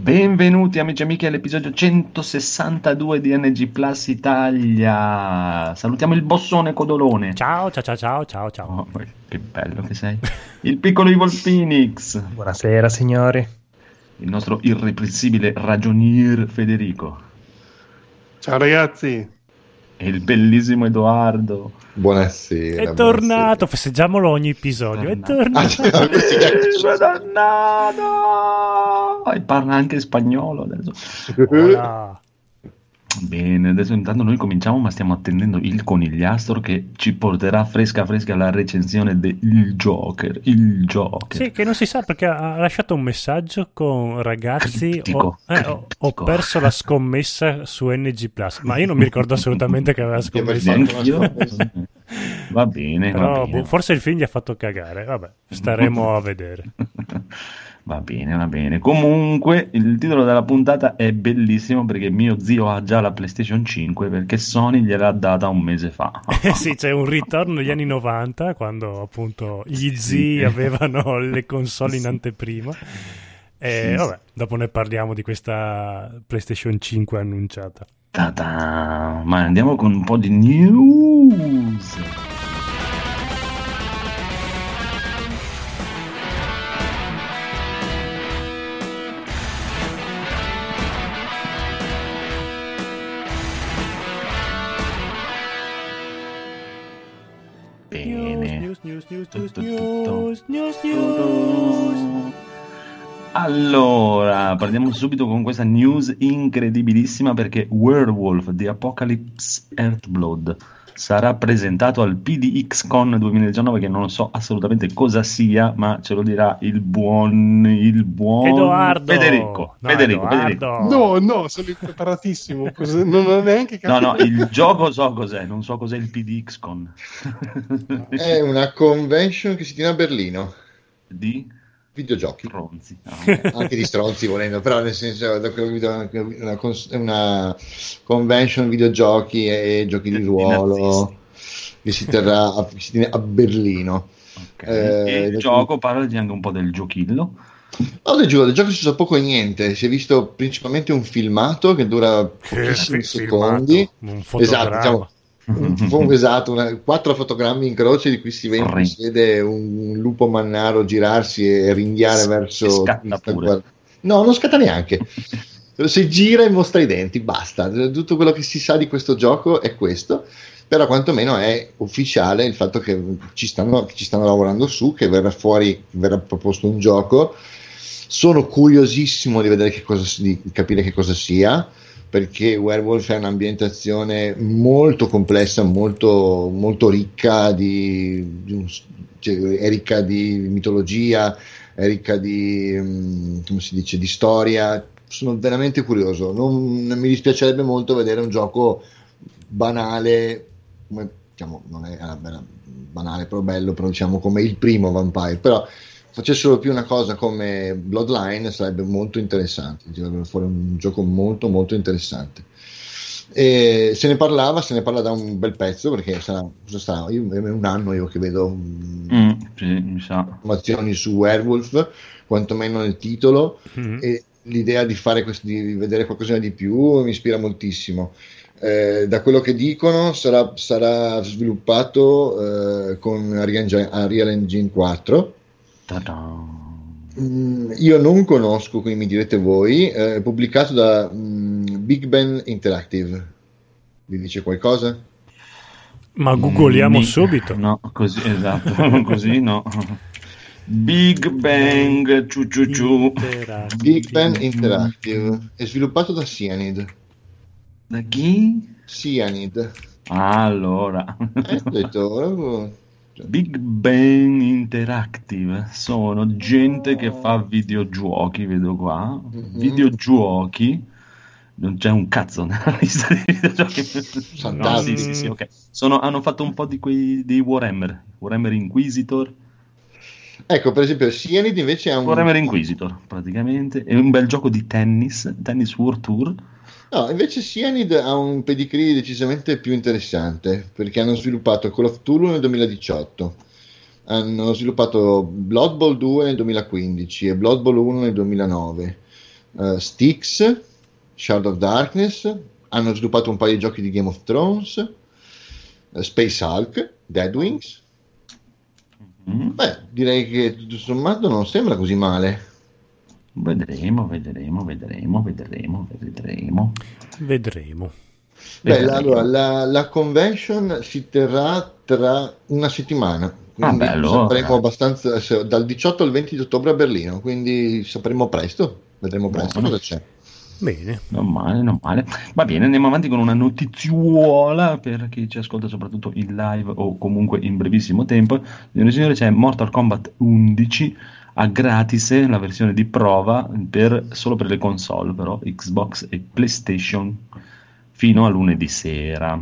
Benvenuti amici e amiche all'episodio 162 di NG Plus Italia. Salutiamo il bossone Codolone. Ciao, ciao, ciao, ciao, ciao, ciao. Oh, che bello che sei. Il piccolo Evil Phoenix. Buonasera signori. Il nostro irreprensibile ragionier Federico. Ciao ragazzi. E il bellissimo Edoardo. Buonasera. È tornato, festeggiamolo ogni episodio. È tornato. È tornato. E parla anche spagnolo adesso. Hola. Bene, adesso intanto noi cominciamo, ma stiamo attendendo il conigliastro che ci porterà fresca la recensione del Joker. Il Joker. Sì, che non si sa perché ha lasciato un messaggio con ragazzi. Ho perso la scommessa su NG Plus, ma io non mi ricordo assolutamente che aveva scommesso. Va bene, però, va bene. Forse il film gli ha fatto cagare. Vabbè, staremo a vedere. Va bene, va bene. Comunque, il titolo della puntata è bellissimo perché mio zio ha già la PlayStation 5 perché Sony gliel'ha data un mese fa. Sì, c'è un ritorno negli anni 90 quando appunto gli zii avevano le console in anteprima. E vabbè, dopo ne parliamo di questa PlayStation 5 annunciata. Ta-da! Ma andiamo con un po' di news. News. Allora, partiamo subito con questa news incredibilissima perché Werewolf The Apocalypse Earthblood sarà presentato al PDX-Con 2019, che non so assolutamente cosa sia, ma ce lo dirà il buon Edoardo. Federico. No, sono impreparatissimo. Non ho neanche capito. No, il gioco so cos'è, non so cos'è il PDX-Con. È una convention che si tiene a Berlino Di videogiochi. stronzi. Anche di stronzi volendo, però nel senso una convention videogiochi e giochi di ruolo che si tiene a Berlino. Okay. E il gioco, parlaci anche un po' del giochillo. No, del gioco si sa poco e niente. Si è visto principalmente un filmato che dura pochissimi secondi. Un fotogramma. Esatto, 4 fotogrammi in croce di cui si vede un lupo mannaro girarsi e ringhiare verso. Scatta pure. No, non scatta neanche. Si gira e mostra i denti, basta. Tutto quello che si sa di questo gioco è questo. Però quantomeno è ufficiale il fatto che ci stanno lavorando su, che verrà proposto un gioco. Sono curiosissimo di vedere di capire che cosa sia, perché Werewolf è un'ambientazione molto complessa, molto, molto ricca è ricca di mitologia, è ricca di, come si dice, di storia. Sono veramente curioso. Non mi dispiacerebbe molto vedere un gioco banale, come, diciamo, non è banale però bello, però diciamo come il primo Vampire, però facessero più una cosa come Bloodline sarebbe molto interessante, sarebbe fuori un gioco molto molto interessante. E se ne parla da un bel pezzo, perché è un anno io che vedo sì, mi sa. informazioni su Werewolf, quantomeno nel titolo, e l'idea di di vedere qualcosa di più mi ispira moltissimo. Da quello che dicono sarà sviluppato con Unreal Engine 4. Io non conosco, quindi mi direte voi. Pubblicato da Big Ben Interactive. Vi dice qualcosa? Ma googoliamo subito. No, così, esatto. Così no. Big Bang Big Ben Interactive è sviluppato da Cyanide. Da chi? Cyanide. Allora, Ho detto Big Bang Interactive sono gente che fa videogiochi, vedo qua. Videogiochi, non c'è un cazzo nella lista di videogiochi. No, sì, ok. Hanno fatto un po' dei Warhammer Inquisitor. Ecco, per esempio, Cyanide invece è un Warhammer Inquisitor, praticamente, è un bel gioco di tennis World Tour. No, invece Cyanide ha un pedigree decisamente più interessante, perché hanno sviluppato Call of Cthulhu nel 2018, hanno sviluppato Blood Bowl 2 nel 2015 e Blood Bowl 1 nel 2009. Styx, Shard of Darkness, hanno sviluppato un paio di giochi di Game of Thrones, Space Hulk, Deadwings. Beh, direi che tutto sommato non sembra così male. Vedremo. Beh, allora, la convention si terrà tra una settimana, quindi sapremo abbastanza dal 18 al 20 di ottobre a Berlino, quindi sapremo presto, vedremo presto cosa c'è. Bene. Non male. Va bene, andiamo avanti con una notiziuola per chi ci ascolta soprattutto in live o comunque in brevissimo tempo. Signore e signori, c'è Mortal Kombat 11 a gratis, la versione di prova solo per le console, però Xbox e PlayStation fino a lunedì sera.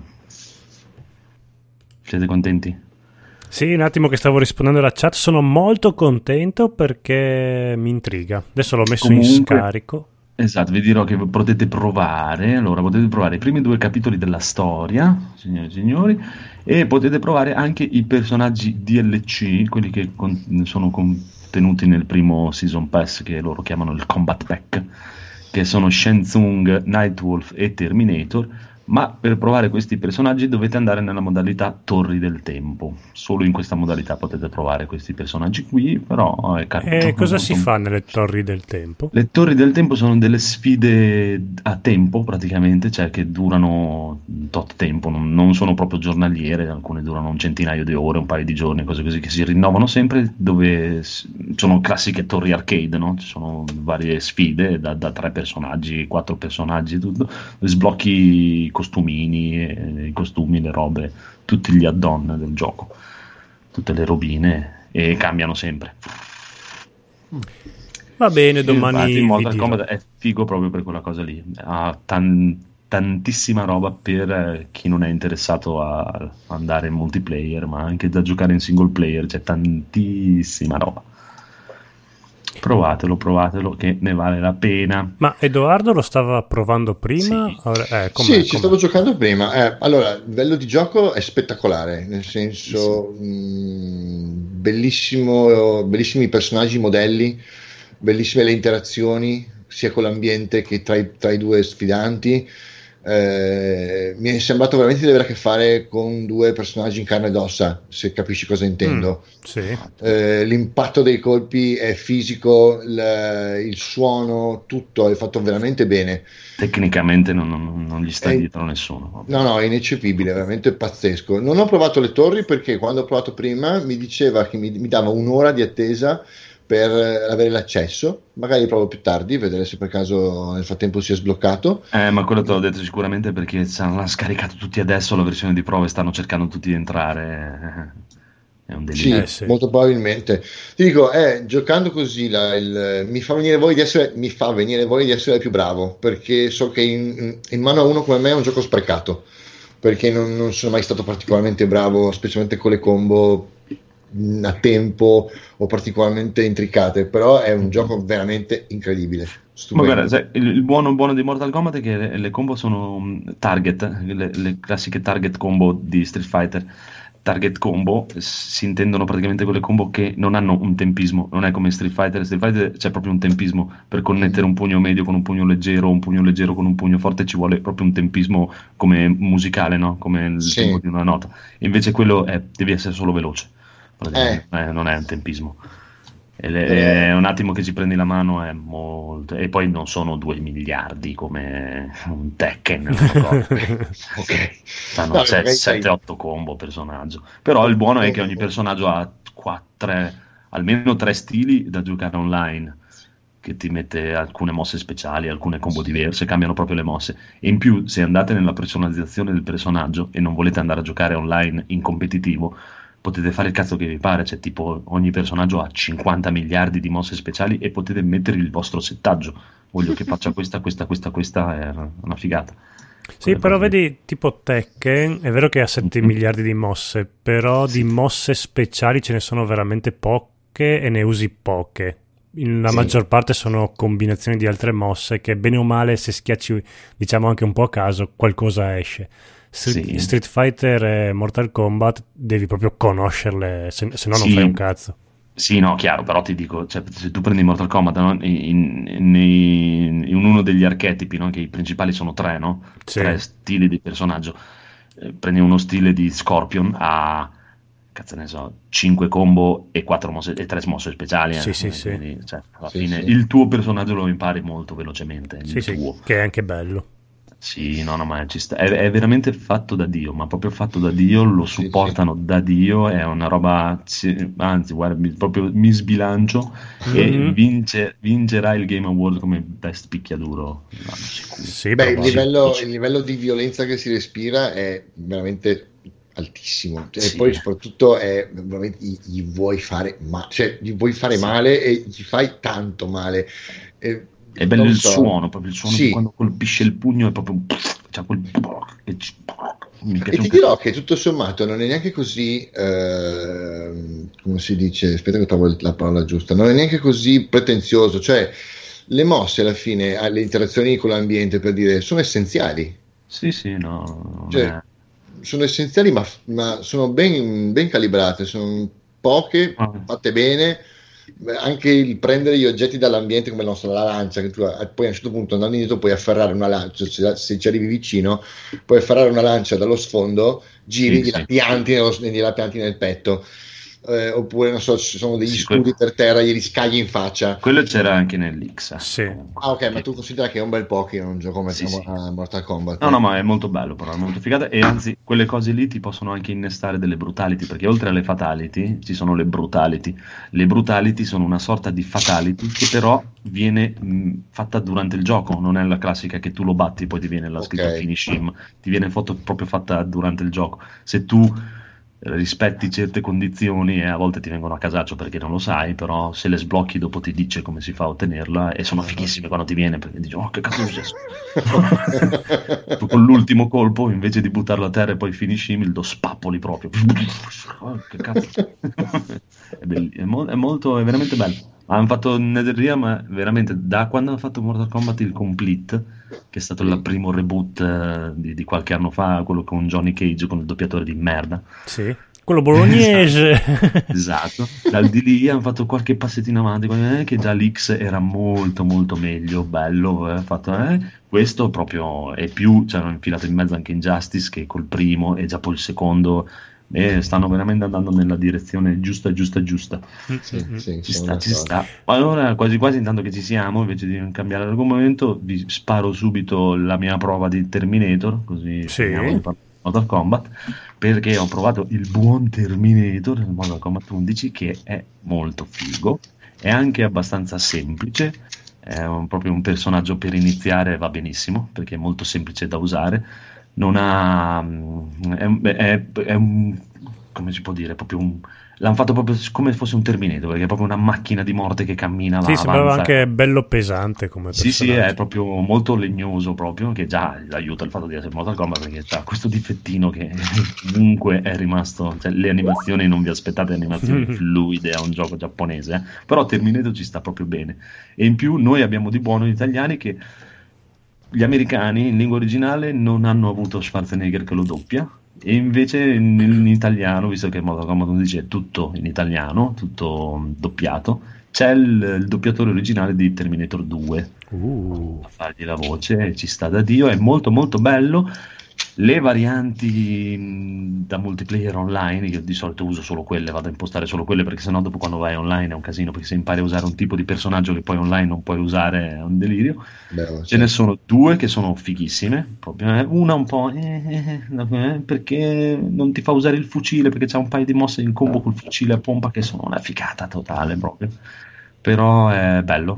Siete contenti? Sì, un attimo che stavo rispondendo alla chat, sono molto contento perché mi intriga. Adesso l'ho messo in scarico. Esatto, vi dirò che potete provare i primi 2 capitoli della storia, signore e signori, e potete provare anche i personaggi DLC, quelli che sono contenuti nel primo Season Pass, che loro chiamano il Combat Pack, che sono Shang Tsung, Nightwolf e Terminator. Ma per provare questi personaggi dovete andare nella modalità Torri del Tempo. Solo in questa modalità potete provare questi personaggi qui, però è carino. E cosa si fa nelle Torri del Tempo? Le Torri del Tempo sono delle sfide a tempo praticamente, cioè che durano tot tempo, non sono proprio giornaliere, alcune durano un centinaio di ore, un paio di giorni, cose così che si rinnovano sempre, dove sono classiche torri arcade, no? Ci sono varie sfide da 3 personaggi, 4 personaggi, tutto, sblocchi costumini, i costumi, le robe, tutti gli add-on del gioco, tutte le robine, e cambiano sempre. Va bene, domani Mortal Kombat è figo proprio per quella cosa lì, ha tantissima roba per chi non è interessato a andare in multiplayer, ma anche da giocare in single player, c'è tantissima roba. Provatelo che ne vale la pena. Ma Edoardo lo stava provando prima? Sì, ci stavo giocando prima. Allora, il livello di gioco è spettacolare, nel senso bellissimi personaggi, modelli, bellissime le interazioni sia con l'ambiente che tra i 2 sfidanti. Mi è sembrato veramente di avere a che fare con 2 personaggi in carne ed ossa, se capisci cosa intendo. Sì. L'impatto dei colpi è fisico, il suono, tutto è fatto veramente bene. Tecnicamente non gli sta dietro nessuno. No, è ineccepibile, veramente pazzesco. Non ho provato le torri perché quando ho provato prima mi diceva che mi dava un'ora di attesa per avere l'accesso. Magari provo più tardi, vedere se per caso nel frattempo si è sbloccato. Ma quello te l'ho detto sicuramente perché hanno scaricato tutti adesso la versione di prova e stanno cercando tutti di entrare. È un delirio. Sì, molto probabilmente. Ti dico, giocando così mi fa venire voglia di essere più bravo, perché so che in mano a uno come me è un gioco sprecato, perché non sono mai stato particolarmente bravo, specialmente con le combo a tempo o particolarmente intricate, però è un gioco veramente incredibile, stupendo. Ma guarda, il buono di Mortal Kombat è che le combo sono target, le classiche target combo di Street Fighter. Target combo si intendono praticamente quelle combo che non hanno un tempismo, non è come Street Fighter c'è proprio un tempismo per connettere un pugno medio con un pugno leggero, un pugno leggero con un pugno forte, ci vuole proprio un tempismo come musicale, no? Come il tempo di una nota. Invece quello devi essere solo veloce. Non è un tempismo, è un attimo che ci prendi la mano, è molto, e poi non sono 2 miliardi come un Tekken. Okay. Stanno 7-8 combo personaggio, però il buono è che ogni personaggio ha almeno 3 stili da giocare online, che ti mette alcune mosse speciali, alcune combo diverse, cambiano proprio le mosse, e in più se andate nella personalizzazione del personaggio e non volete andare a giocare online in competitivo, potete fare il cazzo che vi pare, cioè tipo ogni personaggio ha 50 miliardi di mosse speciali e potete mettere il vostro settaggio. Voglio che faccia questa, è una figata. Sì, però vedi, tipo Tekken, è vero che ha 7 miliardi di mosse, però di mosse speciali ce ne sono veramente poche e ne usi poche. La maggior parte sono combinazioni di altre mosse che bene o male, se schiacci diciamo anche un po' a caso, qualcosa esce. Street Fighter e Mortal Kombat devi proprio conoscerle, se no non fai un cazzo. Sì, no, chiaro, però ti dico, cioè, se tu prendi Mortal Kombat, no, in uno degli archetipi, no, che i principali sono tre, no? Sì. Tre stili di personaggio. Prendi uno stile di Scorpion a, cazzo ne so, 5 combo e 4 mosse, e 3 mosse speciali. Sì. Quindi, cioè, alla Sì, fine sì. il tuo personaggio lo impari molto velocemente, il Sì, tuo. che è anche bello. Sì, no, ma ci sta. È veramente fatto da Dio, ma proprio fatto da Dio, lo Sì, supportano da Dio, è una roba, anzi, guarda, proprio mi sbilancio e Mhm. vincerà il Game Award come best picchiaduro l'anno sicuro. Sì, Beh, probabile. il livello di violenza che si respira è veramente altissimo. E Sì. poi soprattutto è veramente gli vuoi fare male, cioè gli vuoi fare male e gli fai tanto male. È bello Non il so. suono, proprio il suono Sì. che quando colpisce il pugno è proprio, cioè quel, mi E piace ti un dirò cazzo. che tutto sommato non è neanche così, come si dice, aspetta che trovo la parola giusta, non è neanche così pretenzioso, cioè le mosse alla fine, le interazioni con l'ambiente, per dire, sono essenziali. Sì, no, non Cioè, è... sono essenziali, ma sono ben calibrate, sono poche, fatte bene. Beh, anche il prendere gli oggetti dall'ambiente, come la lancia, che tu poi a un certo punto andando indietro puoi afferrare una lancia, se ci arrivi vicino, puoi afferrare una lancia dallo sfondo, giri, Sì, gliela pianti nel petto. Oppure non so, ci sono degli sì, scudi per terra, glieli scagli in faccia. quello c'era anche nell'X. Sì. Ah, ok, ma tu considera che è un bel po' che non gioco Sì. a Mortal Kombat. No, ma è molto bello, però è molto figata e anzi quelle cose lì ti possono anche innestare delle brutality, perché oltre alle fatality ci sono le brutality. Le brutality sono una sorta di fatality che però viene fatta durante il gioco, non è la classica che tu lo batti e poi ti viene la scritto Ok. finish him, ti viene proprio fatta durante il gioco. Se tu rispetti certe condizioni e a volte ti vengono a casaccio perché non lo sai, però se le sblocchi dopo ti dice come si fa a ottenerla e sono fighissime quando ti viene perché dici oh che cazzo è successo. Tu con l'ultimo colpo invece di buttarlo a terra e poi finisci lo spappoli proprio. Oh, che cazzo. È veramente bello. Hanno fatto NetherRealm veramente da quando hanno fatto Mortal Kombat il Complete, che è stato il primo reboot di qualche anno fa, quello con Johnny Cage con il doppiatore di merda. Sì. Quello bolognese. Esatto. Dal di lì hanno fatto qualche passettino avanti, che già l'X era molto molto meglio, bello, fatto, questo proprio è più, cioè hanno infilato in mezzo anche Injustice che col primo e già poi il secondo. Stanno veramente andando nella direzione giusta. Sì, Ci sta. Allora, quasi intanto che ci siamo, invece di cambiare argomento, vi sparo subito la mia prova di Terminator, così finiamo di parlare di Mortal Kombat, perché ho provato il buon Terminator, il Mortal Kombat 11, che è molto figo, è anche abbastanza semplice, è proprio un personaggio per iniziare, va benissimo, perché è molto semplice da usare. Non ha è un come si può dire proprio l'hanno fatto proprio come fosse un Terminator perché è proprio una macchina di morte che cammina Sì, sembrava avanza. anche bello pesante come personaggio. Sì, è proprio molto legnoso proprio, che già aiuta il fatto di essere Mortal Kombat perché ha questo difettino che comunque è rimasto, cioè le animazioni non vi aspettate animazioni fluide a un gioco giapponese, però Terminator ci sta proprio bene e in più noi abbiamo di buono gli italiani che gli americani in lingua originale non hanno avuto Schwarzenegger che lo doppia e invece in italiano, visto che Mortal Kombat 11 è tutto in italiano, tutto doppiato, c'è il doppiatore originale di Terminator 2 a fargli la voce e ci sta da Dio, è molto molto bello. Le varianti da multiplayer online, io di solito uso solo quelle, vado a impostare solo quelle perché sennò dopo quando vai online è un casino, perché se impari a usare un tipo di personaggio che poi online non puoi usare è un delirio. Ce ne sono due che sono fighissime, proprio, una un po' perché non ti fa usare il fucile perché c'ha un paio di mosse in combo col fucile a pompa che sono una figata totale proprio, però è bello.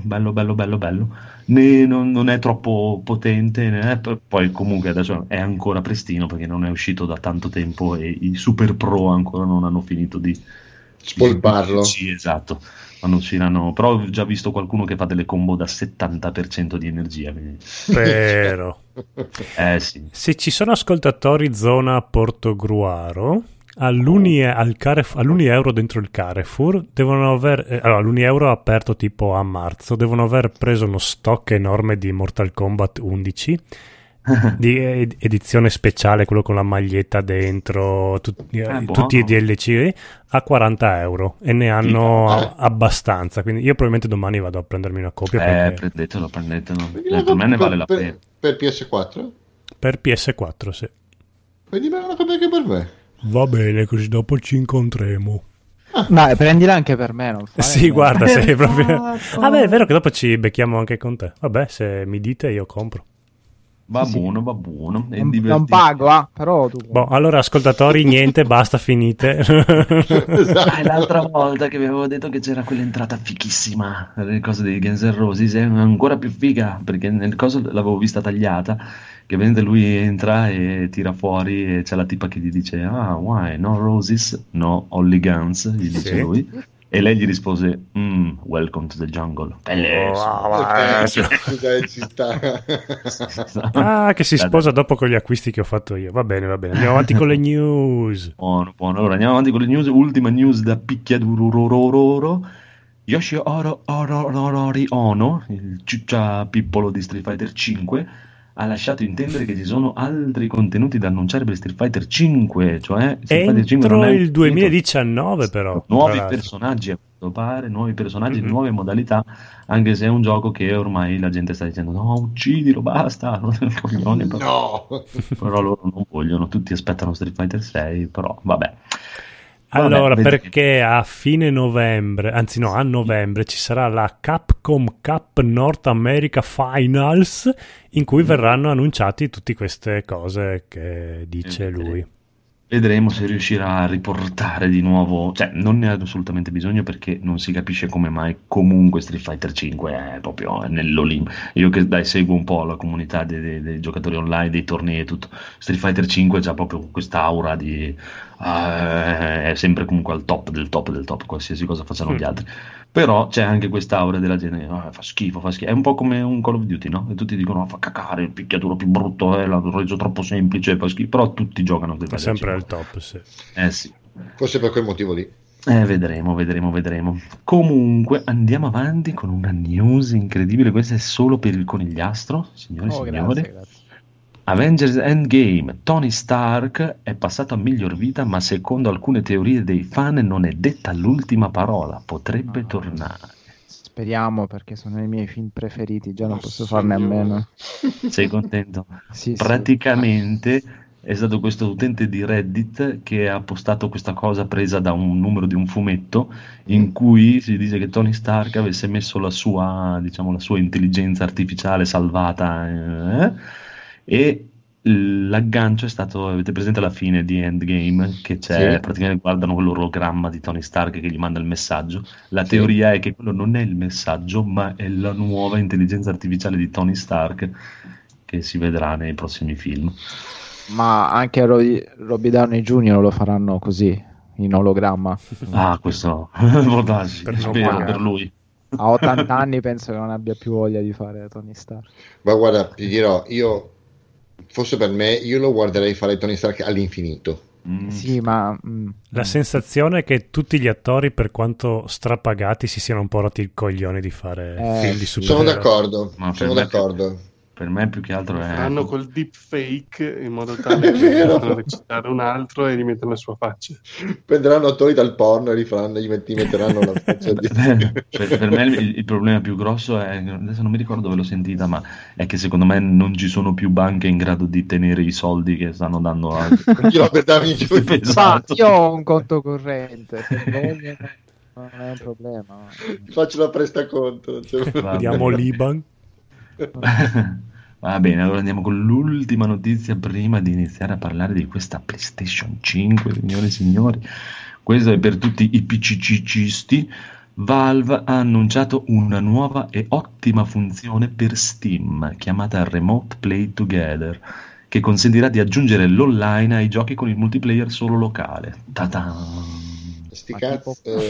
Non è troppo potente, poi comunque adesso è ancora prestino perché non è uscito da tanto tempo e i super pro ancora non hanno finito di spolparlo. Sì, esatto, quando usciranno, però ho già visto qualcuno che fa delle combo da 70% di energia, quindi... Vero. Sì. Se ci sono ascoltatori zona Portogruaro, all'1 euro dentro il Carrefour devono aver allora l'1 euro aperto tipo a marzo devono aver preso uno stock enorme di Mortal Kombat 11 di edizione speciale, quello con la maglietta dentro, tutti i DLC a 40 euro, e ne hanno abbastanza, quindi io probabilmente domani vado a prendermi una copia. Prendetelo. Per me ne vale la pena. Per PS4? Per PS4, sì. Prendimela una copia anche per me. Va bene, così dopo ci incontremo. Ma prendila anche per me, non fare, sì, guarda, sei proprio... Vabbè, è vero che dopo ci becchiamo anche con te. Vabbè, se mi dite io compro. Va buono. Non pago, però tu... Boh, allora ascoltatori, niente, basta, finite. L'altra volta che vi avevo detto che c'era quell'entrata fichissima, le cose dei Guns N' Roses, è ancora più figa, perché nel coso l'avevo vista tagliata, che vedete lui entra e tira fuori e c'è la tipa che gli dice why, no Roses, no only Guns, gli dice lui. E lei gli rispose welcome to the jungle. Che si sposa dopo con gli acquisti che ho fatto io. Va bene, andiamo avanti con le news. Buono. Allora andiamo avanti con le news. Ultima news da picchiaduro. Yoshi Ori Ono, il ciuccia pippolo di Street Fighter 5, ha lasciato intendere che ci sono altri contenuti da annunciare per Street Fighter 5, cioè Street Fighter 5 non è il 2019 però. Nuovi personaggi, a quanto pare, nuove modalità, anche se è un gioco che ormai la gente sta dicendo no, uccidilo, basta, non è coglione, però loro non vogliono, tutti aspettano Street Fighter 6, però vabbè. Allora, perché a fine novembre, anzi no, a novembre ci sarà la Capcom Cup North America Finals, in cui verranno annunciati tutte queste cose che dice lui. Vedremo se riuscirà a riportare di nuovo, cioè non ne ha assolutamente bisogno, perché non si capisce come mai comunque Street Fighter 5 è proprio nell'Olimpo. Io che seguo un po' la comunità dei giocatori online, dei tornei e tutto, Street Fighter 5 c'ha proprio quest'aura di è sempre comunque al top del top, qualsiasi cosa facciano gli altri. Però c'è anche quest'aura della gente, fa schifo, è un po' come un Call of Duty, no? E tutti dicono fa cacare, il picchiaturo più brutto, l'ha reso troppo semplice, fa schifo, però tutti giocano è sempre al top, sì. Sì. Forse per quel motivo lì. Vedremo. Comunque andiamo avanti con una news incredibile, questa è solo per il conigliastro, signore e signori. Grazie. Avengers Endgame, Tony Stark è passato a miglior vita, ma secondo alcune teorie dei fan non è detta l'ultima parola, potrebbe tornare. Speriamo, perché sono i miei film preferiti, già non posso farne a meno. Sei contento? Sì, praticamente è stato questo utente di Reddit che ha postato questa cosa presa da un numero di un fumetto in cui si dice che Tony Stark avesse messo la sua intelligenza artificiale salvata e l'aggancio è stato, avete presente alla fine di Endgame che c'è, praticamente guardano quell'ologramma di Tony Stark che gli manda il messaggio. La teoria è che quello non è il messaggio, ma è la nuova intelligenza artificiale di Tony Stark che si vedrà nei prossimi film. Ma anche Robbie Downey Jr. lo faranno così, in ologramma. Questo può darsi, spero per lui. A 80 anni penso che non abbia più voglia di fare Tony Stark. Ma guarda, ti dirò, io fosse per me, io lo guarderei fare Tony Stark all'infinito. Sì, ma la sensazione è che tutti gli attori, per quanto strapagati, si siano un po' rotti il coglione di fare film di supereroi. Sono d'accordo. Per me più che altro è... Fanno col deepfake in modo tale che possono recitare un altro e gli mettono la sua faccia. Prenderanno attori dal porno e gli metteranno la faccia di... per me il problema più grosso è, adesso non mi ricordo dove l'ho sentita, ma è che secondo me non ci sono più banche in grado di tenere i soldi che stanno dando a... Esatto. Io ho un conto corrente, non è un problema. Faccio la prestaconto. Vediamo l'Iban. Va bene, allora andiamo con l'ultima notizia prima di iniziare a parlare di questa PlayStation 5, signore e signori. Questo è per tutti i PCcisti. Valve ha annunciato una nuova e ottima funzione per Steam chiamata Remote Play Together, che consentirà di aggiungere l'online ai giochi con il multiplayer solo locale. Ta-da! Sti cazzo.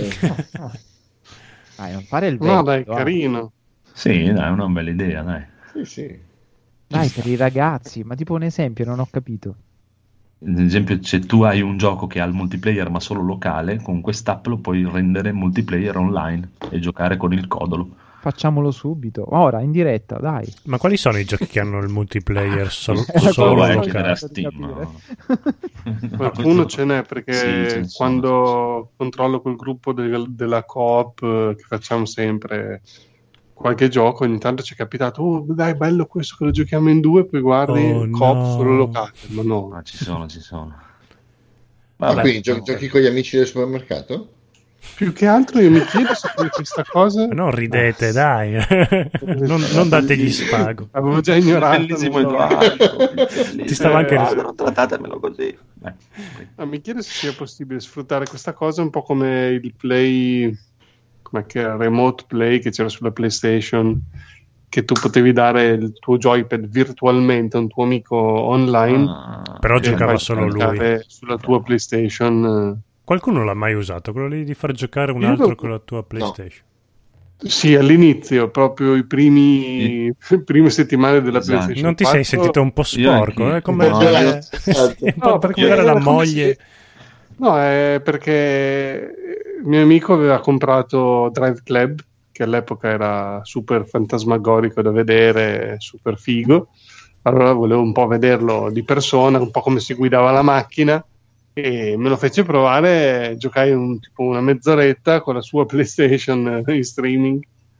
Non fare il vecchio. No, dai, carino. Sì, dai, è una bella idea, dai. Sì. Dai, per i ragazzi, ma tipo un esempio, non ho capito. Ad esempio, se tu hai un gioco che ha il multiplayer ma solo locale, con quest'app lo puoi rendere multiplayer online e giocare con il codolo. Facciamolo subito, ora in diretta, dai. Ma quali sono i giochi che hanno il multiplayer solo Solo quello anche che locale? da cerco di Steam. capire. Qualcuno ce n'è, perché Sì, ce ne sono, quando controllo quel gruppo della coop che facciamo sempre qualche gioco, ogni tanto ci è capitato, oh dai, bello questo che lo giochiamo in due, poi guardi Oh, coop no. solo locale, ma no. Ma ci sono. Ma Vabbè, quindi giochi con gli amici del supermercato? Più che altro io mi chiedo se questa cosa... Ma non ridete, dai. non dategli spago. Avevo già ignorato. bellissimo non so. Edoardo. Ti stava anche non trattatemelo così. Ma mi chiedo se sia possibile sfruttare questa cosa un po' come il play, come che era, remote play che c'era sulla PlayStation, che tu potevi dare il tuo joypad virtualmente a un tuo amico online. Però e giocava fai solo lui. giocare sulla tua PlayStation. Qualcuno l'ha mai usato, quello lì di far giocare un Io altro lo- con la tua PlayStation. Sì, all'inizio, proprio i prime settimane della Esatto. PlayStation Non ti 4. sei sentito un po' sporco? anche- È come No, dare- esatto. un po' No, perché come dare la era come moglie. No, è perché il mio amico aveva comprato Drive Club, che all'epoca era super fantasmagorico da vedere, super figo. Allora volevo un po' vederlo di persona, un po' come si guidava la macchina, e me lo fece provare. Giocai tipo una mezz'oretta con la sua PlayStation in streaming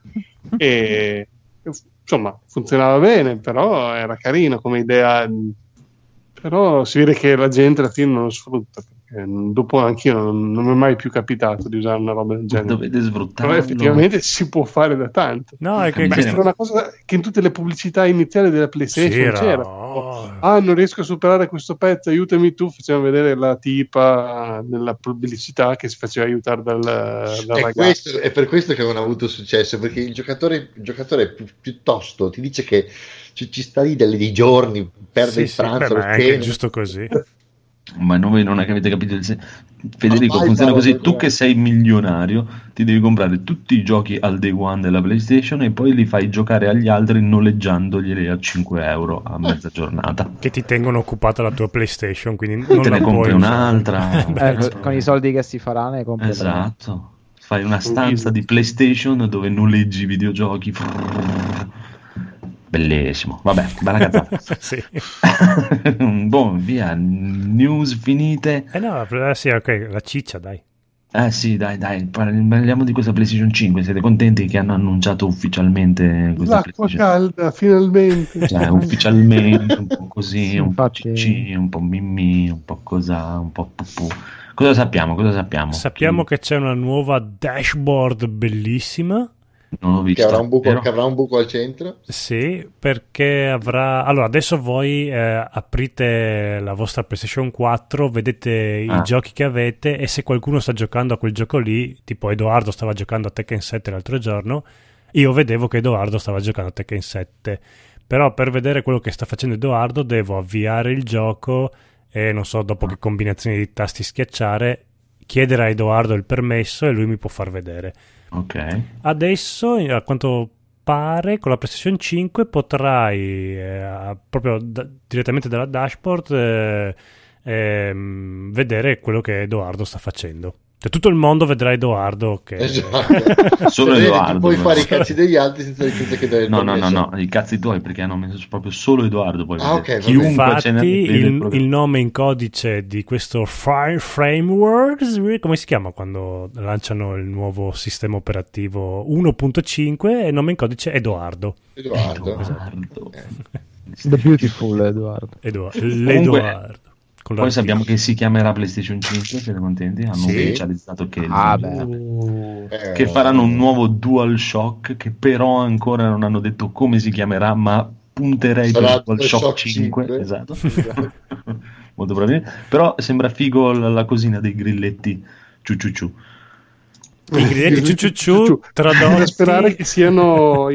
e insomma funzionava bene, però era carino come idea. Però si vede che la gente alla fine non lo sfrutta, perché dopo anch'io non mi è mai più capitato di usare una roba del genere. Dovete Però sfruttarlo. effettivamente si può fare da tanto. No, è che Questa era una cosa che in tutte le pubblicità iniziali della PlayStation C'era. c'era. Ah, non riesco a superare questo pezzo, aiutami tu. Facevano vedere la tipa nella pubblicità che si faceva aiutare dal ragazzo. È per questo che non ha avuto successo, perché il giocatore piuttosto ti dice che ci sta lì dei giorni, perde Sì, il sì, pranzo, beh, lo ma è anche tiene. giusto così. Ma voi non avete capito Federico, Ormai funziona parlo così: del tu gioco. che sei milionario ti devi comprare tutti i giochi al day one della PlayStation e poi li fai giocare agli altri noleggiandoglieli a 5 euro a mezza giornata. Che ti tengono occupata la tua PlayStation, quindi non Te la ne compri puoi usare. un'altra. Con i soldi che si farà ne compri. Esatto. Fai una stanza di PlayStation dove noleggi videogiochi. Bellissimo. Vabbè, bella cazzata. Sì. Boh, via. News finite. No, sì, ok, la ciccia, dai. Sì, dai, parliamo di questa PlayStation 5. Siete contenti che hanno annunciato ufficialmente questa L'acqua PlayStation? calda, finalmente. Cioè, ufficialmente, un po' così, Sì, un po' infatti. cicci, un po' mimmi, un po' cosa, un po' pupù. Cosa sappiamo? Sappiamo che c'è una nuova dashboard bellissima. Non l'ho Che vista, avrà un buco, però- che avrà un buco al centro. Sì, perché avrà... Allora, adesso voi aprite la vostra PlayStation 4, vedete i giochi che avete e se qualcuno sta giocando a quel gioco lì, tipo Edoardo stava giocando a Tekken 7 l'altro giorno, io vedevo che Edoardo stava giocando a Tekken 7. Però per vedere quello che sta facendo Edoardo devo avviare il gioco e non so, dopo che combinazioni di tasti schiacciare, chiedere a Edoardo il permesso e lui mi può far vedere. Ok. Adesso, a quanto pare, con la PlayStation 5 potrai proprio direttamente dalla dashboard vedere quello che Edoardo sta facendo. Cioè, tutto il mondo vedrà Edoardo che... Esatto. Solo Vedi, Edoardo, tu puoi però. fare i cazzi degli altri senza chiedere il No, permesso. i cazzi tuoi perché hanno messo proprio solo Edoardo. Poi Ah, vedete. ok, va Chiunque ce n'è Infatti vede il programma. nome in codice di questo framework, come si chiama quando lanciano il nuovo sistema operativo 1.5, e il nome in codice è Edoardo. Edoardo. Edoardo. The Beautiful Edoardo. L'Edoardo. Con Poi la- sappiamo che si chiamerà PlayStation 5, siete contenti? Hanno Sì. ufficializzato che, Che faranno un nuovo DualShock, che però ancora non hanno detto come si chiamerà, ma punterei Sarà per DualShock DualShock 5. 5. Esatto. Molto probabilmente. Però sembra figo la cosina dei grilletti ciu. I grilletti ciu tradotti. Da sperare che siano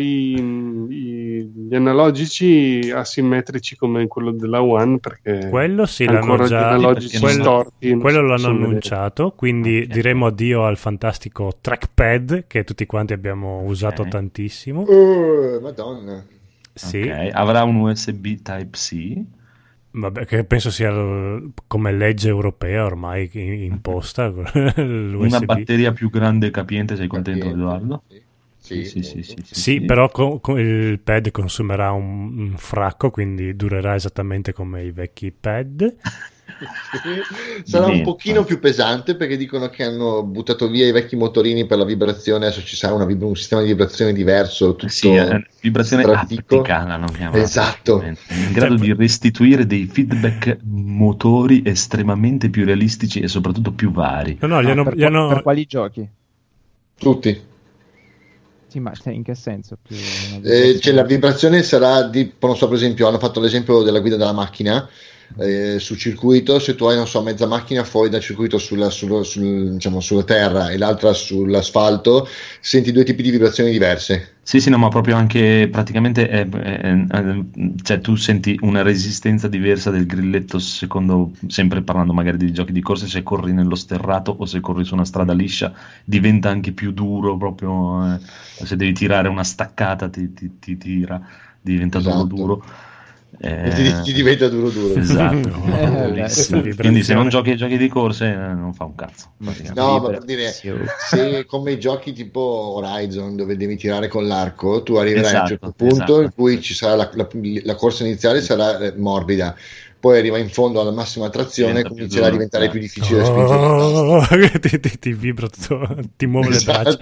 gli analogici asimmetrici come quello della One, perché Quello sì, ancora l'hanno gli già... analogici quello- storti non Quello si l'hanno possono vedere. annunciato, quindi Ok. diremo addio al fantastico trackpad che tutti quanti abbiamo usato Ok. tantissimo. Madonna. Sì, Ok, avrà un USB Type-C. vabbè, che penso sia come legge europea ormai imposta Una l'USB. batteria più grande e capiente, sei contento Capiente, Edoardo? sì. Sì, però il pad consumerà un fracco, quindi durerà esattamente come i vecchi pad. Sarà un pochino più pesante perché dicono che hanno buttato via i vecchi motorini per la vibrazione, adesso ci sarà un sistema di vibrazione diverso, tutto vibrazione aptica l'hanno chiamato. Esatto, in grado di restituire dei feedback motori estremamente più realistici e soprattutto più vari. Per quali giochi? Tutti. Sì, ma in che senso? Cioè, la vibrazione sarà non so, per esempio hanno fatto l'esempio della guida della macchina. Sul circuito, se tu hai, non so, mezza macchina fuori dal circuito sulla terra e l'altra sull'asfalto, senti due tipi di vibrazioni diverse. Sì, no, ma proprio anche praticamente cioè tu senti una resistenza diversa del grilletto, secondo, sempre parlando magari di giochi di corse, se corri nello sterrato o se corri su una strada liscia diventa anche più duro, proprio se devi tirare una staccata ti tira, diventa duro. Ti diventa duro. Esatto. Quindi se non giochi ai giochi di corse non fa un cazzo. No, ma per dire, se come i giochi tipo Horizon dove devi tirare con l'arco, tu arriverai a un certo punto in cui ci sarà la corsa iniziale sarà morbida, poi arriva in fondo alla massima trazione e comincerà a diventare più difficile spingere. Ti vibra tutto, ti muove le braccia.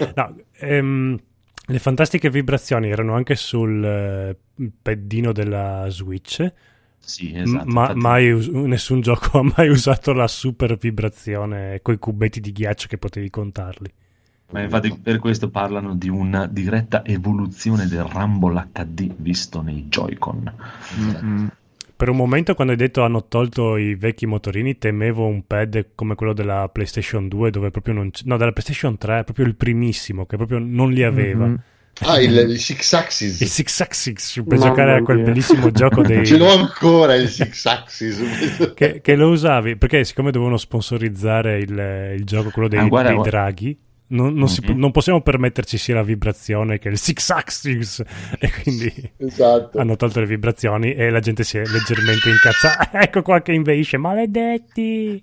No, le fantastiche vibrazioni erano anche sul paddino della Switch. Sì, esatto. Ma nessun gioco ha mai usato la super vibrazione coi cubetti di ghiaccio che potevi contarli. Ma infatti per questo parlano di una diretta evoluzione del Rumble HD visto nei Joy-Con. Mm-hmm. Per un momento, quando hai detto hanno tolto i vecchi motorini, temevo un pad come quello della PlayStation 2, dove proprio della PlayStation 3, proprio il primissimo, che proprio non li aveva. Mm-hmm. Il Six Axis. Il Six Axis, per giocare a quel bellissimo gioco dei... Ce l'ho ancora il Six Axis. che lo usavi, perché siccome dovevano sponsorizzare il gioco, quello dei draghi, non possiamo permetterci sia la vibrazione che il Six Axis, e quindi hanno tolto le vibrazioni e la gente si è leggermente incazzata. Ecco qua che inveisce, maledetti.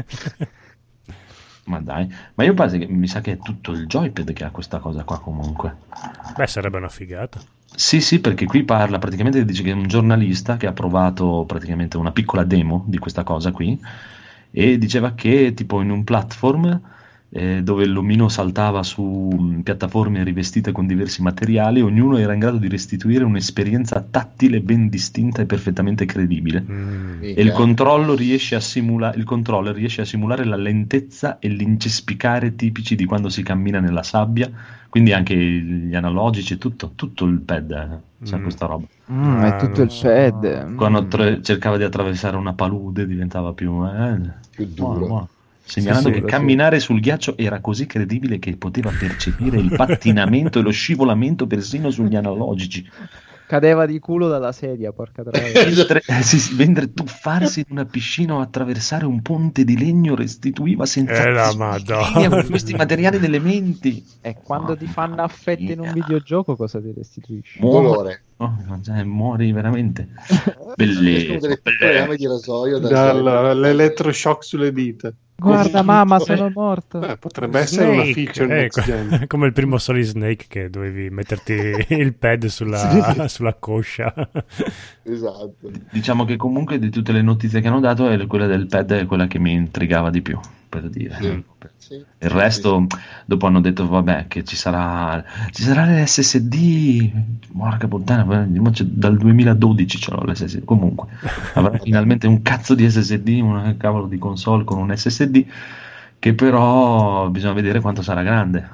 Ma dai, ma io penso che mi sa che è tutto il joypad che ha questa cosa qua comunque. Beh, sarebbe una figata. Sì, perché qui parla praticamente, dice che è un giornalista che ha provato praticamente una piccola demo di questa cosa qui e diceva che tipo in un platform dove l'omino saltava su piattaforme rivestite con diversi materiali, ognuno era in grado di restituire un'esperienza tattile ben distinta e perfettamente credibile. E il controller riesce a simulare la lentezza e l'incespicare tipici di quando si cammina nella sabbia, quindi anche gli analogici e tutto il pad c'è questa roba. È tutto il pad. Quando cercava di attraversare una palude diventava più duro. Segnalando che camminare sul ghiaccio era così credibile che poteva percepire il pattinamento e lo scivolamento persino sugli analogici. Cadeva di culo dalla sedia, porca troia. Mentre tuffarsi in una piscina o attraversare un ponte di legno restituiva sensazioni con questi materiali ed elementi. E quando ti fanno a fette in un videogioco cosa ti restituisci? Dolore. Muori veramente. Bellissimo. Di rasoio l'elettroshock sulle dita. Guarda mamma, sono morto. Potrebbe essere una feature next gen. Come il primo Solid Snake che dovevi metterti il pad sulla coscia. Esatto. Diciamo che comunque di tutte le notizie che hanno dato quella del pad è quella che mi intrigava di più, per dire. Il resto dopo hanno detto vabbè che ci sarà l'SSD, porca puttana, dal 2012 ce l'ho l'SSD, comunque avrà finalmente un cazzo di SSD, una cavolo di console con un SSD che però bisogna vedere quanto sarà grande.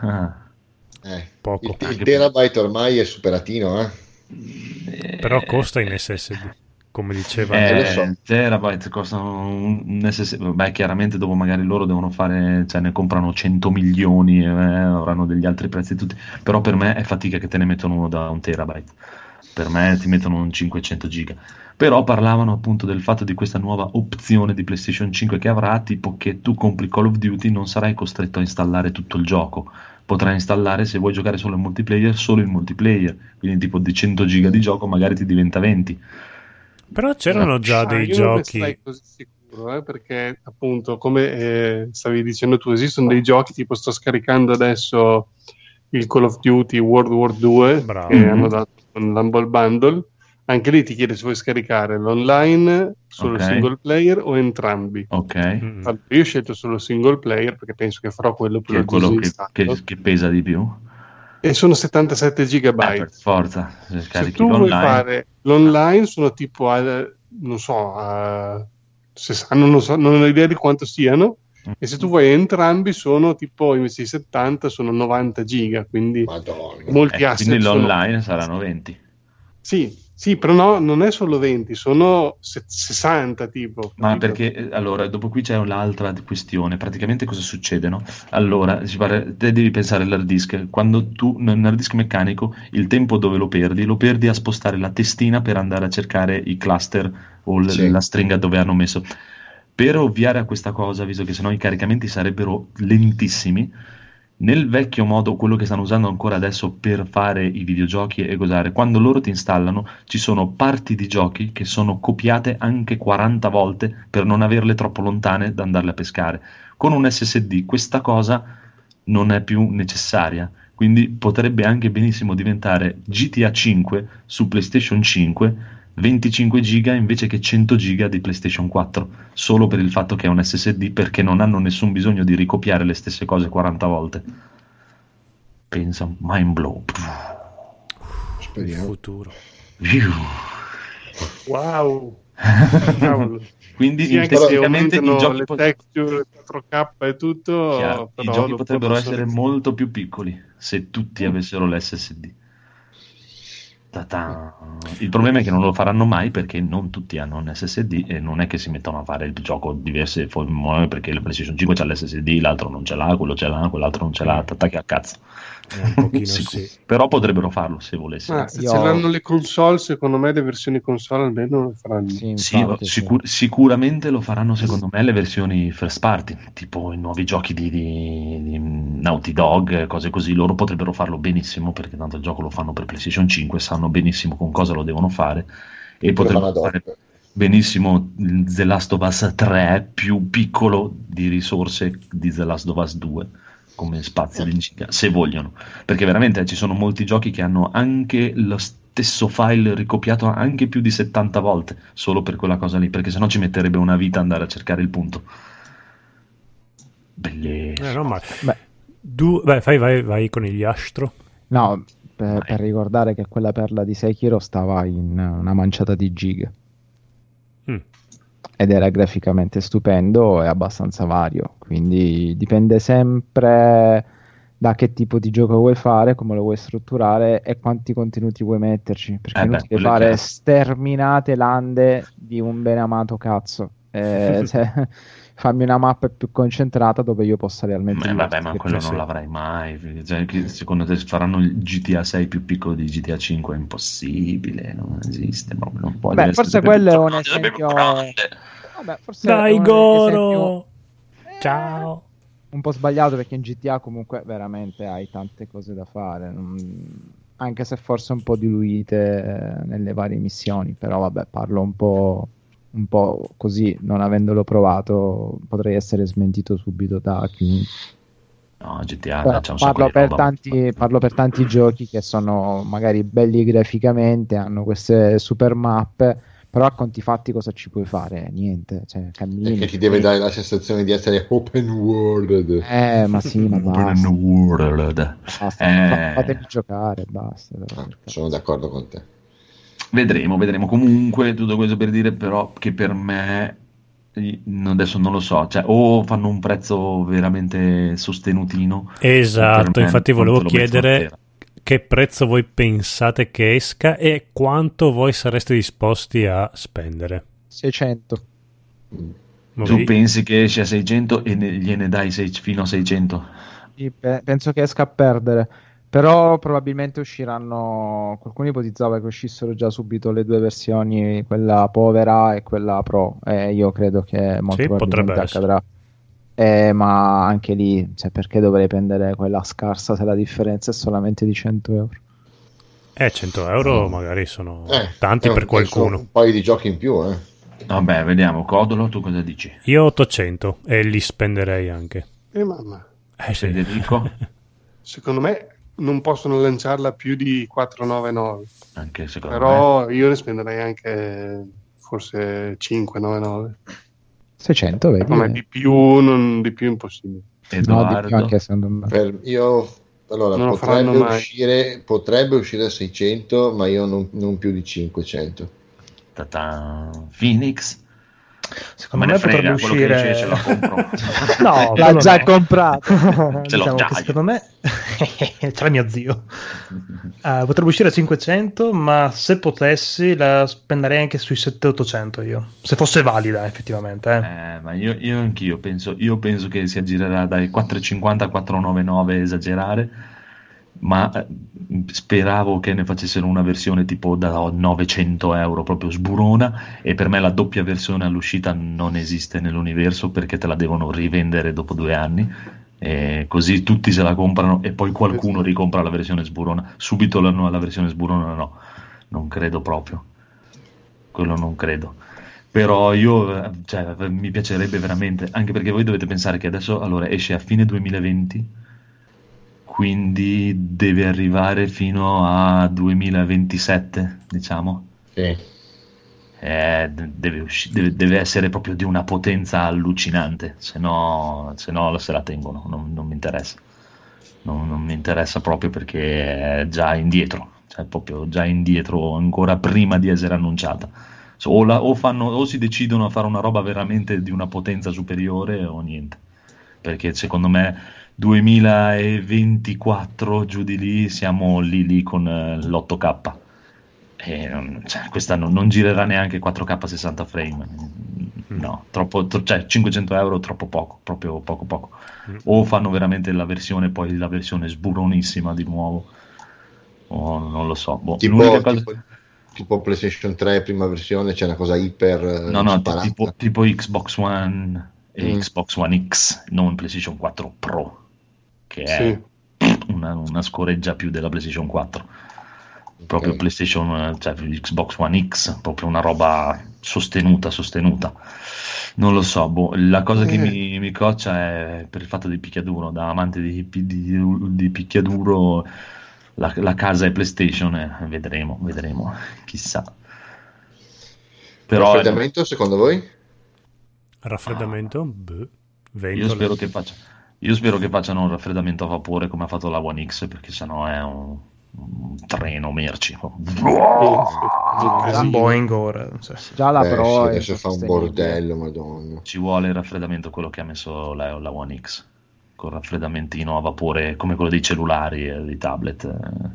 Poco. Il terabyte ormai è superatino, però costa in SSD. Come diceva terabyte costano un SSD. Beh, chiaramente dopo magari loro devono fare, cioè ne comprano 100 milioni avranno degli altri prezzi tutti, però per me è fatica che te ne mettono uno da 1 terabyte, per me ti mettono un 500 giga. Però parlavano appunto del fatto di questa nuova opzione di PlayStation 5 che avrà, tipo che tu compri Call of Duty, non sarai costretto a installare tutto il gioco, potrai installare, se vuoi giocare solo il multiplayer, quindi tipo di 100 giga di gioco magari ti diventa 20. Però c'erano già dei io giochi. Non stai così sicuro, perché appunto, come stavi dicendo tu, esistono dei giochi, tipo sto scaricando adesso il Call of Duty World War 2 Bravo. che hanno dato con l'Humble Bundle. Anche lì ti chiede se vuoi scaricare l'online, solo il single player o entrambi. Ok. Allora, io ho scelto solo il single player perché penso che farò quello più Che è quello disinstallato. che pesa di più. E sono 77 GB. Per forza. Se tu vuoi fare l'online sono tipo non so, 60, non ho idea di quanto siano. E se tu vuoi entrambi sono tipo invece di 70 sono 90 giga, quindi Madonna. molti asset quindi sono... l'online saranno 20. Sì, però no, non è solo 20, sono 60 tipo. Ma capito? perché allora dopo qui c'è un'altra questione. Praticamente cosa succede, no? Allora te devi pensare all'hard disk. Quando tu nell'hard disk meccanico il tempo dove lo perdi a spostare la testina per andare a cercare i cluster o la stringa dove hanno messo. Per ovviare a questa cosa, visto che sennò i caricamenti sarebbero lentissimi, nel vecchio modo, quello che stanno usando ancora adesso per fare i videogiochi e cos'are, quando loro ti installano ci sono parti di giochi che sono copiate anche 40 volte per non averle troppo lontane da andarle a pescare. Con un SSD questa cosa non è più necessaria, quindi potrebbe anche benissimo diventare GTA 5 su PlayStation 5 25 giga invece che 100 giga di PlayStation 4, solo per il fatto che è un SSD, perché non hanno nessun bisogno di ricopiare le stesse cose 40 volte. Pensa, mind blow. Il Speriamo. futuro. Wow. Cavolo. Quindi Sì, anche se tecnicamente i aumentano giochi, le texture 4K e tutto, chiaro, i però giochi lo potrebbero possono- essere molto più piccoli se tutti avessero l'SSD. Ta-ta. Il problema è che non lo faranno mai perché non tutti hanno un SSD e non è che si mettono a fare il gioco diverse formule, perché la PlayStation 5 c'ha l'SSD, l'altro non ce l'ha, quello ce l'ha, quell'altro non ce l'ha, che a cazzo. Un pochino sì. Però potrebbero farlo se volessero. se ce l'hanno le console, secondo me le versioni console almeno lo faranno. Sì, Sì, infatti, sicuramente lo faranno secondo me le versioni first party, tipo i nuovi giochi di Naughty Dog, cose così, loro potrebbero farlo benissimo perché tanto il gioco lo fanno per PlayStation 5, sanno benissimo con cosa lo devono fare e potrebbero fare benissimo The Last of Us 3 più piccolo di risorse di The Last of Us 2 come spazio di giga, se vogliono, perché veramente ci sono molti giochi che hanno anche lo stesso file ricopiato anche più di 70 volte solo per quella cosa lì, perché sennò ci metterebbe una vita andare a cercare il punto. Bellissimo. Non male. Vai con il Yastro. No, per ricordare che quella perla di Sekiro stava in una manciata di giga. Ed era graficamente stupendo e abbastanza vario, quindi dipende sempre da che tipo di gioco vuoi fare, come lo vuoi strutturare e quanti contenuti vuoi metterci, perché è inutile fare sterminate lande di un bene amato cazzo. Fammi una mappa più concentrata dove io possa realmente ma quello non l'avrai mai, cioè, secondo te faranno il GTA 6 più piccolo di GTA 5? È impossibile, non esiste, non può. Forse quello è un esempio. Forse dai, è un Goro, esempio... ciao. Un po' sbagliato, perché in GTA comunque veramente hai tante cose da fare, anche se forse un po' diluite nelle varie missioni, però vabbè, parlo un po' così, non avendolo provato potrei essere smentito subito da chiunque. No, GTA c'è un parlo per tanti giochi che sono magari belli graficamente, hanno queste super mappe, però a conti fatti cosa ci puoi fare? Niente, cioè cammini. Perché ti deve dare la sensazione di essere open world. Ma sì, ma basta. Open world. Fatemi giocare, basta. Sono d'accordo con te. Vedremo. Comunque tutto questo per dire però che per me adesso non lo so, cioè o fanno un prezzo veramente sostenutino. Esatto, infatti volevo chiedere che prezzo voi pensate che esca e quanto voi sareste disposti a spendere. 600. Tu pensi che esce a 600 e gliene dai fino a 600? Sì, penso che esca a perdere, però probabilmente usciranno, qualcuno ipotizzava che uscissero già subito le due versioni, quella povera e quella pro, e io credo che molto probabilmente accadrà. Ma anche lì, cioè, perché dovrei prendere quella scarsa se la differenza è solamente di 100 euro? 100 euro magari sono tanti per qualcuno. Un paio di giochi in più, Vabbè, vediamo. Codolo, tu cosa dici? Io 800 e li spenderei anche. Mamma. Federico? Secondo me non possono lanciarla più di 499. Anche secondo Però io ne spenderei anche forse 599. 600, vedi? Come di più impossibile. Edoardo. No, di più anche secondo me. Allora, Non lo faranno mai. potrebbe uscire a 600, ma io non più di 500. Phoenix. Secondo me potrebbe uscire. Ce la compro. No, l'ha già comprato. Ce l'ho Diciamo già che io. secondo me c'era mio zio. Potrebbe uscire a 500, ma se potessi la spenderei anche sui 700-800 io, se fosse valida effettivamente. Ma io anch'io penso che si aggirerà dai 4,50 a 4,99 esagerare, ma speravo che ne facessero una versione tipo da 900 euro proprio sburona, e per me la doppia versione all'uscita non esiste nell'universo, perché te la devono rivendere dopo 2 anni, e così tutti se la comprano e poi qualcuno ricompra la versione sburona subito. La versione sburona no, non credo proprio, quello non credo. Però io mi piacerebbe veramente, anche perché voi dovete pensare che adesso allora esce a fine 2020, quindi deve arrivare fino a 2027, diciamo. Sì. Deve essere proprio di una potenza allucinante, se no se la tengono, non mi interessa. Non mi interessa proprio, perché è già indietro, cioè proprio già indietro ancora prima di essere annunciata. O si decidono a fare una roba veramente di una potenza superiore o niente, perché secondo me 2024 giù di lì siamo lì con l'8K, e questa non girerà neanche 4K 60 frame, no, troppo, cioè 500 euro troppo poco, proprio poco. O fanno veramente la versione sburonissima di nuovo, o non lo so. Tipo PlayStation 3 prima versione, c'è una cosa iper sparata. tipo Xbox One e Xbox One X, non PlayStation 4 Pro, che è una scoreggia più della PlayStation 4. Proprio PlayStation, cioè Xbox One X, proprio una roba sostenuta. Non lo so, la cosa che mi coccia è per il fatto di picchiaduro, da amante di picchiaduro, la casa è PlayStation, vedremo, chissà. Però Raffreddamento, secondo voi? Raffreddamento? Io spero che facciano un raffreddamento a vapore come ha fatto la One X, perché sennò è un treno merci. Un Boeing ora. Già la Pro adesso fa un bordello, madonna. Ci vuole il raffreddamento, quello che ha messo la One X, con raffreddamentino a vapore come quello dei cellulari e dei tablet.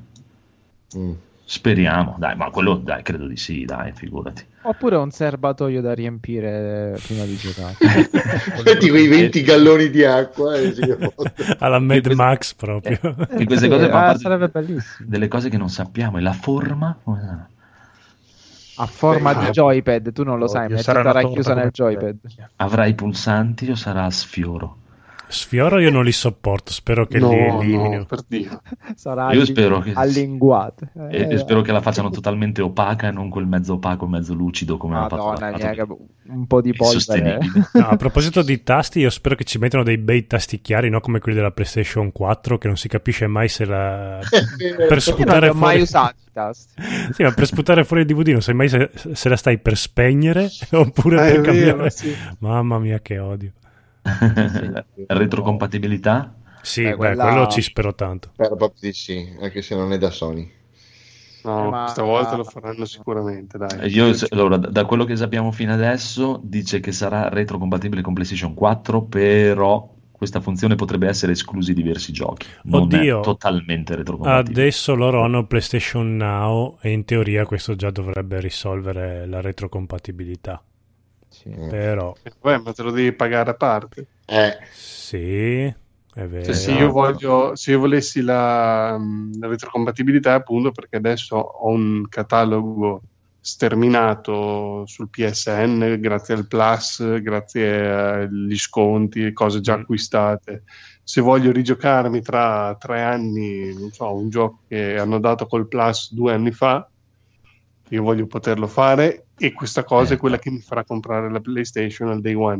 Speriamo, dai, ma quello dai, credo di sì, dai, figurati. Oppure un serbatoio da riempire prima di giocare. Metti quei 20 galloni di acqua alla Mad Max proprio. E queste cose sarebbe bellissimo. Delle cose che non sappiamo, e la forma a forma di joypad, tu non lo sai, ma sarà chiusa nel joypad. Avrà i pulsanti o sarà a sfioro? Sfioro io non li sopporto, spero che li eliminino. Per Dio. Sarà io spero che allinguate. E spero che la facciano totalmente opaca e non quel mezzo opaco, mezzo lucido come hanno fatto un po' di polvere. No, a proposito di tasti, io spero che ci mettano dei bei tasti chiari, no? Come quelli della PlayStation 4, che non si capisce mai se la per sputare non ho mai usato i tasti. Sì, ma per sputare fuori il DVD non sai mai se la stai per spegnere oppure per cambiare. Sì. Mamma mia, che odio. Retrocompatibilità? Sì, quello ci spero tanto. Spero proprio di sì, anche se non è da Sony. No, stavolta lo faranno sicuramente, dai. Allora, da quello che sappiamo fino adesso, dice che sarà retrocompatibile con PlayStation 4, però questa funzione potrebbe essere esclusa di diversi giochi. Non è totalmente retrocompatibile. Adesso loro hanno PlayStation Now e in teoria questo già dovrebbe risolvere la retrocompatibilità. Sì, però ma te lo devi pagare a parte. Sì, è vero. Se io volessi la retrocompatibilità, appunto, perché adesso ho un catalogo sterminato sul PSN grazie al Plus, grazie agli sconti, cose già acquistate. Se voglio rigiocarmi tra 3 anni, non so, un gioco che hanno dato col Plus 2 anni fa, io voglio poterlo fare, e questa cosa è quella che mi farà comprare la PlayStation al day one.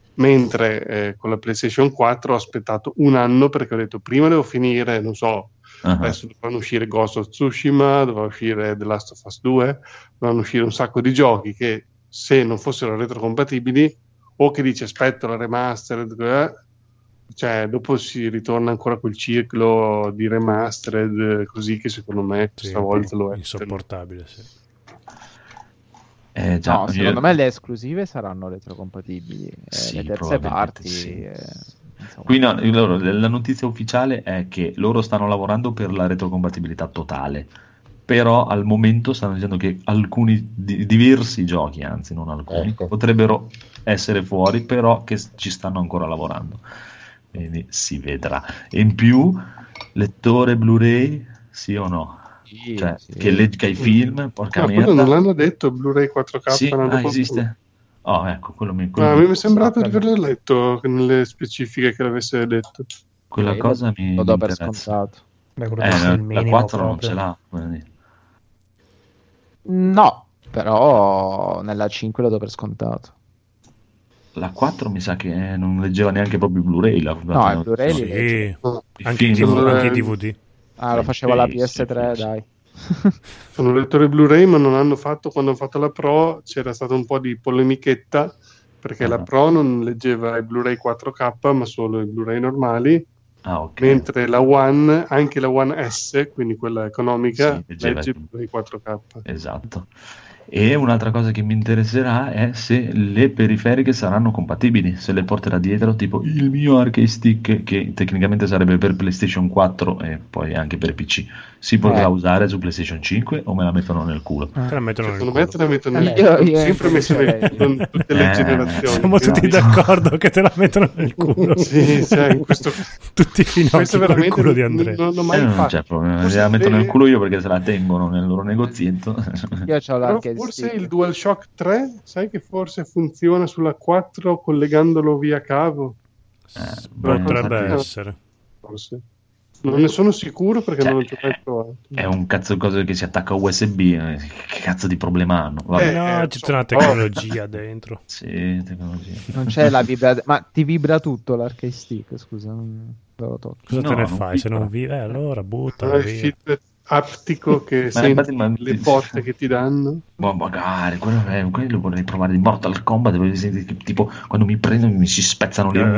Mentre con la PlayStation 4 ho aspettato un anno, perché ho detto prima devo finire, non so, Adesso dovranno uscire Ghost of Tsushima, dovrà uscire The Last of Us 2, dovranno uscire un sacco di giochi che se non fossero retrocompatibili, o che dice aspetto la remastered, cioè dopo si ritorna ancora a quel ciclo di remastered, così che secondo me questa volta lo è insopportabile. Sì. Già, no, secondo me le esclusive saranno retrocompatibili, sì, le terze parti sì. Qui no, la notizia ufficiale è che loro stanno lavorando per la retrocompatibilità totale, però al momento stanno dicendo che alcuni diversi giochi, anzi non alcuni, potrebbero essere fuori, però che ci stanno ancora lavorando, quindi si vedrà. E in più lettore Blu-ray, sì o no? Sì, cioè, sì. che legga i film, porca merda. Quello non l'hanno detto, Blu-ray 4K sì, l'hanno esiste. Oh, ecco, quello mi è sembrato di averlo letto nelle specifiche che l'avesse detto. Quella cosa mi lo do per interessa. scontato. La 4 non ce l'ha, quindi. No, però nella 5 lo do per scontato. La 4 mi sa che non leggeva neanche proprio Blu-ray. No, il Blu-ray li legge. Anche i DVD. Lo faceva la PS3, dai. Sono lettori Blu-ray, ma non hanno fatto, quando hanno fatto la Pro c'era stata un po' di polemichetta perché la Pro non leggeva i Blu-ray 4K ma solo i Blu-ray normali, mentre la One, anche la One S, quindi quella economica, legge i Blu-ray 4K. Esatto. E un'altra cosa che mi interesserà è se le periferiche saranno compatibili, se le porterà dietro, tipo il mio arcade stick, che tecnicamente sarebbe per PlayStation 4 e poi anche per PC, si potrà usare su PlayStation 5 o me la mettono nel culo? Te la mettono nel culo. Me te la mettono nel culo. Io sempre messo nel culo in tutte le generazioni. Siamo tutti d'accordo che te la mettono nel culo. Sì, cioè, in questo... tutti i finocchi col culo di Andrea. Non ho mai fatto. Non c'è problema, me la mettono nel culo io perché se la tengono nel loro negozietto. Io c'ho l'arcade forse il DualShock 3, sai che forse funziona sulla 4 collegandolo via cavo? Potrebbe essere. Forse. Non ne sono sicuro perché non l'ho mai provato. È un cazzo cosa che si attacca a USB, che cazzo di problema hanno? No, c'è una tecnologia dentro. Sì, tecnologia. Non c'è la vibrazione, ma ti vibra tutto l'arcade stick, scusa, lo tocco. Cosa te ne fai? Se non vibra, allora buttalo via. Aptico che senti le botte che ti danno. Ma magari quello vorrei provare di Mortal Kombat, dove senti tipo quando mi prendono mi si spezzano le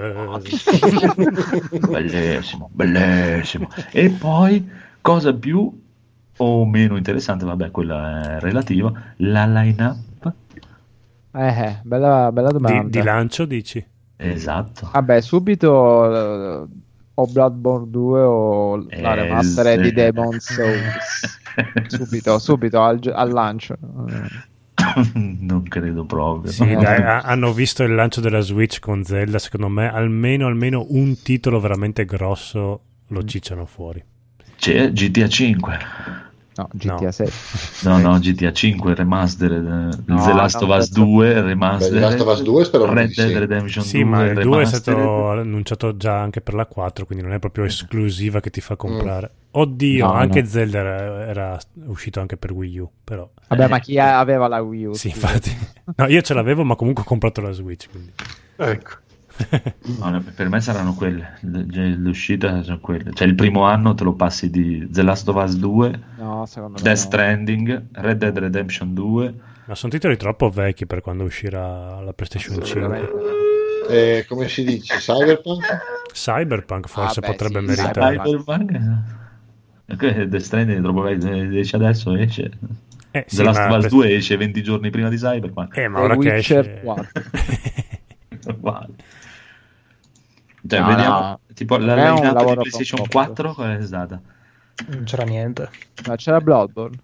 unghie. Bellissimo. E poi cosa più o meno interessante, vabbè, quella è relativa, la line-up. Bella domanda. Di lancio dici? Esatto. Vabbè, subito o Bloodborne 2 o la remaster di Demon's Souls. subito al lancio. Non credo proprio. Sì, dai, hanno visto il lancio della Switch con Zelda, secondo me almeno un titolo veramente grosso lo cicciano fuori. C'è GTA 5. No, GTA 6. No, GTA 5 remastered, The Last of Us 2 remastered. The Last of Us 2 spero Red Dead Redemption 2 ma il 2 è remastered. stato annunciato già anche per la 4, quindi non è proprio esclusiva che ti fa comprare. Oddio, anche Zelda era uscito anche per Wii U, però. Vabbè, ma chi aveva la Wii U? Sì, infatti. No, io ce l'avevo, ma comunque ho comprato la Switch, quindi. Ecco. No, per me saranno quelle, l'uscita sono quelle, cioè il primo anno te lo passi di The Last of Us 2, Death Stranding, Red Dead Redemption 2, ma sono titoli troppo vecchi per quando uscirà la PlayStation 5. Come si dice? Cyberpunk forse potrebbe meritare. Cyberpunk? Death Stranding è troppo vecchio, esce adesso, esce The Last of Us 2 esce 20 giorni prima di Cyberpunk, ma ora che esce uguale. Cioè, vediamo tipo la line-up di PlayStation 4 qual è stata? Non c'era niente. Ma c'era Bloodborne?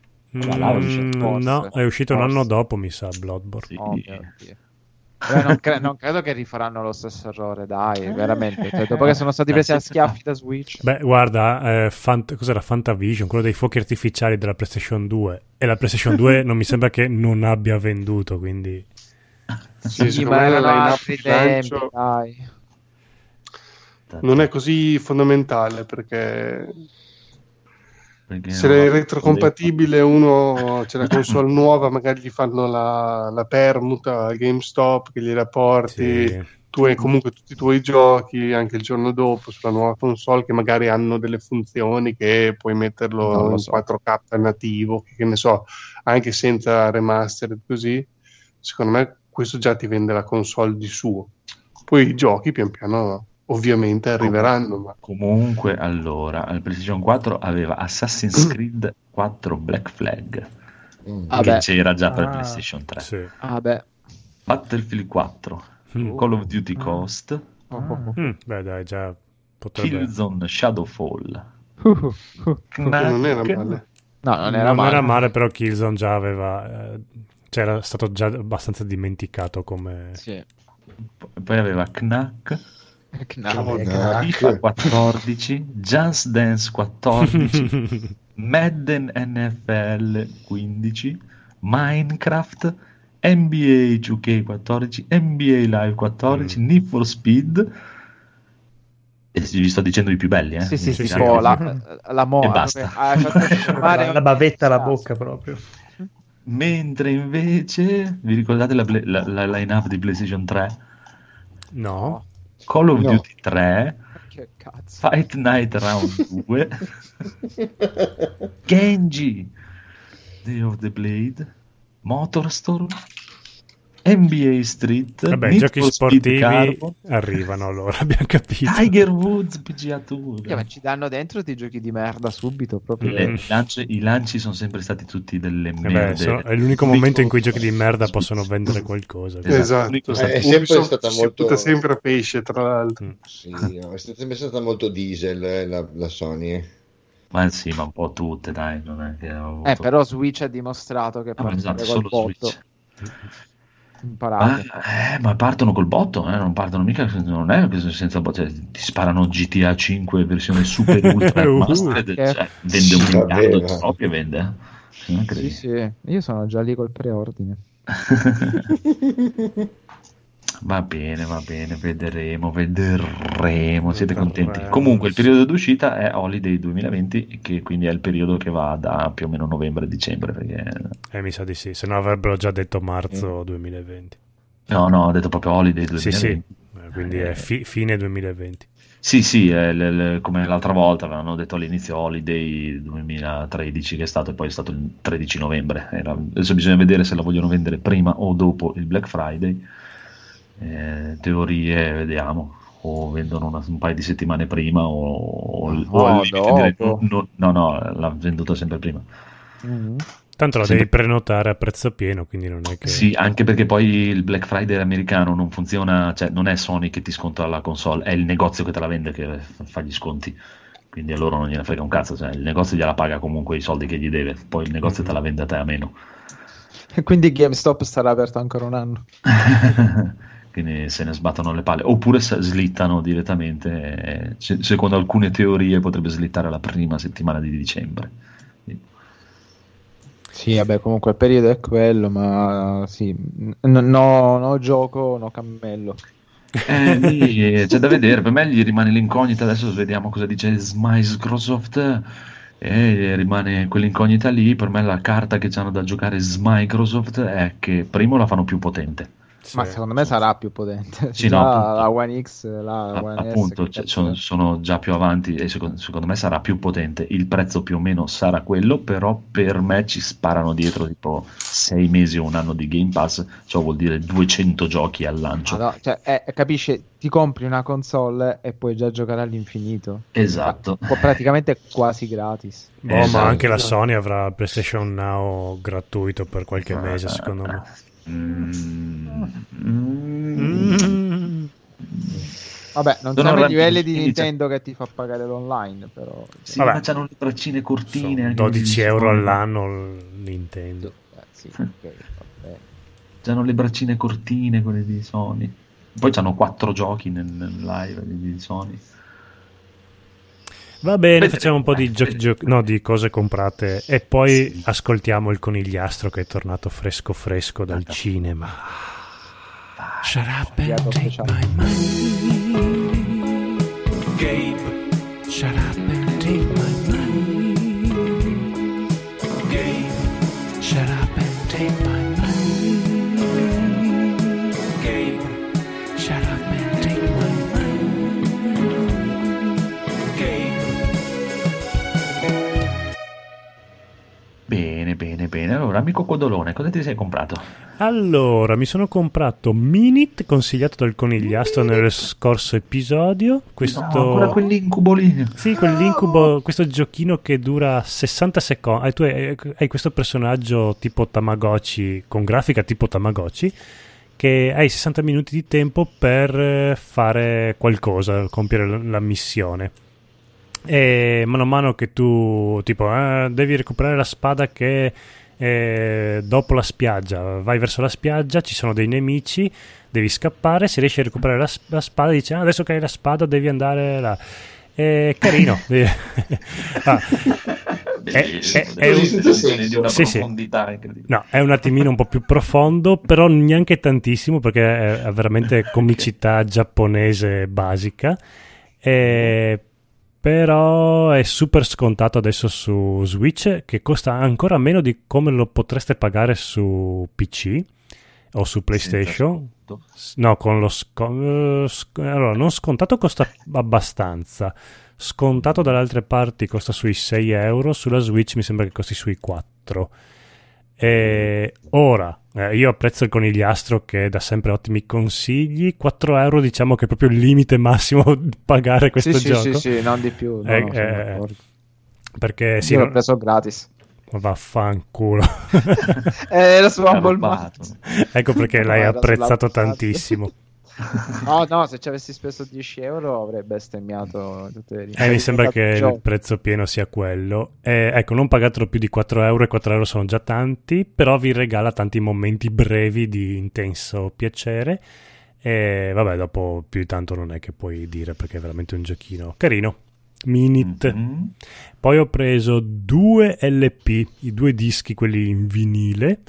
No, è uscito un anno dopo, mi sa, Bloodborne. Sì. Non credo che rifaranno lo stesso errore, dai, veramente. Cioè, dopo che sono stati presi a schiaffi da Switch. Beh, guarda, cos'era Fantavision, quello dei fuochi artificiali della PlayStation 2. E la PlayStation 2 non mi sembra che non abbia venduto, quindi. Sì, ma erano altri tempi, dai. Non è così fondamentale perché se è retrocompatibile, uno c'è la console nuova, magari gli fanno la permuta al GameStop che gliela porti, tu hai comunque tutti i tuoi giochi anche il giorno dopo sulla nuova console, che magari hanno delle funzioni che puoi metterlo Non lo in so. 4K nativo, che ne so, anche senza remastered così, secondo me questo già ti vende la console di suo. Poi i giochi pian piano ovviamente arriveranno, ma Comunque, allora, il PlayStation 4 aveva Assassin's Creed 4 Black Flag, Vabbè. che c'era già per Ah, PlayStation 3. Sì. Vabbè. Battlefield 4, Call of Duty Ghost, Beh, dai, già potrebbe... Killzone Shadowfall, non era Knack, male. No, non era non male. era male, però Killzone già aveva... cioè era stato già abbastanza dimenticato come... Sì. poi aveva Knack, Knack. FIFA 14, Just Dance 14, Madden NFL 15, Minecraft, NBA 2K 14, NBA Live 14, Need for Speed, e vi sto dicendo i più belli, Sì, sì, tipo sì. la mo- E basta. hai fatto scemare la bavetta alla ogni bocca proprio. Mentre invece, vi ricordate la line-up di PlayStation 3? No? Call of No. Duty 3, Che cazzo. Fight Night Round 2, Genji, Day of the Blade, Motorstorm, NBA Street, Vabbè, Need giochi for Speed sportivi Carbon, arrivano allora, abbiamo capito. Tiger Woods PGA Tour. Ma ci danno dentro dei giochi di merda subito proprio. I lanci sono sempre stati tutti delle Vabbè, merde. è l'unico momento in cui i giochi di merda possono vendere qualcosa. Esatto. Esatto. È sempre Ubisoft stata si molto- butta sempre a pesce, tra l'altro. Sì, no, è sempre stata molto diesel la Sony. Ma sì, ma un po' tutte, dai, non è che ho avuto... Però Switch ha dimostrato che Ah, ma parte esatto, col solo botto. Switch. Imparato. Ma partono col botto, non partono mica, non è che senza botto, cioè, ti sparano GTA 5 versione super ultra remastered, che- cioè, vende un Sì, miliardo vabbè, di copie, vende. Non Sì, credi? sì. Io sono già lì col preordine. Va bene, vedremo, siete contenti? Vedremo. Comunque il periodo d'uscita è Holiday 2020, che quindi è il periodo che va da più o meno novembre-dicembre, perché... Mi sa di sì, se no avrebbero già detto marzo 2020. No, ho detto proprio Holiday 2020. Sì, quindi è fine 2020. Sì, come l'altra volta avevano detto all'inizio Holiday 2013, che è stato, e poi è stato il 13 novembre. Adesso bisogna vedere se la vogliono vendere prima o dopo il Black Friday. Teorie, vediamo, o vendono un paio di settimane prima o al limite direi dopo. no, l'ha venduta sempre prima. Tanto la Sì. devi prenotare a prezzo pieno, quindi non è che... Sì, anche perché poi il Black Friday americano non funziona, cioè non è Sony che ti sconta la console, è il negozio che te la vende che fa gli sconti, quindi a loro non gliene frega un cazzo, cioè il negozio gliela paga comunque i soldi che gli deve, poi il negozio te la vende a te a meno. Quindi GameStop sarà aperto ancora un anno. Quindi se ne sbattono le palle, oppure slittano direttamente, secondo alcune teorie potrebbe slittare la prima settimana di dicembre. Sì, vabbè, comunque il periodo è quello, ma sì, no gioco, no cammello. Lì c'è da vedere, per me gli rimane l'incognita, adesso vediamo cosa dice Microsoft, e rimane quell'incognita lì. Per me la carta che hanno da giocare Microsoft è che primo la fanno più potente. Ma secondo me sarà più potente. Sì, Già no, appunto. la One X, la One S, Appunto, che sono già più avanti e secondo me sarà più potente. Il prezzo più o meno sarà quello, però per me ci sparano dietro tipo 6 mesi o un anno di Game Pass, ciò vuol dire 200 giochi al lancio. no, cioè, capisci, ti compri una console e puoi già giocare all'infinito. Esatto. Praticamente quasi gratis. Ma Esatto. anche la Sony avrà PlayStation Now gratuito per qualche mese, secondo me. Vabbè, non Sono sono i livelli di rapidi, Nintendo che ti fa pagare l'online, però... Sì, Vabbè. ma c'hanno le braccine cortine. Sono anche 12 lì, euro Sony. all'anno il Nintendo. Sì, ok, vabbè. C'hanno le braccine cortine quelle di Sony. Poi c'hanno 4 giochi nel live di Sony. Va bene, Vedremo, facciamo un po' di di cose comprate e poi ascoltiamo il conigliastro che è tornato fresco dal cinema. Shut up Diago and take speciale. my money. Gabe, shut up and take my money. Gabe, shut up and take my money. Gabe, shut up and Bene, bene. Allora, amico Codolone, cosa ti sei comprato? Allora, mi sono comprato Minit, consigliato dal Conigliastro nel scorso episodio. Questo... No, ancora quell'incubo lì. Sì, quell'incubo, questo giochino che dura 60 secondi. Tu hai questo personaggio tipo Tamagotchi, con grafica tipo Tamagotchi, che hai 60 minuti di tempo per fare qualcosa, compiere la missione. E mano a mano che tu tipo devi recuperare la spada che dopo la spiaggia, vai verso la spiaggia, ci sono dei nemici, devi scappare, se riesci a recuperare la spada dici adesso che hai la spada devi andare là. È carino. Di una profondità incredibile. No, è un attimino un po' più profondo, però neanche tantissimo, perché è veramente comicità giapponese basica. Però è super scontato adesso su Switch, che costa ancora meno di come lo potreste pagare su PC o su PlayStation. No, con lo allora, non scontato costa abbastanza. Scontato dalle altre parti costa sui 6 euro, sulla Switch mi sembra che costi sui 4. Ora, io apprezzo il Conigliastro che dà sempre ottimi consigli. 4 euro diciamo che è proprio il limite massimo di pagare questo gioco. Sì, non di più. Perché sì, io l'ho preso gratis. Vaffanculo. Lo so, ecco perché l'hai apprezzato tantissimo. No, se ci avessi speso 10 euro avrei bestemmiato tutte le mi sembra che il prezzo pieno sia quello. Ecco, non pagatelo più di 4 euro, e 4 euro sono già tanti, però vi regala tanti momenti brevi di intenso piacere. E vabbè, dopo più di tanto non è che puoi dire, perché è veramente un giochino carino. Minit. Poi ho preso 2 LP, i 2 dischi, quelli in vinile.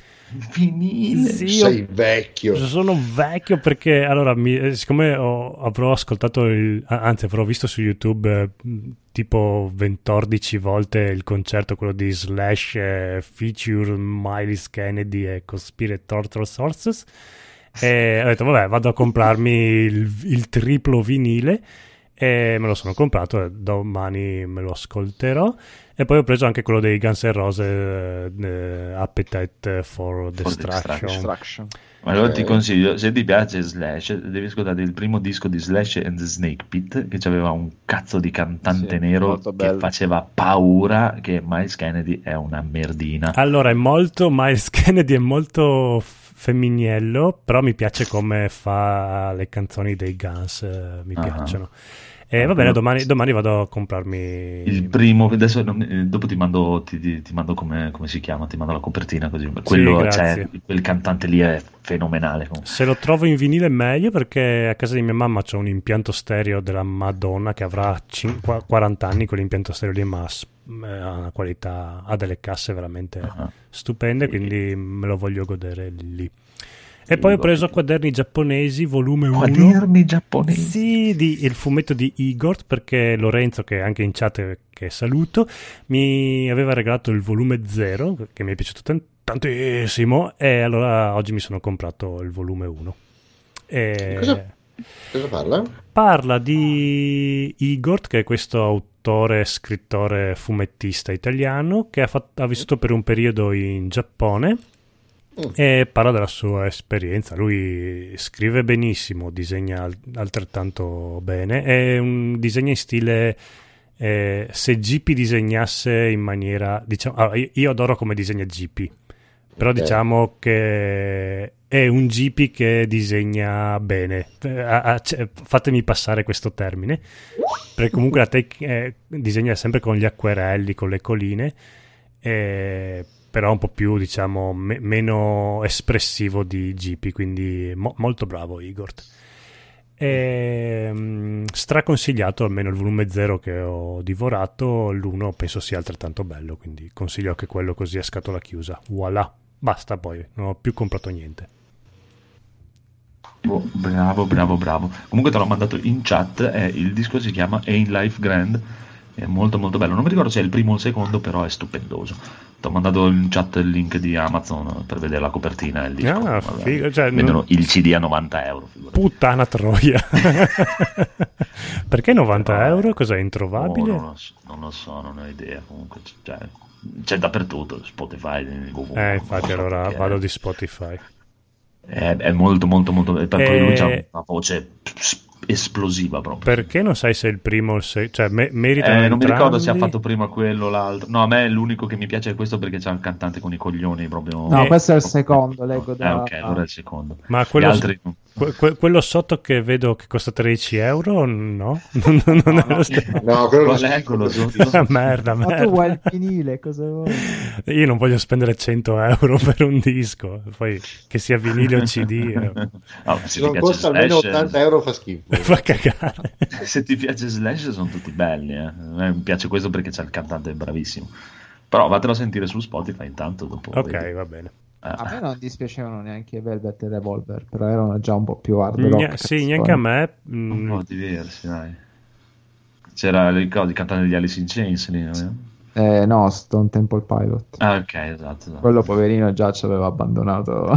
Sì, sei vecchio. Sono vecchio perché allora siccome avrò ascoltato avrò visto su YouTube tipo 14 volte il concerto, quello di Slash feature Myles Kennedy e Conspirator Sources, e ho detto vabbè, vado a comprarmi il triplo vinile. E me lo sono comprato, domani me lo ascolterò. E poi ho preso anche quello dei Guns N' Roses, Appetite for Destruction. Allora ti consiglio, se ti piace Slash, devi ascoltare il primo disco di Slash and the Snake Pit, che aveva un cazzo di cantante nero che faceva paura, che Myles Kennedy è una merdina. Allora, Myles Kennedy è molto femminiello, però mi piace come fa le canzoni dei Guns, mi piacciono. E va bene, domani vado a comprarmi il primo. Adesso dopo ti mando come si chiama, ti mando la copertina, così quello, quel cantante lì è fenomenale. Se lo trovo in vinile meglio, perché a casa di mia mamma c'è un impianto stereo della Madonna che avrà 40 anni, quell'impianto stereo lì, ma ha una qualità, ha delle casse veramente stupende, quindi me lo voglio godere lì. E poi ho preso Quaderni giapponesi, volume 1. Quaderni giapponesi? Sì, il fumetto di Igor, perché Lorenzo, che è anche in chat, che saluto, mi aveva regalato il volume 0, che mi è piaciuto tantissimo, e allora oggi mi sono comprato il volume 1. Cosa parla? Parla di Igor, che è questo autore, scrittore, fumettista italiano, che ha vissuto per un periodo in Giappone. E parla della sua esperienza. Lui scrive benissimo, disegna altrettanto bene, è un disegno in stile se GP disegnasse in maniera, diciamo, allora, io adoro come disegna GP, però diciamo che è un GP che disegna bene, fatemi passare questo termine, perché comunque la disegna sempre con gli acquerelli, con le colline, però un po' più, diciamo, meno espressivo di GP, quindi molto bravo Igor. Straconsigliato, almeno il volume 0 che ho divorato, l'1 penso sia altrettanto bello, quindi consiglio anche quello, così a scatola chiusa. Voilà, basta, poi non ho più comprato niente. Bravo. Comunque te l'ho mandato in chat, il disco si chiama In Life Grand, è molto molto bello, non mi ricordo se è il primo o il secondo, però è stupendoso. Ti ho mandato in chat il link di Amazon per vedere la copertina e il disco. Vendono il CD a 90 euro. Figurati. Puttana troia. Perché 90 euro? Cos'è, introvabile? Non lo so, non ho idea. Comunque, c'è dappertutto, Spotify, ovunque. Infatti allora Perché vado di Spotify. è molto molto molto poi lui c'ha una voce esplosiva proprio. Perché non sai se è il primo o il cioè meritano Non mi ricordo entrambi? se ha fatto prima quello o l'altro. No, a me l'unico che mi piace è questo perché c'ha il cantante con i coglioni proprio. No, questo è il secondo, leggo da... Ok, allora è il secondo. Ma Gli quello, altri quello sotto che vedo che costa 13 euro, no? Non è lo stesso. No, quello Qual lo è schifo. quello sotto? merda, Ma tu merda. vuoi il vinile, cosa vuoi? Io non voglio spendere 100 euro per un disco, poi che sia vinile o CD. No, Se non costa almeno 80 euro fa schifo. Fa cagare. Se ti piace Slash sono tutti belli, A me mi piace questo perché c'è il cantante bravissimo. Però vatelo a sentire su Spotify intanto dopo. Ok, vedi. va bene. A me non dispiacevano neanche Velvet e Revolver, però erano già un po' più hard rock. Sì, neanche a me. Un po' diversi, dai. C'era il cantante degli Alice in Chains lì, no? No, Stone Temple Pilot. Ah, ok, esatto. Quello poverino già ci aveva abbandonato.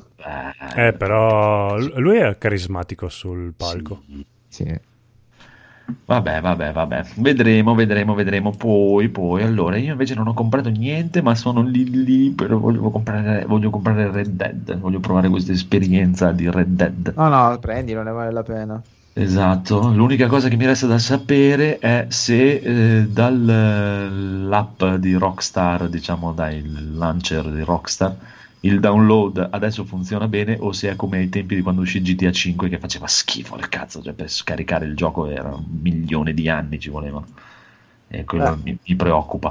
Però lui è carismatico sul palco. Sì. Vabbè. Vedremo. Poi, allora, io invece non ho comprato niente, ma sono lì, però voglio comprare Red Dead. Voglio provare questa esperienza di Red Dead. No, prendi, non ne vale la pena. Esatto, l'unica cosa che mi resta da sapere è se dall'app di Rockstar, diciamo dal launcher di Rockstar, il download adesso funziona bene o se è come ai tempi di quando uscì GTA 5 che faceva schifo al cazzo, cioè per scaricare il gioco era 1 milione di anni ci volevano e quello mi preoccupa.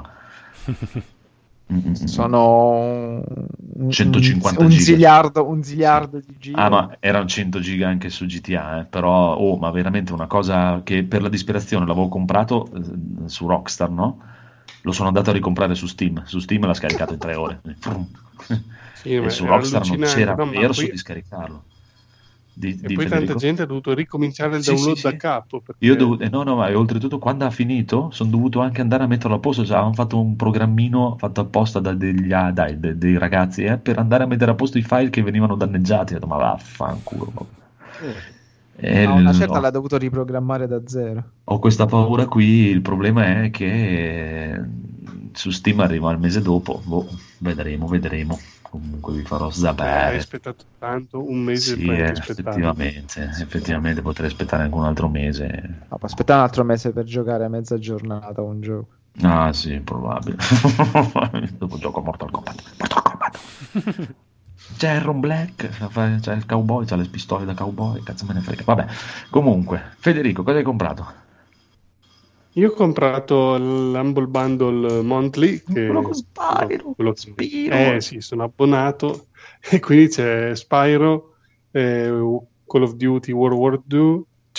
Sono 150 un giga. ziliardo di giri. Ah, ma erano 100 giga anche su GTA, però, ma veramente una cosa che per la disperazione l'avevo comprato su Rockstar, no? Lo sono andato a ricomprare su Steam l'ha scaricato in 3 ore. Sì, E su era Rockstar non allucinante. c'era No, ma verso poi- di scaricarlo. E poi Federico? tanta gente ha dovuto ricominciare il Sì, download sì, da sì. capo. Perché... Io no, ma e oltretutto quando ha finito sono dovuto anche andare a metterlo a posto, cioè, avevano fatto un programmino fatto apposta dei ragazzi per andare a mettere a posto i file che venivano danneggiati. Ho detto, ma vaffanculo. E Una certa l'ha dovuto riprogrammare da zero. ho questa paura qui, il problema è che su Steam arriva il mese dopo, vedremo. Comunque vi farò hai sapere. aspettato tanto, un mese Sì, puoi anche aspettare. effettivamente potrei aspettare anche un altro mese. No, aspetta un altro mese per giocare a mezza giornata un gioco. Ah sì, probabile. Dopo gioco a Mortal Kombat. C'è Aaron Black, c'è il cowboy, c'ha le pistole da cowboy, cazzo me ne frega. Vabbè, comunque, Federico, cosa hai comprato? Io ho comprato l'Humble Bundle Monthly. Quello con Spyro. Spyro. Sì, sono abbonato. E quindi c'è Spyro, Call of Duty World War 2.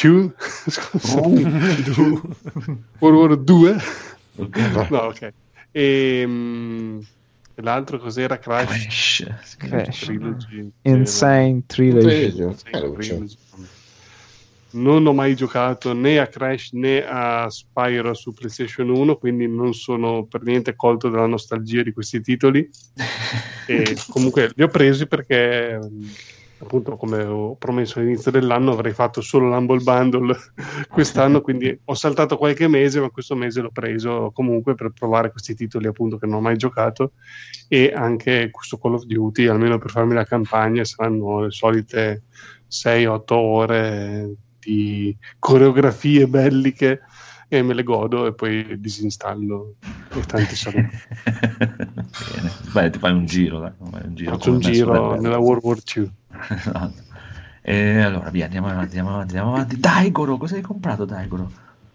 World War 2. Ok. No, ok. E l'altro cos'era? Crash. Trilogy. Insane Trilogy. Trilogy. Non ho mai giocato né a Crash né a Spyro su PlayStation 1, quindi non sono per niente colto dalla nostalgia di questi titoli. E comunque li ho presi perché, appunto, come ho promesso all'inizio dell'anno, avrei fatto solo l'Humble Bundle quest'anno, quindi ho saltato qualche mese, ma questo mese l'ho preso comunque per provare questi titoli, appunto, che non ho mai giocato, e anche questo Call of Duty, almeno per farmi la campagna, saranno le solite 6-8 ore di coreografie belliche e me le godo e poi disinstallo e tanti saluti. Bene. Beh, ti fai un giro, dai. Faccio un giro nella World War II. Esatto. E allora via, andiamo avanti. Daigoro, cosa hai comprato, Daigoro?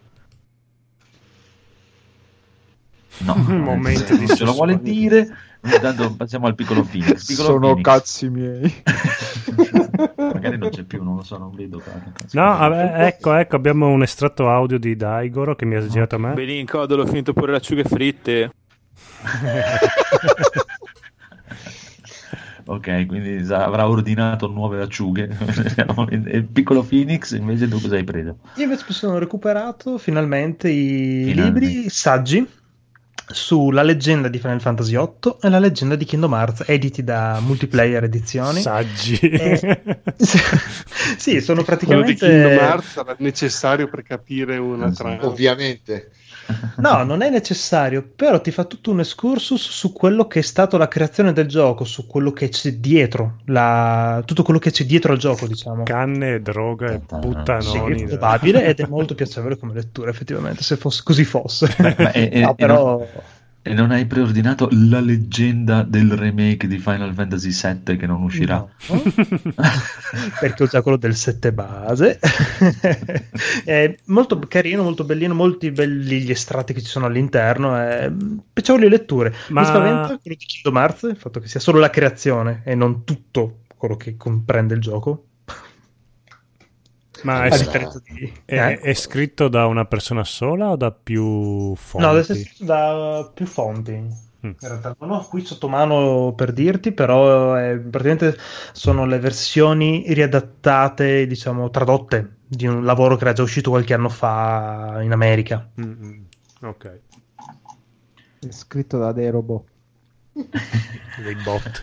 No, Momento di se lo vuole dire. Intanto passiamo al piccolo Phoenix. Cazzi miei. Magari non c'è più, non lo so, non vedo. No, vabbè, ecco, abbiamo un estratto audio di Daigoro che mi ha girato a me. Belinco, l'ho finito pure le acciughe fritte. Ok, quindi avrà ordinato nuove acciughe. E il piccolo Phoenix invece tu cosa hai preso? Io invece mi sono recuperato finalmente i libri saggi sulla leggenda di Final Fantasy VIII e la leggenda di Kingdom Hearts, editi da Multiplayer Edizioni. Saggi. Sì, sono Quello di praticamente... Kingdom Hearts sarà necessario per capire una trama. Ovviamente. No, non è necessario, però ti fa tutto un excursus su quello che è stato la creazione del gioco, su quello che c'è dietro, tutto quello che c'è dietro al gioco, diciamo. Canne, droga e Sì, puttanoni. è probabile ed è molto piacevole come lettura, effettivamente, se così fosse. No, E però... e non hai preordinato La leggenda del remake di Final Fantasy VII che non uscirà? No. Perché ho già quello del 7 base. È molto carino, molto bellino, molti belli gli estratti che ci sono all'interno, piacevoli letture. Ma- Mi spaventa quello di Kingdom Hearts, il fatto che sia solo la creazione e non tutto quello che comprende il gioco. Ma A differenza di... è scritto da una persona sola o da più fonti? No, deve essere scritto da più fonti. In realtà non ho qui sotto mano per dirti, però praticamente sono le versioni riadattate, diciamo, tradotte di un lavoro che era già uscito qualche anno fa in America. Ok. È scritto da dei robot. Dei bot.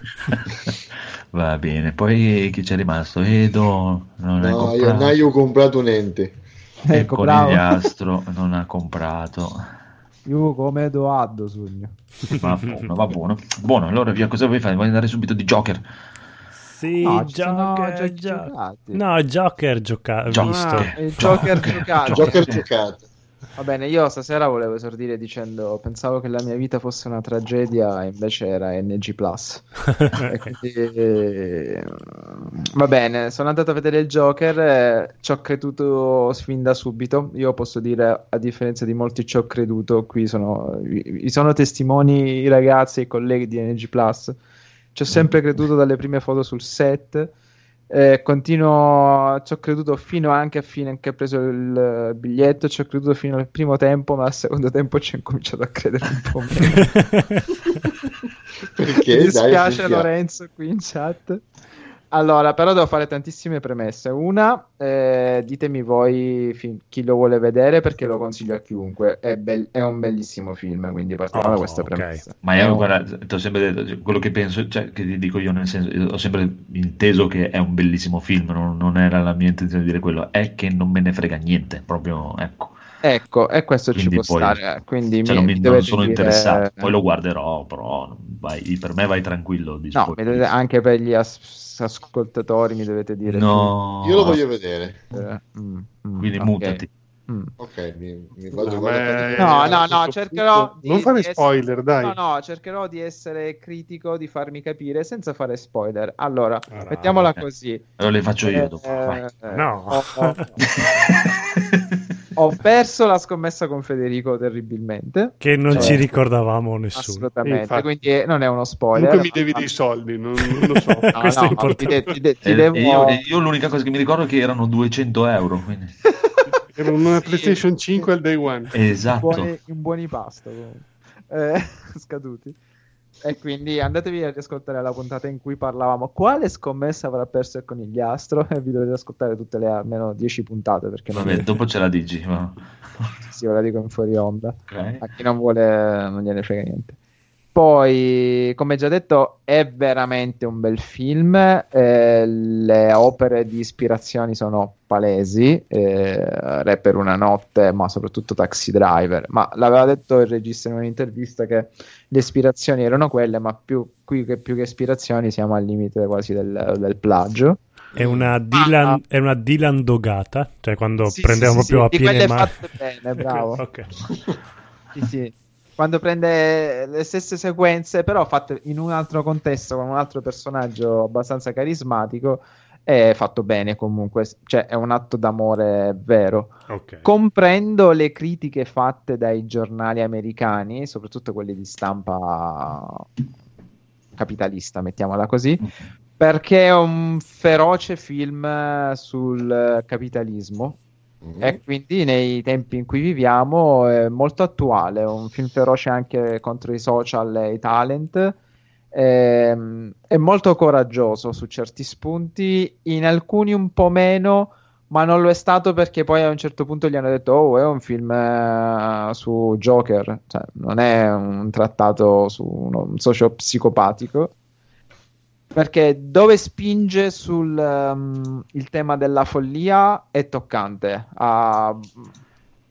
Va bene, poi chi c'è rimasto? Edo non hai No, io comprato. non ho comprato niente. E Ecco, bravo. Conigliastro non ha comprato. Io come Edoardo sogno. Va buono. Buono, allora via, cosa vuoi fare? Vuoi andare subito di Joker? Sì, No, ci sono Joker, giochi Joker. giocati. No, Joker visto. Il Joker giocato. Joker giocato. Va bene, io stasera volevo esordire dicendo pensavo che la mia vita fosse una tragedia, invece era NG+. E quindi, va bene, sono andato a vedere il Joker, ci ho creduto fin da subito. Io posso dire, a differenza di molti ci ho creduto, qui sono testimoni i ragazzi e i colleghi di NG+. Ci ho sempre creduto dalle prime foto sul set. Ci ho creduto fino anche a fine che ho preso il biglietto, ci ho creduto fino al primo tempo, ma al secondo tempo ci ho incominciato a credere un po' meno. Perché? Mi dispiace Dai, sentiamo. Lorenzo qui in chat. Allora, però devo fare tantissime premesse. Una, ditemi voi chi lo vuole vedere, perché lo consiglio a chiunque. È un bellissimo film, quindi partiamo da questa ok. premessa. Ma io, guarda, ti ho sempre detto, cioè, quello che penso, cioè, che ti dico io, nel senso, io ho sempre inteso che è un bellissimo film, non era la mia intenzione di dire quello, è che non me ne frega niente, proprio, ecco. Ecco, e questo Quindi ci può poi- stare. Quindi Cioè, non dovete sono dire- interessato, poi lo guarderò, però per me vai tranquillo. Di No, spoiler. anche per gli ascoltatori mi dovete dire. No, Io lo voglio vedere. quindi ok. mutati. Ok, mi vado No, guarda- No, cercherò non fare di spoiler, dai. No, cercherò di essere critico, di farmi capire senza fare spoiler. Allora, mettiamola ok. così. Allora le faccio io dopo. vai. No. Ho perso la scommessa con Federico terribilmente. Che non Cioè, ci ricordavamo nessuno. Assolutamente, Infatti. quindi non è uno spoiler. Comunque mi devi dei soldi, non lo so. No, Questo è no, importante. ti devo... E io l'unica cosa che mi ricordo è che erano 200 euro. Quindi... Era una PlayStation 5 al day one. Esatto. in buoni pasto comunque. Scaduti. E quindi andatevi a riascoltare la puntata in cui parlavamo quale scommessa avrà perso il conigliastro, e vi dovete ascoltare tutte le almeno 10 puntate, perché non Vabbè, dopo ce la dici. Ma... sì, ve la dico in fuori onda. ok. A chi non vuole non gliene frega niente. Poi, come già detto, è veramente un bel film. Le opere di ispirazioni sono palesi. Re per una notte, ma soprattutto Taxi Driver. Ma l'aveva detto il regista in un'intervista che le ispirazioni erano quelle, ma più che ispirazioni siamo al limite quasi del plagio. È una Dylan dogata, cioè quando Sì, prendiamo sì, proprio a di piene quelle mani. fatte bene, bravo. Ok. Sì, sì. Quando prende le stesse sequenze, però fatte in un altro contesto, con un altro personaggio abbastanza carismatico, è fatto bene comunque. Cioè, è un atto d'amore vero. Ok. Comprendo le critiche fatte dai giornali americani, soprattutto quelli di stampa capitalista, mettiamola così, perché è un feroce film sul capitalismo. E quindi nei tempi in cui viviamo è molto attuale, è un film feroce anche contro i social e i talent, è molto coraggioso su certi spunti, in alcuni un po' meno, ma non lo è stato perché poi a un certo punto gli hanno detto oh, è un film su Joker, cioè, non è un trattato su un socio-psicopatico. Perché dove spinge sul il tema della follia è toccante.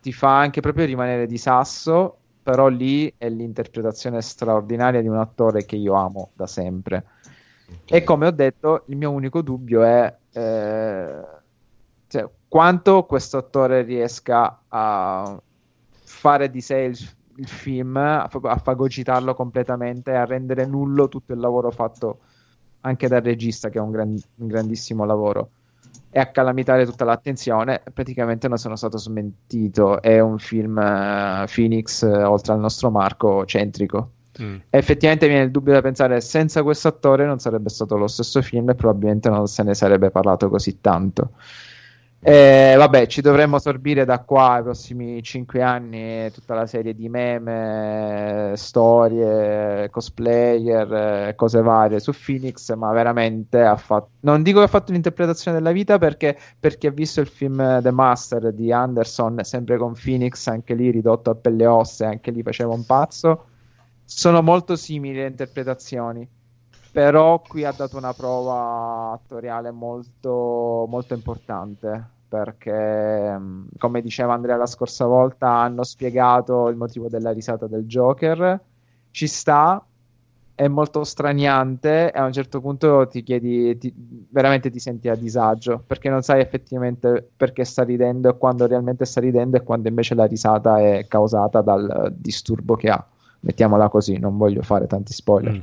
ti fa anche proprio rimanere di sasso, però lì è l'interpretazione straordinaria di un attore che io amo da sempre. E come ho detto, il mio unico dubbio è cioè, quanto questo attore riesca a fare di sé il film, a fagocitarlo completamente, a rendere nullo tutto il lavoro fatto anche dal regista, che è un grandissimo lavoro, e a calamitare tutta l'attenzione. Praticamente non sono stato smentito. È un film Phoenix, oltre al nostro Marco, centrico. Effettivamente viene il dubbio da pensare, senza questo attore non sarebbe stato lo stesso film e probabilmente non se ne sarebbe parlato così tanto. Vabbè, ci dovremmo sorbire da qua ai prossimi 5 anni tutta la serie di meme, storie, cosplayer, cose varie su Phoenix, ma veramente ha fatto, non dico che ha fatto l'interpretazione della vita, perché per chi ha visto il film The Master di Anderson, sempre con Phoenix, anche lì ridotto a pelle e ossa, anche lì faceva un pazzo. Sono molto simili le interpretazioni, però qui ha dato una prova attoriale molto, molto importante, perché come diceva Andrea la scorsa volta, hanno spiegato il motivo della risata del Joker, ci sta, è molto straniante e a un certo punto ti chiedi, veramente ti senti a disagio, perché non sai effettivamente perché sta ridendo e quando realmente sta ridendo e quando invece la risata è causata dal disturbo che ha. Mettiamola così, non voglio fare tanti spoiler.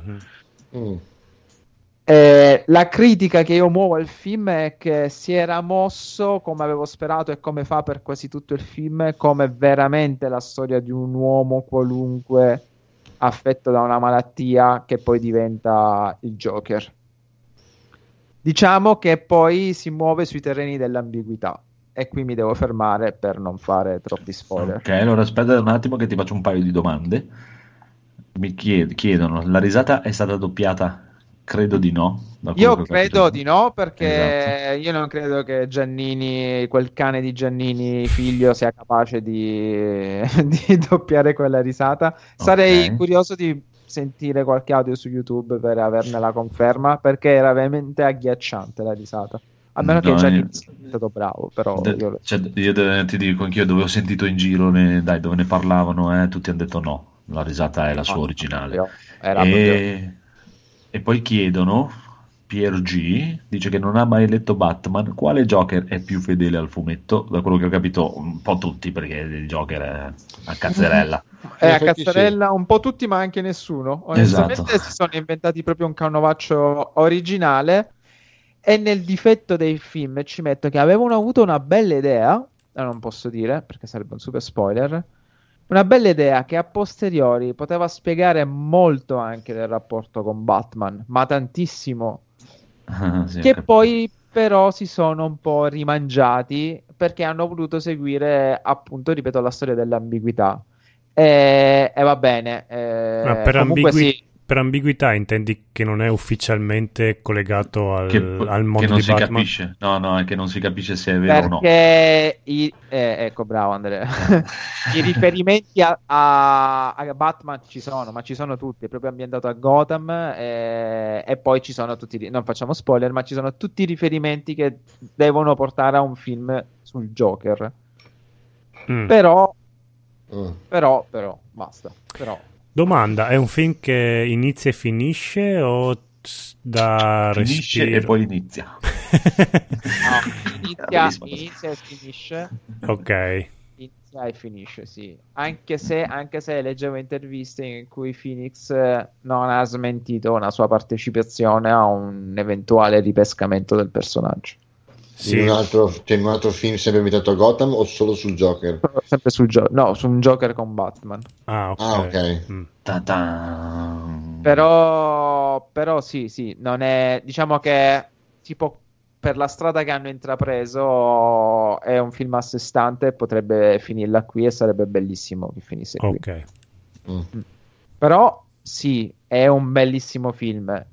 La critica che io muovo al film è che si era mosso, come avevo sperato e come fa per quasi tutto il film, come veramente la storia di un uomo qualunque affetto da una malattia che poi diventa il Joker. Diciamo che poi si muove sui terreni dell'ambiguità, e qui mi devo fermare per non fare troppi spoiler. Ok, allora aspetta un attimo che ti faccio un paio di domande. Mi chiedono, la risata è stata doppiata? Credo di no. Io credo di no, perché esatto. io non credo che Giannini, quel cane di Giannini figlio, sia capace di doppiare quella risata. Sarei curioso di sentire qualche audio su YouTube per averne la conferma, perché era veramente agghiacciante la risata. A meno che Giannini sia stato bravo, però io ti dico anch'io, dove ho sentito in giro dove ne parlavano, tutti hanno detto no, la risata è la sua originale. E poi chiedono, Pier G dice che non ha mai letto Batman, quale Joker è più fedele al fumetto? Da quello che ho capito un po' tutti, perché il Joker è a cazzarella. È a cazzarella, un po' tutti ma anche nessuno. Onestamente si sono inventati proprio un canovaccio originale. E nel difetto dei film ci metto che avevano avuto una bella idea, non posso dire perché sarebbe un super spoiler, una bella idea che a posteriori poteva spiegare molto anche del rapporto con Batman, ma tantissimo, che poi però si sono un po' rimangiati perché hanno voluto seguire, appunto, ripeto, la storia dell'ambiguità. E va bene, ma per ambiguità intendi che non è ufficialmente collegato al mondo non di si Batman? Capisce. No, è che non si capisce se è vero o no. Perché ecco, bravo Andrea. I riferimenti a Batman ci sono, ma ci sono tutti. È proprio ambientato a Gotham, e poi ci sono tutti, non facciamo spoiler, ma ci sono tutti i riferimenti che devono portare a un film sul Joker. Però basta. Domanda, è un film che inizia e finisce o da finisce respiro? E poi inizia? No, inizia e finisce. Ok. Inizia e finisce, sì. Anche se leggevo interviste in cui Phoenix non ha smentito una sua partecipazione a un eventuale ripescamento del personaggio. Sì. In un altro film sempre invitato a Gotham o solo sul Joker? Sempre sul Joker, no, su un Joker con Batman. Ok. Però sì, non è, diciamo che tipo per la strada che hanno intrapreso è un film a sé stante, potrebbe finirla qui e sarebbe bellissimo che finisse qui. Ok. Però sì, è un bellissimo film.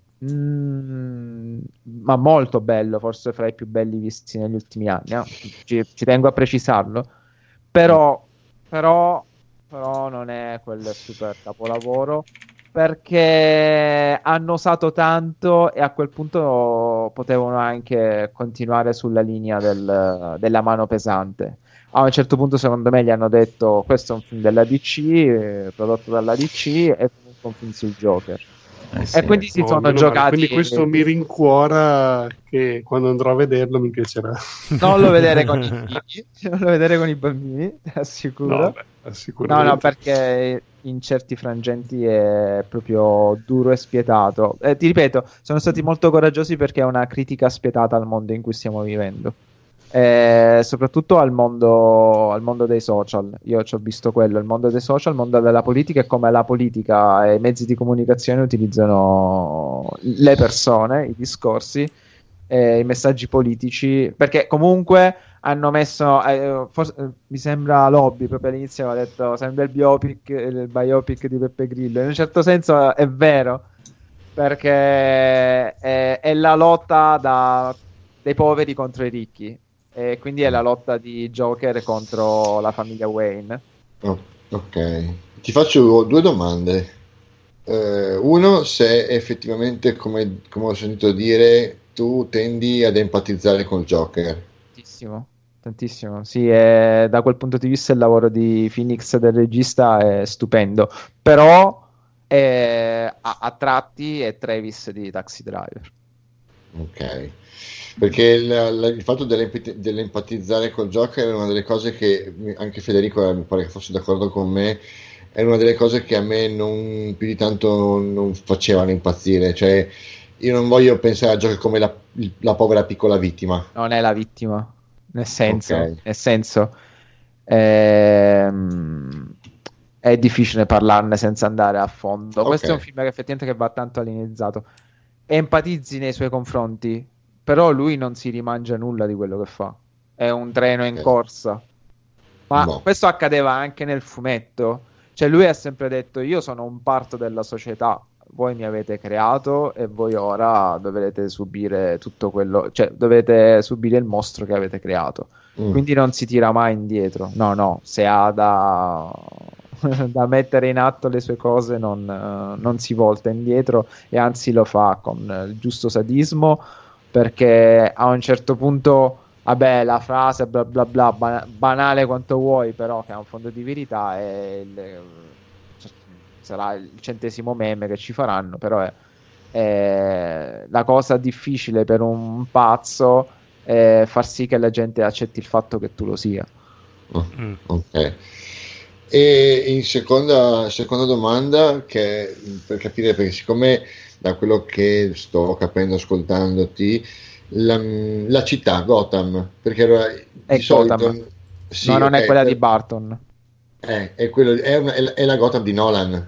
Ma molto bello, forse fra i più belli visti negli ultimi anni, ci tengo a precisarlo, però non è quel super capolavoro, perché hanno osato tanto e a quel punto potevano anche continuare sulla linea della mano pesante. a un certo punto secondo me gli hanno detto questo è un film della DC, prodotto dalla DC e comunque un film sul Joker. Sì. E quindi si sono meno giocati. male. Quindi questo mi rincuora che quando andrò a vederlo mi piacerà. Non lo vedere con i bambini, non lo vedere con i bambini, ti assicuro. No, beh, sicuramente. No, perché in certi frangenti è proprio duro e spietato. Ti ripeto, sono stati molto coraggiosi perché è una critica spietata al mondo in cui stiamo vivendo. Soprattutto al mondo dei social. Io ci ho visto quello, il mondo dei social, il mondo della politica e come la politica e i mezzi di comunicazione utilizzano le persone, i discorsi, i messaggi politici, perché comunque hanno messo mi sembra Lobby proprio all'inizio aveva detto sembra il biopic di Beppe Grillo. In un certo senso è vero, perché è la lotta dei poveri contro i ricchi. E quindi è la lotta di Joker contro la famiglia Wayne. Oh, ok, ti faccio due domande. Uno, se effettivamente, come ho sentito dire, tu tendi ad empatizzare col Joker. Tantissimo. Sì, da quel punto di vista il lavoro di Phoenix del regista è stupendo, però a tratti è Travis di Taxi Driver. Ok. Perché il fatto dell'empatizzare col Joker è una delle cose che anche Federico mi pare che fosse d'accordo con me, è una delle cose che a me non più di tanto non facevano impazzire. Cioè io non voglio pensare a Joker come la povera piccola vittima. Non è la vittima, nel senso, Ok. è difficile parlarne senza andare a fondo. Ok. Questo è un film che effettivamente va tanto allineizzato. Empatizzi nei suoi confronti, però lui non si rimangia nulla di quello che fa. È un treno in Ok. corsa. Ma No. questo accadeva anche nel fumetto. Cioè lui ha sempre detto io sono un parto della società, voi mi avete creato e voi ora dovrete subire tutto quello, cioè dovete subire il mostro che avete creato. Quindi non si tira mai indietro. No, se ha da mettere in atto le sue cose non si volta indietro, e anzi lo fa con il giusto sadismo, perché a un certo punto, vabbè, la frase bla bla bla banale quanto vuoi, però che ha un fondo di verità, sarà il 100° meme che ci faranno, però è la cosa difficile per un pazzo è far sì che la gente accetti il fatto che tu lo sia. Ok. E in seconda domanda, che per capire, perché siccome da quello che sto capendo ascoltandoti, la città Gotham, perché allora, È di solito Gotham. sì, No, non ok, è quella di Barton. è la Gotham di Nolan,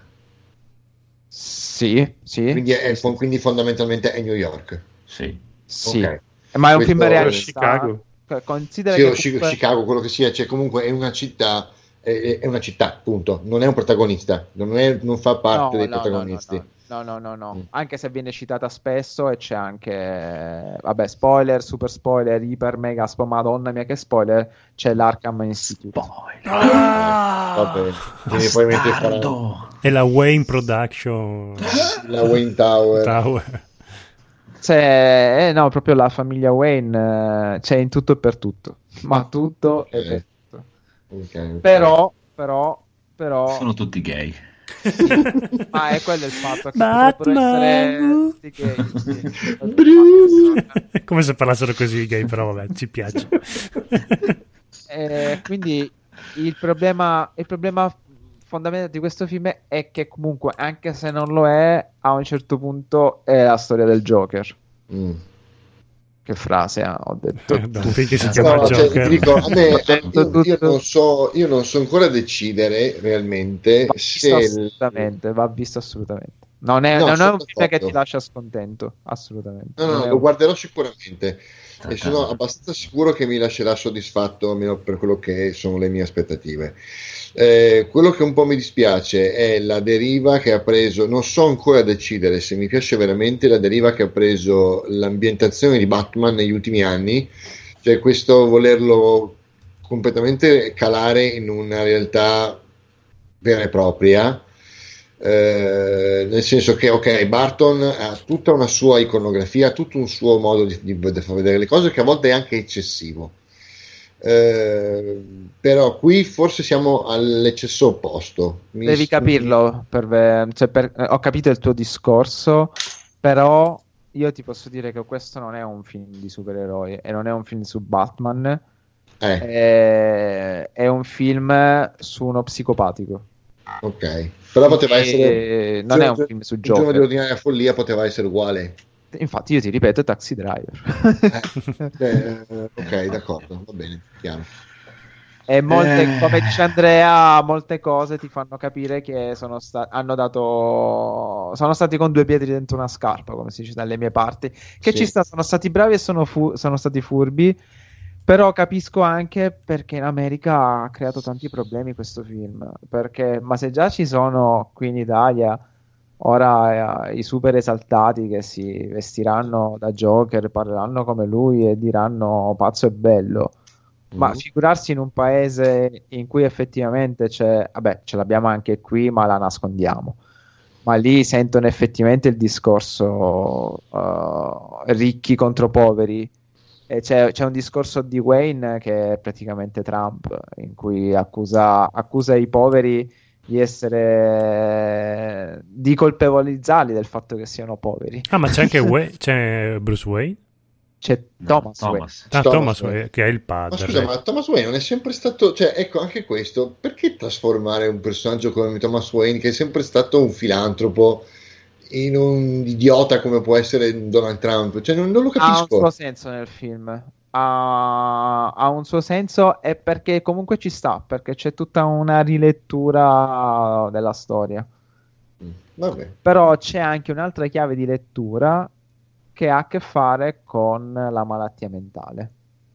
Sì. quindi fondamentalmente è New York. Sì. Ok. Ma è un Questo- film realista. Chicago. Considera Sì, che o comunque- Chicago, quello che sia, cioè comunque è una città, è una città, punto. Non è un protagonista, non fa parte dei protagonisti. No. Anche se viene citata spesso, e c'è anche, vabbè, spoiler, super spoiler, iper mega madonna mia che spoiler, c'è l'Arkham Institute. Vabbè, quindi poi mentre farà È la Wayne Production la Wayne Tower. Tower. C'è, no, proprio la famiglia Wayne, c'è in tutto e per tutto, ma tutto e per tutto. Ok. Però Sono tutti gay. ma è quello il fatto che Batman. potrebbero essere tutti gay. È come se parlassero così i gay, però vabbè, ci piace. Quindi il problema fondamentale di questo film è che comunque, anche se non lo è, a un certo punto è la storia del Joker. Che frase ho detto? Finché si chiama No, cioè, Joker. ti dico, a me, Tutto. io non so ancora decidere realmente Va visto assolutamente. Non è No, un sono film che d'accordo. ti lascia scontento, assolutamente. No, Non è lo un- guarderò sicuramente e sono abbastanza sicuro che mi lascerà soddisfatto, almeno per quello che sono le mie aspettative. Quello che un po' mi dispiace è la deriva che ha preso, non so ancora decidere se mi piace veramente la deriva che ha preso l'ambientazione di Batman negli ultimi anni, cioè questo volerlo completamente calare in una realtà vera e propria. Nel senso che ok, Barton ha tutta una sua iconografia, tutto un suo modo di far vedere le cose, che a volte è anche eccessivo. Però qui forse siamo all'eccesso opposto. Devi capirlo, ho capito il tuo discorso, però io ti posso dire che questo non è un film di supereroi e non è un film su Batman, è un film su uno psicopatico. Ok, però poteva essere non è un film su Joker. Il giorno di ordinaria follia poteva essere uguale. Infatti io ti ripeto Taxi Driver. Ok, d'accordo, va bene, chiaro. E come dice Andrea, molte cose ti fanno capire che sono stati con due piedi dentro una scarpa, come si dice dalle mie parti, che Sì. ci sta, sono stati bravi e sono stati furbi, però capisco anche perché in America ha creato tanti problemi questo film, ma se già ci sono qui in Italia ora i super esaltati che si vestiranno da Joker, parleranno come lui e diranno pazzo e bello. Ma figurarsi in un paese in cui effettivamente ce l'abbiamo anche qui, ma la nascondiamo. Ma lì sentono effettivamente il discorso ricchi contro poveri. E c'è un discorso di Wayne che è praticamente Trump, in cui accusa i poveri di colpevolizzarli del fatto che siano poveri. Ah, ma c'è anche c'è Bruce Wayne? C'è Thomas Wayne. Thomas Wayne, che è il padre. Ma scusa, ma Thomas Wayne non è sempre stato, cioè, ecco, anche questo, perché trasformare un personaggio come Thomas Wayne, che è sempre stato un filantropo, in un idiota come può essere Donald Trump? Cioè, non lo capisco. Ha un suo senso nel film. Ha un suo senso, e perché comunque ci sta, perché c'è tutta una rilettura della storia. Vabbè. Però c'è anche un'altra chiave di lettura che ha a che fare con la malattia mentale.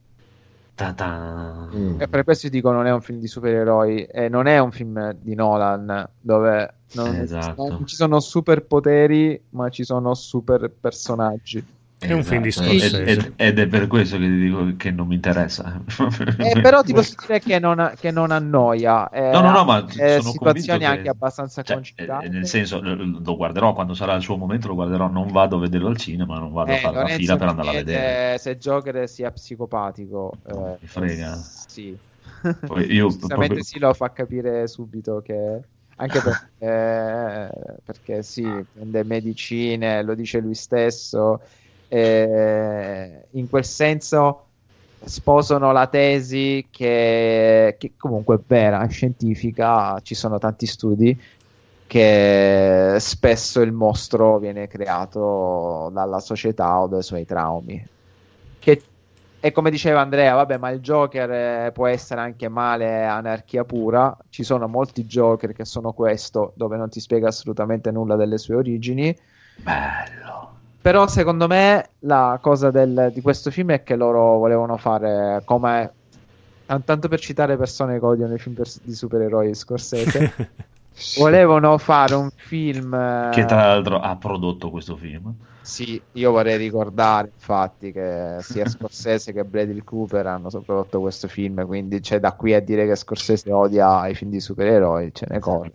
E per questo io dico non è un film di supereroi e non è un film di Nolan dove non ci sono superpoteri, ma ci sono super personaggi. È un film di Scorsese. Ed è per questo che ti dico che non mi interessa. Però ti posso dire che non annoia. No, ma sono situazioni convinto anche che, abbastanza concitate. nel senso, lo guarderò quando sarà il suo momento, lo guarderò. Non vado a vederlo al cinema, non vado a fare la fila per andarla a vedere. Se Joker sia psicopatico, mi frega. Sì. Poi io proprio... sì, lo fa capire subito che anche perché sì, prende medicine, lo dice lui stesso. In quel senso sposano la tesi che comunque è vera, è scientifica, ci sono tanti studi che spesso il mostro viene creato dalla società o dai suoi traumi, che è come diceva Andrea, vabbè, ma il Joker può essere anche male, anarchia pura, ci sono molti Joker che sono questo, dove non ti spiega assolutamente nulla delle sue origini. Bello. Però secondo me la cosa di questo film è che loro volevano fare, come tanto per citare persone che odiano i film di supereroi Scorsese, volevano fare un film che tra l'altro ha prodotto questo film. Sì, io vorrei ricordare infatti che sia Scorsese che Bradley Cooper hanno prodotto questo film, quindi c'è da qui a dire che Scorsese odia i film di supereroi, ce ne corre.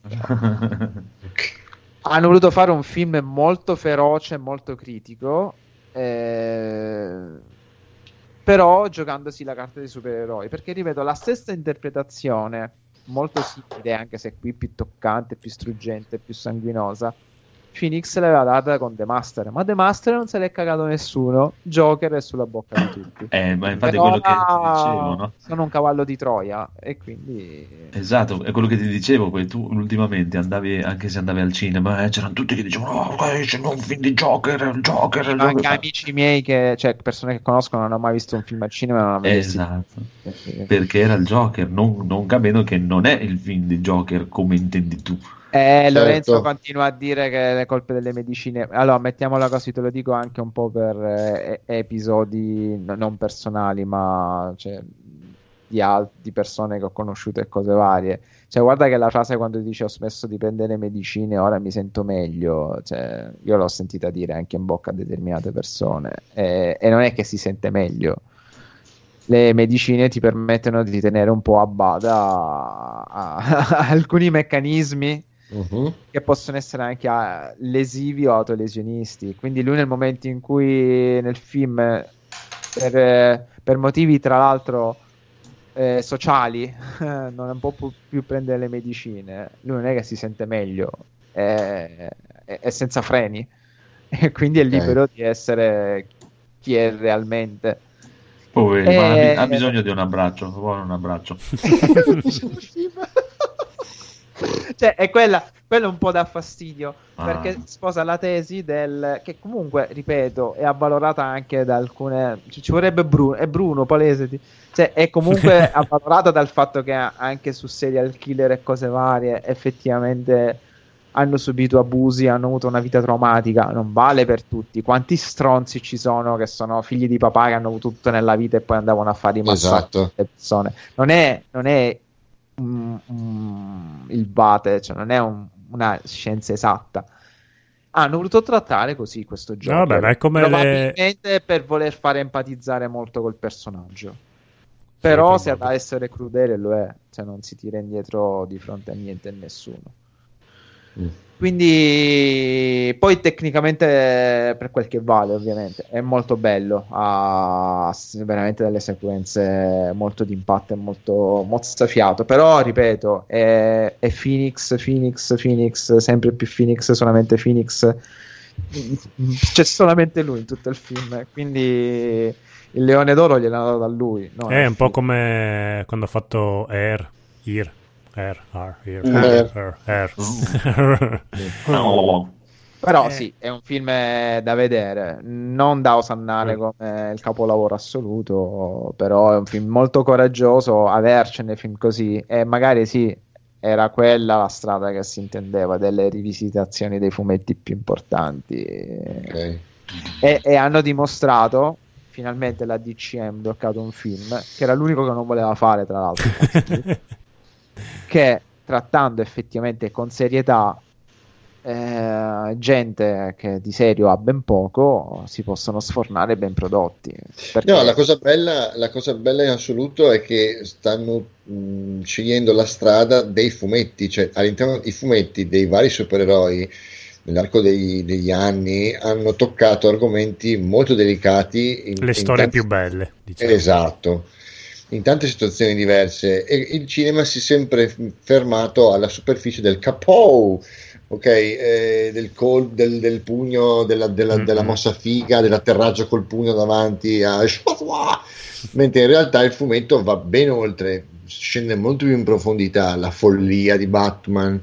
Hanno voluto fare un film molto feroce, molto critico, però giocandosi la carta dei supereroi, perché ripeto, la stessa interpretazione, molto simile, anche se qui più toccante, più struggente, più sanguinosa, Phoenix l'aveva data con The Master, ma The Master non se l'è cagato nessuno, Joker è sulla bocca di tutti. Ma infatti è quello che ti dicevo, no? Sono un cavallo di Troia e quindi... Esatto, è quello che ti dicevo, tu ultimamente andavi, anche se andavi al cinema, c'erano tutti che dicevano c'è un film di Joker, il Joker. Anche amici miei, cioè persone che conoscono, non hanno mai visto un film al cinema, non hanno mai visto. Esatto, perché era il Joker, non capendo che non è il film di Joker come intendi tu. Lorenzo continua a dire che le colpe delle medicine. Allora, mettiamola così, te lo dico anche un po' per episodi non personali, ma cioè, di persone che ho conosciuto e cose varie. Cioè, guarda che la frase quando dice ho smesso di prendere le medicine, ora mi sento meglio, cioè, io l'ho sentita dire anche in bocca a determinate persone, e non è che si sente meglio. Le medicine ti permettono di tenere un po' a bada alcuni meccanismi che possono essere anche lesivi o autolesionisti. Quindi lui nel momento in cui nel film per motivi tra l'altro sociali, non può più prendere le medicine, lui non è che si sente meglio, è senza freni e quindi è libero di essere chi è realmente. Ma ha bisogno di un abbraccio, vuole un abbraccio. Cioè, è quella un po' dà fastidio, perché sposa la tesi che comunque, ripeto, è avvalorata anche da alcune, ci vorrebbe Bruno palese, cioè è comunque avvalorata dal fatto che anche su serial killer e cose varie effettivamente hanno subito abusi, hanno avuto una vita traumatica. Non vale per tutti. Quanti stronzi ci sono che sono figli di papà che hanno avuto tutto nella vita e poi andavano a fare i massacri alle persone. Non è il Bate, cioè non è una scienza esatta. Hanno voluto trattare così questo gioco, vabbè, ma è come probabilmente per voler fare empatizzare molto col personaggio, però se ha da essere crudele lo è, cioè non si tira indietro di fronte a niente e nessuno. Quindi poi tecnicamente, per quel che vale, ovviamente è molto bello, ha veramente delle sequenze molto d'impatto e molto mozzafiato, però ripeto è Phoenix, sempre più Phoenix, solamente Phoenix, c'è solamente lui in tutto il film, quindi il Leone d'Oro gliel'hanno dato a lui, no? È un po' come quando ha fatto Air. Però sì, è un film da vedere, non da osannare come il capolavoro assoluto, però è un film molto coraggioso avercene film così, e magari sì, era quella la strada che si intendeva, delle rivisitazioni dei fumetti più importanti, e hanno dimostrato finalmente, la DC ha bloccato un film che era l'unico che non voleva fare, tra l'altro che trattando effettivamente con serietà gente che di serio ha ben poco, si possono sfornare ben prodotti, perché... No, la cosa bella in assoluto è che stanno scegliendo la strada dei fumetti, cioè all'interno dei fumetti dei vari supereroi nell'arco degli anni hanno toccato argomenti molto delicati le storie più belle, diciamo. Esatto, in tante situazioni diverse, e il cinema si è sempre fermato alla superficie del capow, del pugno, della mossa figa, dell'atterraggio col pugno davanti mentre in realtà il fumetto va ben oltre, scende molto più in profondità, la follia di Batman,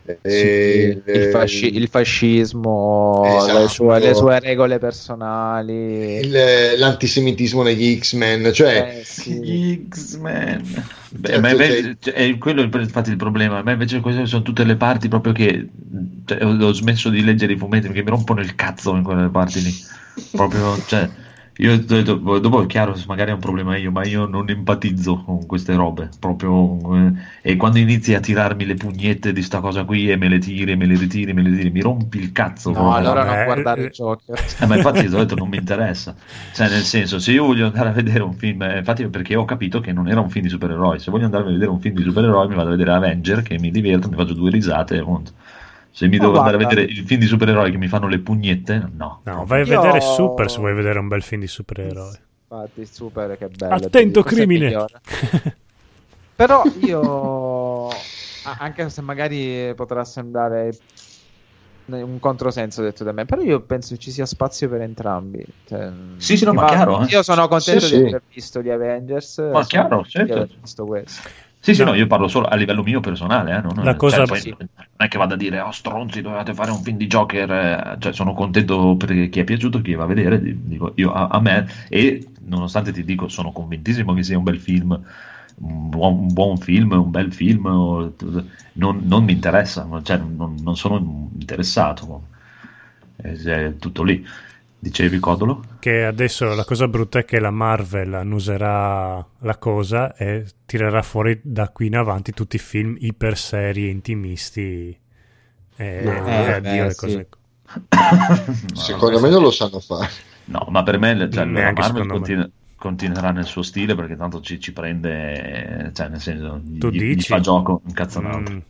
il fascismo, esatto, le sue regole personali, l'antisemitismo negli X-Men, cioè gli X-Men. Ma invece, è quello infatti il problema. Ma invece queste sono tutte le parti proprio che ho smesso di leggere i fumetti perché mi rompono il cazzo in quelle parti lì. Proprio, cioè, io dopo è chiaro, magari è un problema io, ma io non empatizzo con queste robe proprio, e quando inizi a tirarmi le pugnette di sta cosa qui e me le tiri, me le ritiri, mi rompi il cazzo. No, allora non guardare il gioco. Ma infatti ho detto non mi interessa, cioè nel senso, se io voglio andare a vedere un film, infatti perché ho capito che non era un film di supereroi, se voglio andare a vedere un film di supereroi mi vado a vedere Avenger, che mi diverto, mi faccio 2 risate e appunto. Se mi devo andare a vedere il film di supereroi che mi fanno le pugnette, no. Vai a vedere Super se vuoi vedere un bel film di supereroi. Infatti, Super, che bello. Attento crimine. Però io, anche se magari potrà sembrare un controsenso detto da me, però io penso che ci sia spazio per entrambi. Cioè, sì, no, ma chiaro. Io sono contento di aver visto gli Avengers. Ma chiaro, certo. Di aver visto questo. Sì, no, io parlo solo a livello mio personale, La cosa... poi non è che vado a dire stronzi, dovevate fare un film di Joker, cioè sono contento per chi è piaciuto, chi va a vedere, dico io a me, e nonostante ti dico sono convintissimo che sia un bel film, un buon film, un bel film, non mi interessa, cioè non sono interessato, è tutto lì. Dicevi, Codolo? Che adesso la cosa brutta è che la Marvel annuserà la cosa e tirerà fuori da qui in avanti tutti i film iper seri e intimisti addio le cose. Secondo me non lo sanno fare. No, ma per me la Marvel continuerà nel suo stile, perché tanto ci prende, cioè nel senso tu gli fa gioco un cazzonato.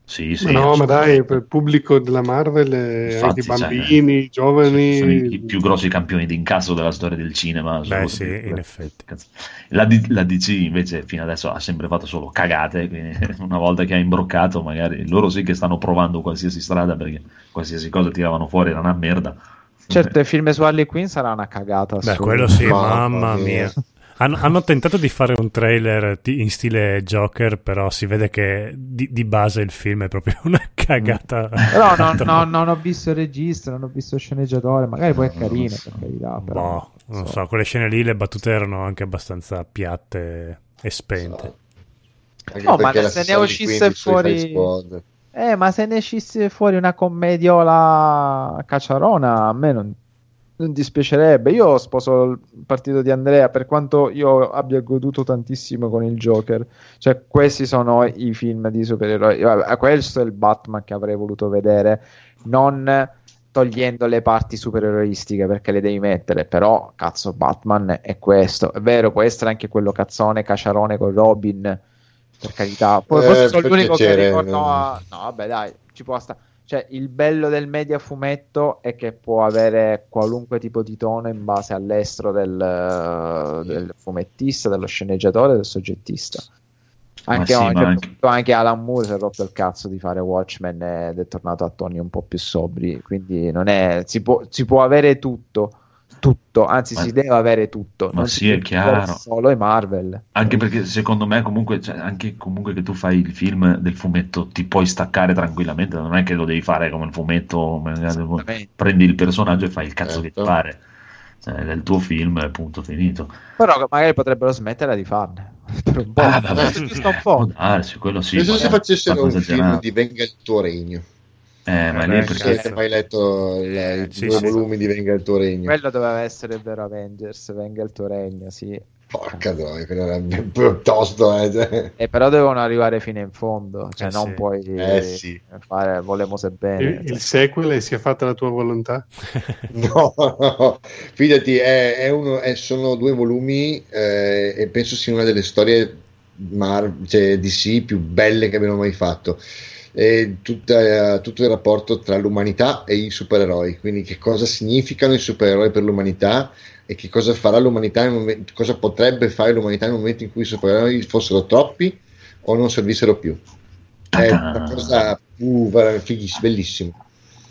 Sì, Ma no, ma dai, per il pubblico della Marvel, anche i Infatti, bambini, i giovani. sono i più grossi campioni di incasso della storia del cinema. Beh, sì, in effetti. Cazzo. La DC invece fino adesso ha sempre fatto solo cagate, quindi una volta che ha imbroccato, magari loro sì che stanno provando qualsiasi strada, perché qualsiasi cosa tiravano fuori era una merda. Certo, il film su Harley Quinn sarà una cagata. Beh, assurda. quello sì, Mamma mamma mia. mia. Hanno tentato di fare un trailer in stile Joker, però si vede che di base il film è proprio una cagata. Però non ho visto il regista, non ho visto il sceneggiatore, magari poi è carino, per carità. Però, Boh, non so, quelle scene lì, le battute erano anche abbastanza piatte e spente. Anche No, ma perché la se ne stessa di uscisse Queen di Suicide fuori- Squad. ma se ne uscisse fuori una commediola cacciarona, a me non dispiacerebbe. Io sposo il partito di Andrea, per quanto io abbia goduto tantissimo con il Joker. Cioè, questi sono i film di supereroi. Vabbè, questo è il Batman che avrei voluto vedere, non togliendo le parti supereroistiche, perché le devi mettere. Però, cazzo, Batman è questo. È vero, può essere anche quello cazzone, cacciarone con Robin, per carità. Poi forse sono per l'unico che piacere, ricordo. no. No, vabbè, dai, ci può stare. Cioè, il bello del media fumetto è che può avere qualunque tipo di tono in base all'estro del fumettista, dello sceneggiatore, del soggettista. Anche, sì, a un ma certo anche- punto anche Alan Moore si è rotto il cazzo di fare Watchmen ed è tornato a toni un po' più sobri. Quindi non è, si può avere tutto, anzi Ma- si deve avere tutto. ma Non sì, si è può avere chiaro. solo i Marvel. Anche perché secondo me comunque, cioè, anche comunque che tu fai il film del fumetto ti puoi staccare tranquillamente, non è che lo devi fare come il fumetto, Esattamente. prendi il personaggio e fai il cazzo che ti Certo. pare. Cioè, è il tuo film e punto finito. Però magari potrebbero smettere di farne per un po'. Ah, vabbè. Giusto un po'. Può darsi, quello sì. Penso poi se è facessero troppo un film esagerato. di Venga il tuo regno. Ma lì beh, Se perché avete mai letto i sì, due sì. volumi di Venga il tuo regno. Quello doveva essere il vero Avengers, venga il tuo regno, sì. Porca troia, quello era piuttosto, cioè. Però devono arrivare fino in fondo, cioè non sì. puoi Sì. fare volemo se bene. Il sequel è sia fatta la tua volontà. No, fidati, sono due volumi e penso sia una delle storie cioè DC più belle che abbiamo mai fatto. E tutto il rapporto tra l'umanità e i supereroi, quindi che cosa significano i supereroi per l'umanità e che cosa farà l'umanità cosa potrebbe fare l'umanità nel momento in cui i supereroi fossero troppi o non servissero più. È una cosa fighissima, bellissimo.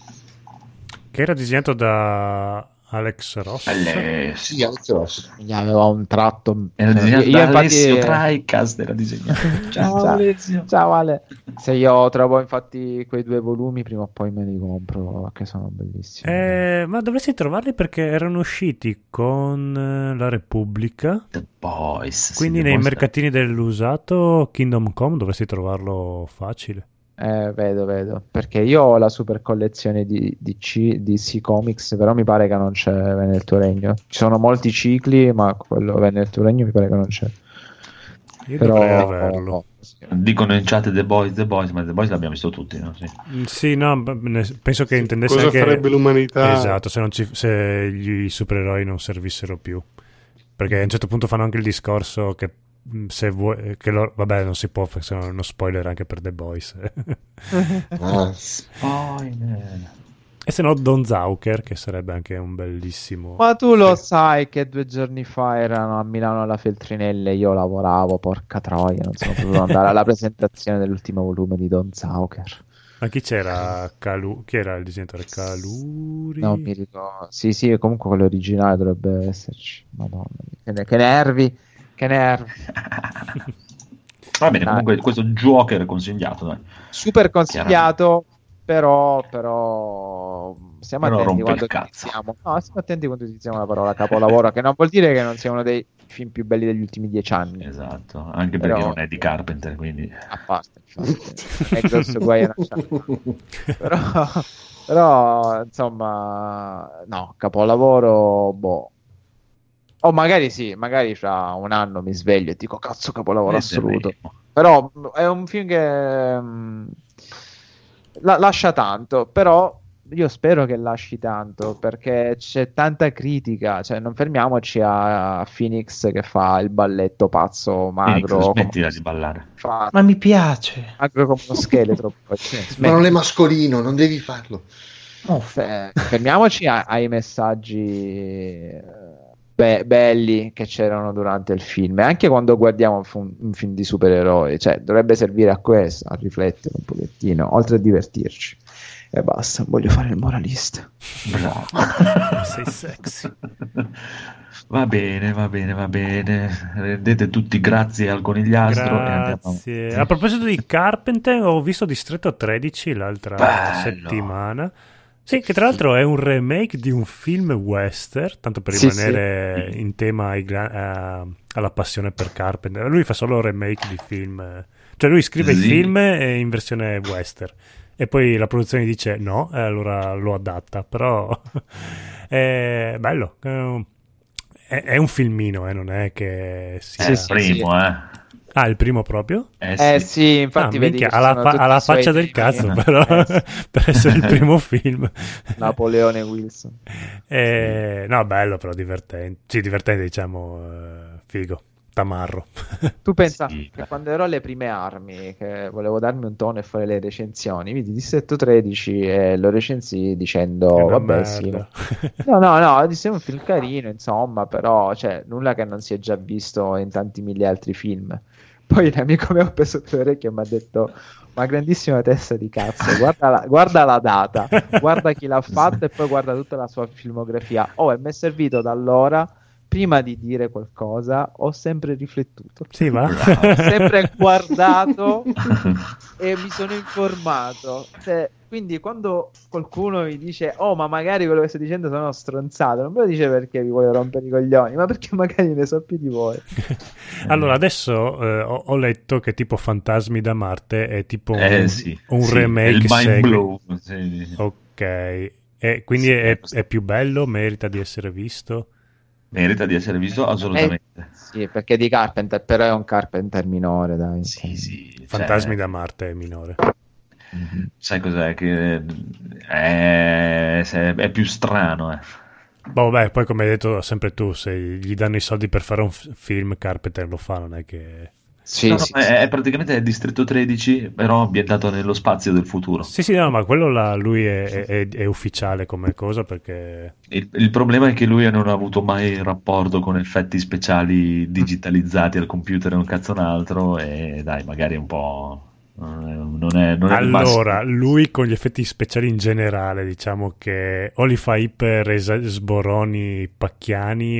Che era disegnato da Alex Ross. Sì, Alex Ross. Mi aveva un tratto. Era disegnato Io da infatti- Alessio Traicast, era disegnato. Ciao Alessio. Ciao Ale. Se io trovo infatti quei due volumi, prima o poi me li compro, che sono bellissimi. Ma dovresti trovarli perché erano usciti con la Repubblica. The Boys. sì, Quindi The nei Boys. mercatini dell'usato Kingdom Come dovresti trovarlo facile. Vedo, perché io ho la super collezione di DC Comics, però mi pare che non c'è Venne il tuo regno. Ci sono molti cicli, ma quello Venne il tuo regno mi pare che non c'è. Io Però dovrei averlo. Dicono in chat The Boys, ma The Boys l'abbiamo visto tutti, no? Sì. Sì, no, penso che intendesse Cosa anche... farebbe l'umanità? Esatto, se gli supereroi non servissero più. Perché a un certo punto fanno anche il discorso che se vuoi... vabbè, non si può, perché sono uno spoiler anche per The Boys. Spoiler. E se no Don Zauker, che sarebbe anche un bellissimo... Ma tu lo sai che 2 giorni fa erano a Milano alla Feltrinelle e io lavoravo, porca troia, non sono potuto andare alla presentazione dell'ultimo volume di Don Zauker. Ma chi c'era? Chi era il disegnatore? Caluri? Non mi ricordo. Sì, comunque quello originale dovrebbe esserci. Madonna mia. Che nervi, che nervi. Va bene, Dai. comunque questo Joker è consigliato, dai. Super consigliato, però stiamo Però attenti rompe quando il cazzo. utilizziamo. No, stiamo attenti quando utilizziamo la parola capolavoro, che non vuol dire che non sia uno dei film più belli degli ultimi 10 anni. Esatto, anche perché Però- non è di Carpenter, quindi... A parte, infatti, è grosso guai a però insomma, no, capolavoro, boh. O magari sì, magari fra un anno mi sveglio e dico cazzo capolavoro assoluto. Però è un film che lascia tanto, però io spero che lasci tanto, perché c'è tanta critica, cioè non fermiamoci a Phoenix che fa il balletto pazzo magro, Phoenix, smettila di ballare. Ma mi piace. magro come uno scheletro. Poi, Ma non è mascolino, non devi farlo. Fermiamoci ai messaggi belli che c'erano durante il film, e anche quando guardiamo un film di supereroi, cioè dovrebbe servire a questo, a riflettere un pochettino, oltre a divertirci. E basta, voglio fare il moralista. Bravo. Sei sexy. Va bene. Rendete tutti grazie al conigliastro e andiamo. Grazie. A proposito di Carpenter, ho visto Distretto 13 l'altra Bello. settimana. Sì, che tra l'altro è un remake di un film western, tanto per Sì, rimanere in tema alla passione per Carpenter. Lui fa solo remake di film, cioè lui scrive il Sì. film in versione western e poi la produzione dice no, e allora lo adatta, però è bello, è un filmino, non è che sia... Il primo, Ah, il primo proprio? Sì, infatti vedi minchia, che alla, sono tutti alla i suoi faccia del primi- cazzo, però per essere il primo film. Napoleone Wilson. No, bello, però divertente. Sì, divertente, diciamo, figo, tamarro. Tu pensa Sì. che quando ero alle prime armi, che volevo darmi un tono e fare le recensioni, vidi Distretto 13 e lo recensì dicendo Che una vabbè sì, merda. no, disse un film carino, insomma, però cioè, nulla che non si è già visto in tanti mille altri film. Poi l'amico mi ha preso per le orecchie e mi ha detto ma grandissima testa di cazzo, guarda la data, guarda chi l'ha fatto e poi guarda tutta la sua filmografia. E mi è servito da allora, prima di dire qualcosa ho sempre riflettuto, Sì, va? ho sempre guardato e mi sono informato. Cioè, quindi quando qualcuno mi dice ma magari quello che stai dicendo sono stronzato, non me lo dice perché vi vuole rompere i coglioni, ma perché magari ne so più di voi. Allora, adesso ho letto che tipo Fantasmi da Marte è tipo un Sì, remake il mind segue. blow. Sì. Ok, e quindi è più bello, merita di essere visto? Merita di essere visto assolutamente. Sì, perché di Carpenter, però è un Carpenter minore, dai. Sì, Fantasmi da Marte è minore. sai cos'è? Che è più strano. Vabbè, poi come hai detto sempre tu, se gli danno i soldi per fare un film, Carpenter lo fa, non è che... Sì, No, sì, è praticamente il Distretto 13, però ambientato nello spazio del futuro. Sì, no, ma quello là, lui è ufficiale come cosa, perché... Il problema è che lui non ha avuto mai rapporto con effetti speciali digitalizzati al computer e un cazzo un altro, e dai, magari è un po'... Non è il Allora, massimo. lui con gli effetti speciali in generale, diciamo che o li fa iper sboroni pacchiani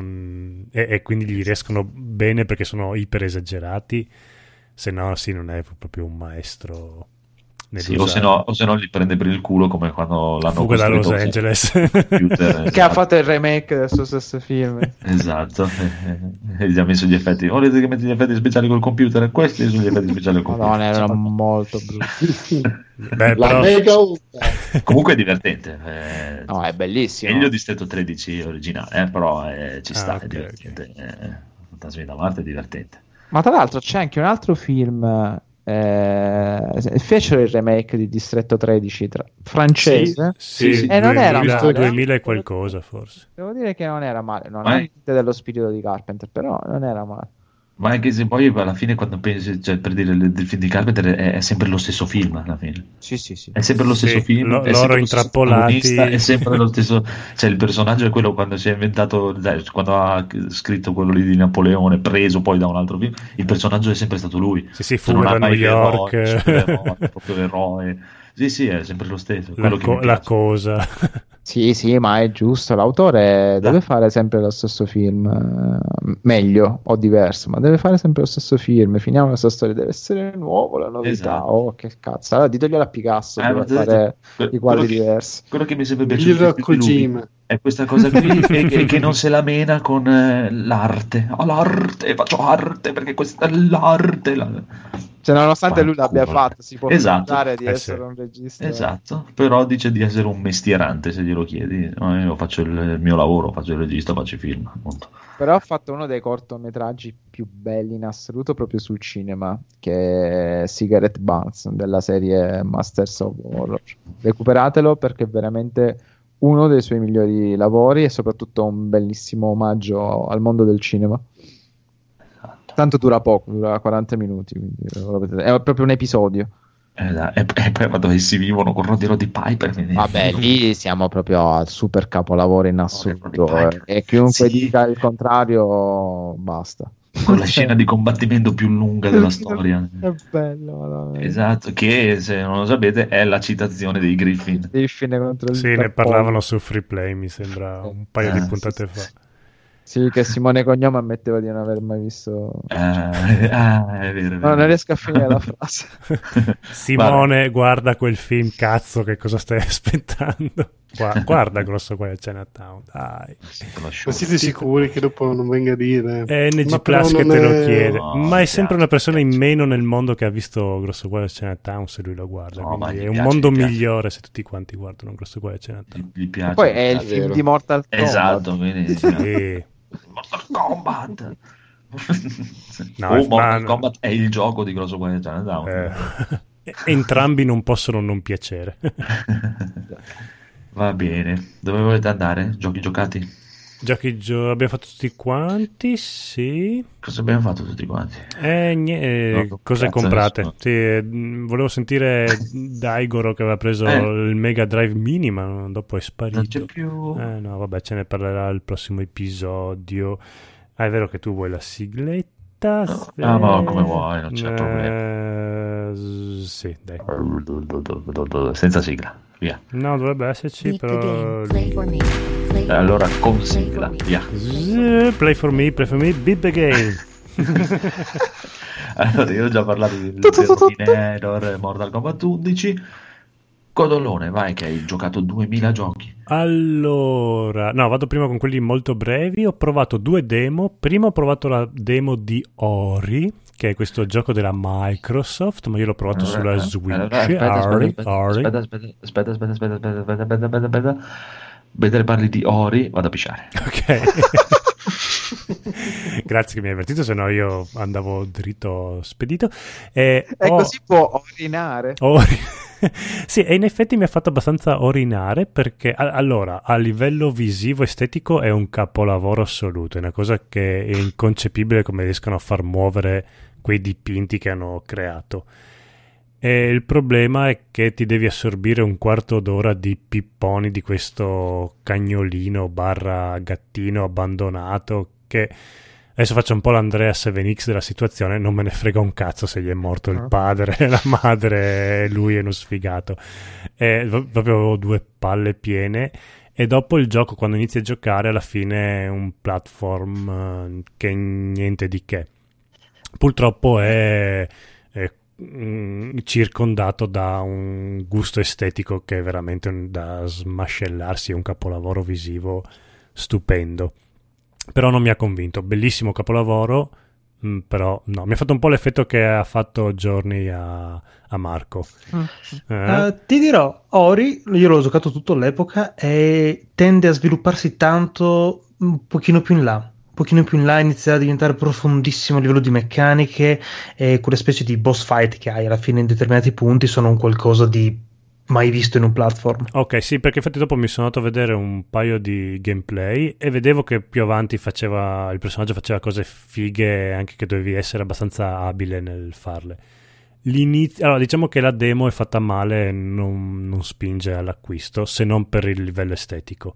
e quindi gli riescono bene perché sono iper esagerati, se no sì, non è proprio un maestro nell'usare. O se no li prende per il culo come quando l'hanno Fuga da Los costruito Angeles. computer, che ha esatto. fatto il remake del suo stesso film. Esatto, e gli ha messo gli effetti. Volete che metti gli effetti speciali col computer? Questi sono gli effetti speciali col computer. Madonna, erano molto brutti. Beh, La però... mega onda. Comunque è divertente. No, è bellissimo. Meglio di Distretto 13 originale, però ci sta, ok, è divertente. Fantasmi da Marte è divertente. Ma tra l'altro c'è anche un altro film, fecero il remake di Distretto 13 Sì, francese, Sì, e non era male. 2000 e qualcosa forse. Devo dire che non era male, non Ma ha è- niente dello spirito di Carpenter, però non era male. Ma anche se poi alla fine quando pensi, cioè, per dire del film di Carpenter è sempre lo stesso film alla fine. Sì. È sempre lo stesso Sì, film, è loro sempre lo stesso intrappolati. protagonista, è sempre lo stesso, cioè il personaggio è quello quando si è inventato, quando ha scritto quello lì di Napoleone, preso poi da un altro film, il personaggio è sempre stato lui. Sì, Cioè, non fuga ha da mai New York. l'eroe, supereroe, proprio l'eroe. Sì, è sempre lo stesso. Quello che mi La piace. cosa. Sì, ma è giusto, l'autore deve fare sempre lo stesso film, meglio o diverso, ma deve fare sempre lo stesso film, finiamo questa storia, deve essere nuovo, la novità. Esatto. Che cazzo, allora diteglielo a Picasso, Ma deve ti ho detto, fare quello i quadri che- diversi. Quello che mi è sempre Dillo piaciuto a di lui Kojima. è questa cosa qui che non se la mena con l'arte. L'arte, faccio arte perché questa è l'arte. Cioè, nonostante lui Fanculo. l'abbia fatto, si può Esatto. pensare di Eh essere sì. un regista. Esatto, però dice di essere un mestierante, se glielo chiedi. No, io faccio il mio lavoro, faccio il regista, faccio i film, appunto. Però ha fatto uno dei cortometraggi più belli in assoluto proprio sul cinema, che è Cigarette Burns della serie Masters of Horror. Recuperatelo perché è veramente uno dei suoi migliori lavori e soprattutto un bellissimo omaggio al mondo del cinema. Esatto. Tanto dura poco, dura 40 minuti, quindi lo vedete. È proprio un episodio. E poi quando essi vivono con Roddy Piper. Vabbè, lì siamo proprio al super capolavoro in assoluto. Roddy Piper. E chiunque Sì. dica il contrario, basta. Con la scena di combattimento più lunga della storia. È bello, madonna. Esatto, che se non lo sapete è la citazione dei Griffin. Griffin contro il Sì, ne Cappone. parlavano su Free Play, mi sembra, un paio di puntate fa. Sì, che Simone Cognome ammetteva di non aver mai visto. È vero, No, non riesco a finire la frase. Simone, guarda quel film, cazzo, che cosa stai aspettando? Guarda Grosso Guai a Chinatown, dai. Ma siete sicuri che dopo non venga a dire? È NG Ma però Plus che non te lo è- chiede, No, ma è mi sempre piace, una persona mi in piace. meno nel mondo che ha visto Grosso Guai a Chinatown se lui lo guarda, No, ma quindi gli è un piace, mondo gli piace. migliore se tutti quanti guardano Grosso Guai a Chinatown. Gli piace. E poi è il È film vero. di Mortal Kombat. Esatto, quindi Sì. Mortal Kombat. No, Mortal ma- Kombat è il gioco di Grosso Guai Chinatown. Entrambi non possono non piacere. Va bene, dove volete andare? Giochi giocati? Abbiamo fatto tutti quanti, sì. Cosa abbiamo fatto tutti quanti? No, Cose cazzo, comprate. adesso. Sì, volevo sentire Daigoro che aveva preso il Mega Drive Mini, ma dopo è sparito. Non c'è più. No, vabbè, ce ne parlerà il prossimo episodio. Ah, è vero che tu vuoi la sigletta? Ah, ma come vuoi, non c'è problema. Sì, dai. Senza sigla, via. No, dovrebbe esserci, Beat the però... game. Play for me. Play for Allora me. con Play sigla, for me. via. Play for me, beat the game. Allora, io ho già parlato di Terminator, Mortal Kombat 11. Codolone, vai che hai giocato 2000 giochi. Allora, no, vado prima con quelli molto brevi. Ho provato 2 demo. Prima ho provato la demo di Ori, che è questo gioco della Microsoft, ma io l'ho provato sulla Switch. Aspetta. Mentre parli di Ori, vado a pisciare. Ok. Grazie che mi hai avvertito, se no io andavo dritto spedito. E così può orinare. Sì, e in effetti mi ha fatto abbastanza orinare perché allora a livello visivo estetico è un capolavoro assoluto, è una cosa che è inconcepibile come riescono a far muovere quei dipinti che hanno creato. E il problema è che ti devi assorbire un quarto d'ora di pipponi di questo cagnolino barra gattino abbandonato che adesso faccio un po' l'Andrea 7X della situazione, non me ne frega un cazzo se gli è morto il padre e la madre e lui è uno sfigato. Proprio avevo 2 palle piene e dopo il gioco, quando inizi a giocare, alla fine è un platform che niente di che. Purtroppo è circondato da un gusto estetico che è veramente da smascellarsi, è un capolavoro visivo stupendo. Però non mi ha convinto, bellissimo capolavoro, però no, mi ha fatto un po' l'effetto che ha fatto Journey a Marco. Ti dirò, Ori, io l'ho giocato tutto all'epoca e tende a svilupparsi tanto un pochino più in là. Un pochino più in là inizia a diventare profondissimo a livello di meccaniche e quelle specie di boss fight che hai alla fine in determinati punti sono un qualcosa di mai visto in un platform. Ok, sì, perché infatti dopo mi sono andato a vedere un paio di gameplay e vedevo che più avanti il personaggio faceva cose fighe, anche che dovevi essere abbastanza abile nel farle. Allora, diciamo che la demo è fatta male, non spinge all'acquisto, se non per il livello estetico.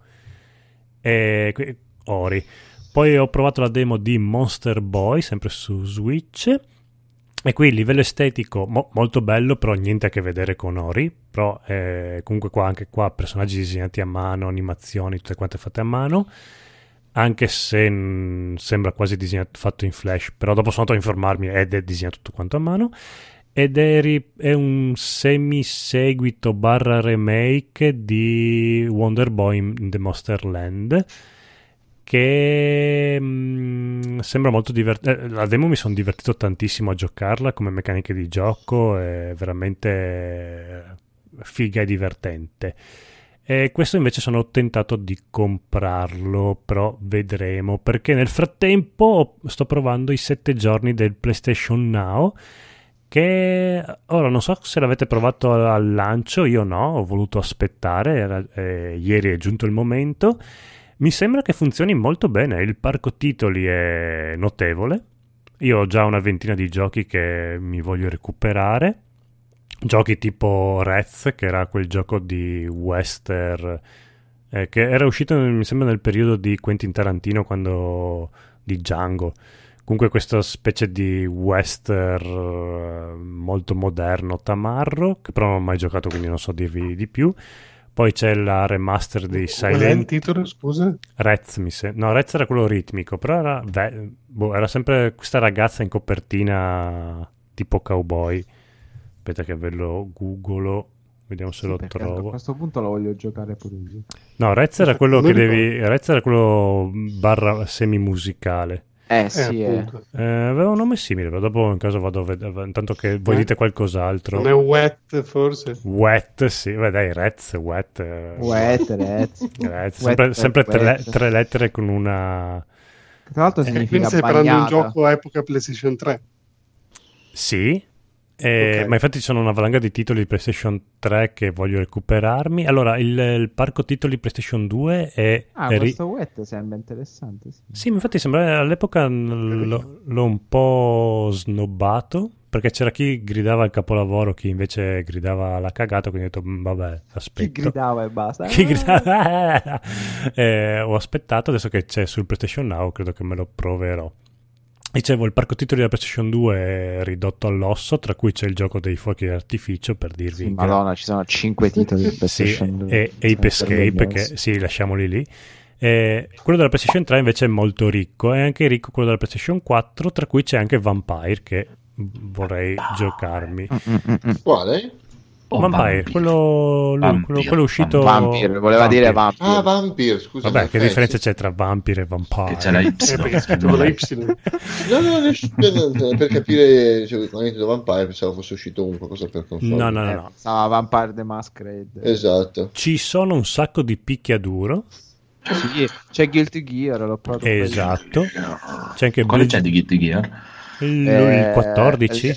Ori. Poi ho provato la demo di Monster Boy, sempre su Switch, e qui il livello estetico molto bello, però niente a che vedere con Ori, però comunque anche qua personaggi disegnati a mano, animazioni tutte quante fatte a mano, anche se sembra quasi fatto in Flash, però dopo sono andato a informarmi ed è disegnato tutto quanto a mano, ed è un semiseguito barra remake di Wonder Boy in the Monster Land, che sembra molto divertente. La demo mi sono divertito tantissimo a giocarla, come meccaniche di gioco, è veramente figa e divertente. E questo invece sono tentato di comprarlo, però vedremo, perché nel frattempo sto provando i 7 giorni del PlayStation Now, che ora non so se l'avete provato al lancio, io no, ho voluto aspettare, ieri è giunto il momento. Mi sembra che funzioni molto bene, il parco titoli è notevole, io ho già una ventina di giochi che mi voglio recuperare, giochi tipo Rez, che era quel gioco di western che era uscito mi sembra nel periodo di Quentin Tarantino, di Django. Comunque questa specie di western molto moderno, tamarro, che però non ho mai giocato, quindi non so dirvi di più. Poi c'è la remaster di Silent... Qual è il titolo, scusa? Rez, no, Rez era quello ritmico, però era sempre questa ragazza in copertina tipo cowboy. Aspetta che ve lo googolo, vediamo se lo trovo. A questo punto lo voglio giocare pure io. No, Rez era quello che Rez era quello barra semi-musicale. Sì, aveva un nome simile, però dopo in caso vado a vedere, intanto che voi dite qualcos'altro. Non è Wet, forse? Wet, sì, beh dai, Rez, Wet. Rez. Sempre tre lettere con una... Tra l'altro significa quindi stai parlando di un gioco a epoca PlayStation 3? Sì. Ma infatti ci sono una valanga di titoli di PlayStation 3 che voglio recuperarmi. Allora, il parco titoli PlayStation 2 è... questo Wet sembra interessante. Sì, infatti sembra all'epoca l'ho un po' snobbato, perché c'era chi gridava il capolavoro, chi invece gridava la cagata, quindi ho detto vabbè, aspetto. Chi gridava e basta. Chi gridava... ho aspettato, adesso che c'è sul PlayStation Now credo che me lo proverò. Dicevo, il parco titoli della PlayStation 2 è ridotto all'osso, tra cui c'è il gioco dei fuochi d'artificio, per dirvi. Sì, Madonna, ci sono 5 titoli di PlayStation 2. E Ape Escape, che sì, lasciamoli lì. Quello della PlayStation 3 invece è molto ricco, è anche ricco quello della PlayStation 4, tra cui c'è anche Vampire, che vorrei giocarmi. Quale? Vampire, quello uscito... Vampire, voleva dire Vampire. Ah, Vampire, scusa. Vabbè, che differenza c'è tra Vampire e Vampire? Che c'è la Y. Perché scritto con la Y. No, per capire, quando ho detto Vampire pensavo fosse uscito qualcosa per console. No. Stava Vampire the Masquerade. Esatto. Ci sono un sacco di picchiaduro. Sì, c'è Guilty Gear, l'ho provato. Esatto. C'è anche Quale c'è di Guilty Gear? Il 14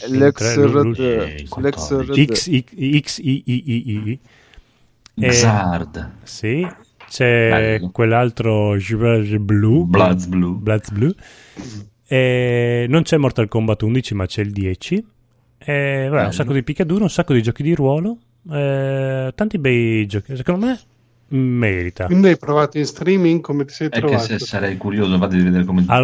XIII Xard. sì, c'è bello. Quell'altro Bloods Blue e non c'è Mortal Kombat 11 ma c'è il 10 un sacco di picchiaduro, un sacco di giochi di ruolo, tanti bei giochi, secondo me merita. Quindi hai provato in streaming, come ti sei trovato? Che se sarei curioso infatti di vedere come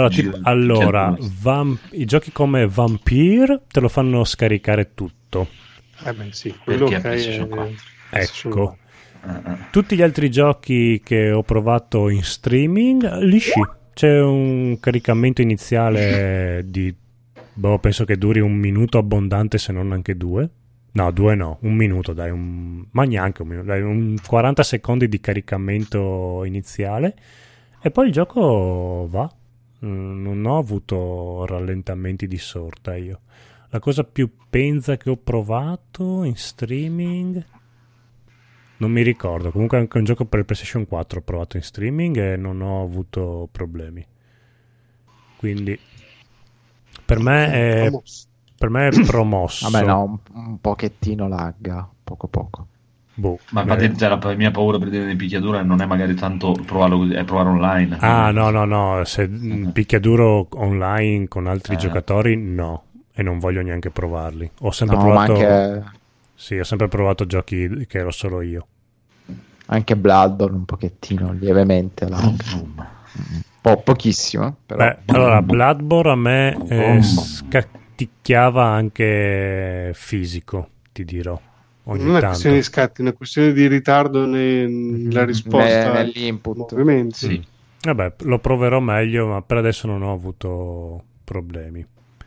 i giochi come Vampire te lo fanno scaricare tutto. Sì, quello ecco. Tutti gli altri giochi che ho provato in streaming lisci, c'è un caricamento iniziale di penso che duri 1 minuto abbondante, se non anche 2. No, 2 no, 1 minuto, dai, ma neanche 1 minuto, dai, un 40 secondi di caricamento iniziale e poi il gioco va. Non ho avuto rallentamenti di sorta io. La cosa più penza che ho provato in streaming non mi ricordo, comunque anche un gioco per il PlayStation 4 ho provato in streaming e non ho avuto problemi, quindi per me è promosso. Vabbè, no, un pochettino lagga, poco. Ma infatti la mia paura per dire di picchiaduro non è magari tanto provarlo così, è provare online. No, se picchiaduro online con altri giocatori no, e non voglio neanche provarli. Ho sempre provato ho sempre provato giochi che ero solo io. Anche Bloodborne un pochettino, lievemente lagga. Pochissimo, però. Allora Bloodborne a me scatticchiava anche fisico, ti dirò. Non è una questione di scatti, è una questione di ritardo nella risposta nell'input. Ovviamente. Sì. Vabbè, lo proverò meglio, ma per adesso non ho avuto problemi.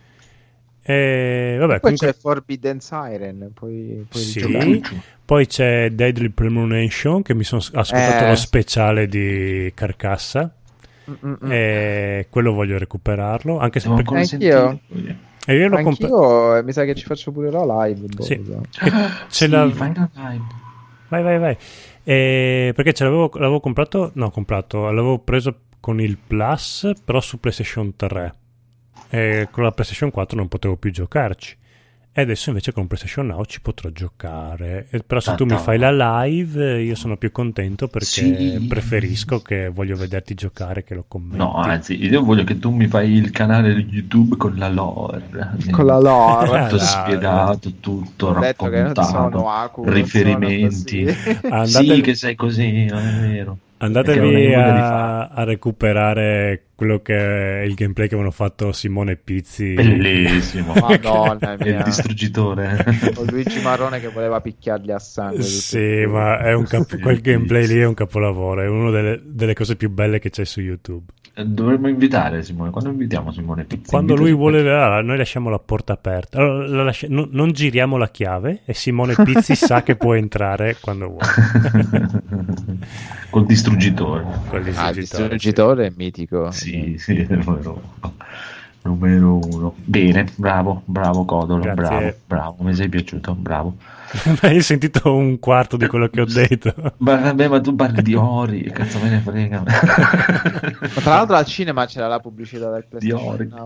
Poi comunque c'è Forbidden Siren, poi c'è Deadly Premonition, che mi sono ascoltato lo speciale di Carcassa, E quello voglio recuperararlo, anche se anch'io. E io Anch'io mi sa che ci faccio pure la live. Sì. Sì, fai la live. Vai. Perché l'avevo comprato, l'avevo preso con il Plus, però su PlayStation 3. E con la PlayStation 4 non potevo più giocarci. E adesso invece con PlayStation Now ci potrò giocare. Però se tu mi fai la live io sono più contento, perché preferisco che voglio vederti giocare che lo commenti. No, anzi, io voglio che tu mi fai il canale YouTube con la lore. Con la lore. Tutto spiegato, tutto raccontato, riferimenti. Sì, che sei così, non è vero. Andatevi a recuperare quello che è il gameplay che avevano fatto Simone Pizzi. Bellissimo. Madonna mia. Il distruggitore. Con Luigi Marrone che voleva picchiarli a sangue. Sì, ma è quel gameplay lì è un capolavoro. È una delle cose più belle che c'è su YouTube. Dovremmo invitare Simone. Quando invitiamo Simone Pizzi? Quando lui vuole, noi lasciamo la porta aperta. Allora, non giriamo la chiave e Simone Pizzi sa che può entrare quando vuole. Col distruggitore. Il distruggitore è mitico. Sì, è numero uno. Bene, bravo Codolo. Grazie. Bravo, mi sei piaciuto, bravo. Hai sentito un quarto di quello che ho detto. Ma tu parli di Ori, cazzo me ne frega. Ma tra l'altro al cinema c'era la pubblicità del PlayStation di Ori. Now.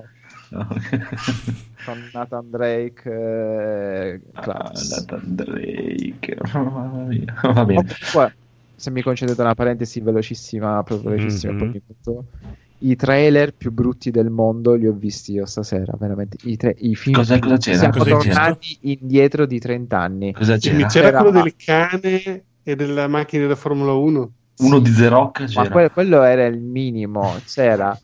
Con Nathan Drake, Nathan Drake, mamma mia. Va bene. Se mi concedete una parentesi velocissima, proprio velocissima, poi mi metto. I trailer più brutti del mondo li ho visti io stasera, veramente. I film cosa c'era? Siamo tornati indietro di 30 anni. Cosa c'era? C'era quello del cane e della macchina della Formula 1. Uno di The Rock c'era. Ma quello era il minimo. C'era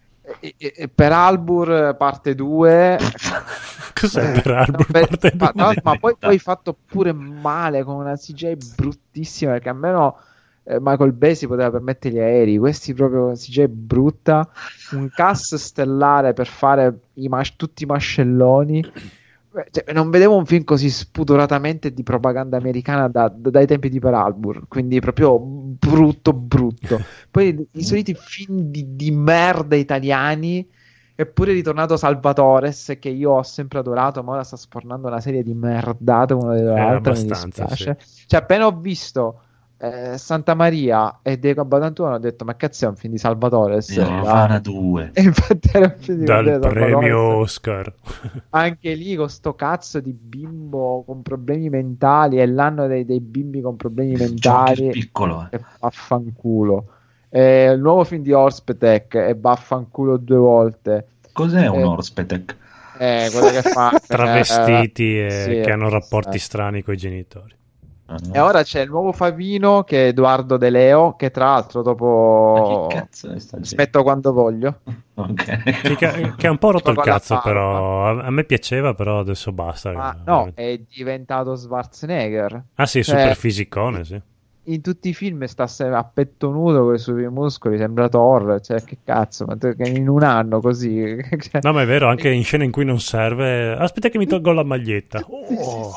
Per Albur parte 2. Cos'è Per Albur parte 2? Ma poi fatto pure male, con una CGI bruttissima, perché almeno Michael Bay si poteva permettere gli aerei, questi proprio CGI brutta, un cast stellare per fare tutti i mascelloni. Cioè, non vedevo un film così spudoratamente di propaganda americana dai tempi di Per Albur, quindi proprio brutto. Poi i soliti film di merda italiani. Eppure è ritornato Salvatores, che io ho sempre adorato, ma ora sta spornando una serie di merdate una delle altre, mi dispiace. Sì. Cioè, appena ho visto Santa Maria e Diego Batantuono ho detto, ma cazzo è un film di Salvatores? Fara 2. E infatti era un film di dal premio Oscar. Anche lì con sto cazzo di bimbo con problemi mentali, è l'anno dei bimbi con problemi mentali. Piccolo, e vaffanculo. Il nuovo film di Orspetek e vaffanculo 2 volte. Cos'è un Orspetek? Quello che fa travestiti che hanno rapporti strani con i genitori. E ora c'è il nuovo Favino, che è Edoardo De Leo, che tra l'altro dopo aspetto quando voglio. Okay. Che ha un po' rotto il cazzo, però a me piaceva, però adesso basta. Ma no, è diventato Schwarzenegger. Ah sì, super fisicone, sì. In tutti i film sta a petto nudo con i suoi muscoli, sembra Thor, cioè che cazzo, ma in un anno così. No, ma è vero, anche in scene in cui non serve. Aspetta che mi tolgo la maglietta. Oh.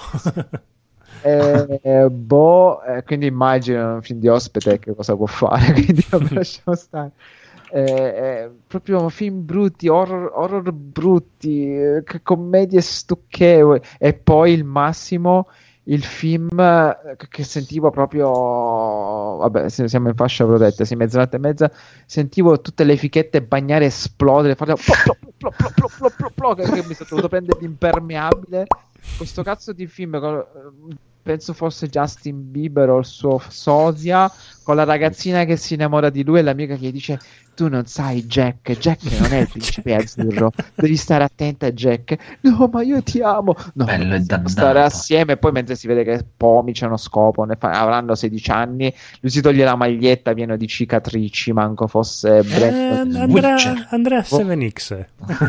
Quindi immagino un film di Ospite che cosa può fare, quindi lasciamo stare. Proprio film brutti, horror brutti, commedie stucchevoli, e poi il massimo, il film che sentivo proprio, vabbè, siamo in fascia protetta, sì, mezzanotte e mezza, sentivo tutte le fichette bagnare, esplodere, fare che mi sono dovuto prendere l'impermeabile. Questo cazzo di film, penso fosse Justin Bieber o il suo sosia, con la ragazzina che si innamora di lui e l'amica che gli dice: tu non sai Jack non è il principe azzurro, devi stare attenta a Jack. No, ma io ti amo. No, bello, stare assieme. E poi mentre si vede che pomiciano, scopono, avranno 16 anni, lui si toglie la maglietta pieno di cicatrici, manco fosse Andrea 7X.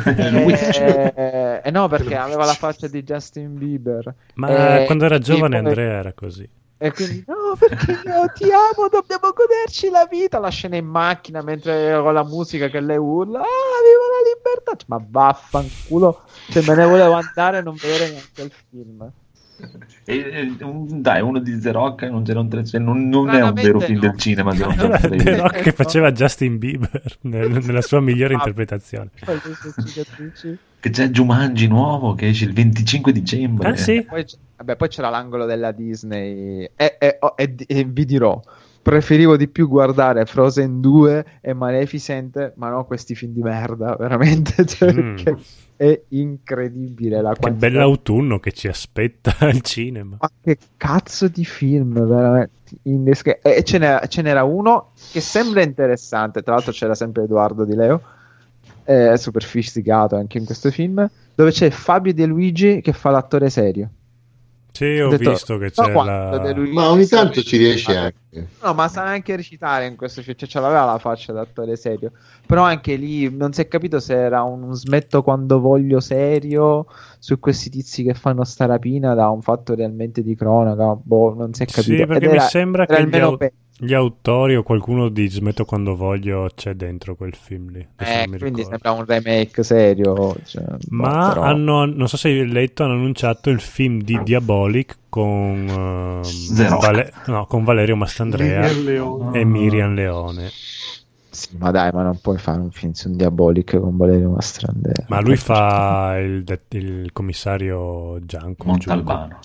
No, perché aveva la faccia di Justin Bieber. Ma quando era giovane Andrea era così. E quindi no, perché io ti amo, dobbiamo goderci la vita. La scena in macchina mentre con la musica che lei urla: viva la libertà! Ma vaffanculo, cioè me ne volevo andare e non vedere neanche il film. Dai, uno di The Rock non c'era un non è un vero film del cinema. The Rock che faceva Justin Bieber nella sua migliore interpretazione. Che c'è Jumanji nuovo che esce il 25 dicembre. Ah sì? Poi c'era l'angolo della Disney e vi dirò, preferivo di più guardare Frozen 2 e Maleficent, ma no questi film di merda, veramente, cioè, perché è incredibile la che quantità. bell'autunno che ci aspetta al cinema. Ma che cazzo di film, veramente e ce n'era uno che sembra interessante, tra l'altro c'era sempre Edoardo Di Leo, super fisticato anche in questo film, dove c'è Fabio De Luigi che fa l'attore serio. Sì, ho visto che c'è ma ogni tanto ci riesce anche. No, ma sa anche recitare in questo film, cioè ce l'aveva la faccia d'attore serio, però anche lì non si è capito se era un smetto quando voglio serio su questi tizi che fanno sta rapina da un fatto realmente di cronaca, non si è capito. Sì, perché mi sembra che gli autori o qualcuno di Smetto quando voglio c'è dentro quel film lì. Quindi sembra un remake serio, cioè, ma non so se hai letto, hanno annunciato il film di Diabolic con con Valerio Mastandrea e Miriam Leone. Sì, ma dai, ma non puoi fare un film su un Diabolic con Valerio Mastandrea. Ma lui fa il commissario Gianco Montalbano.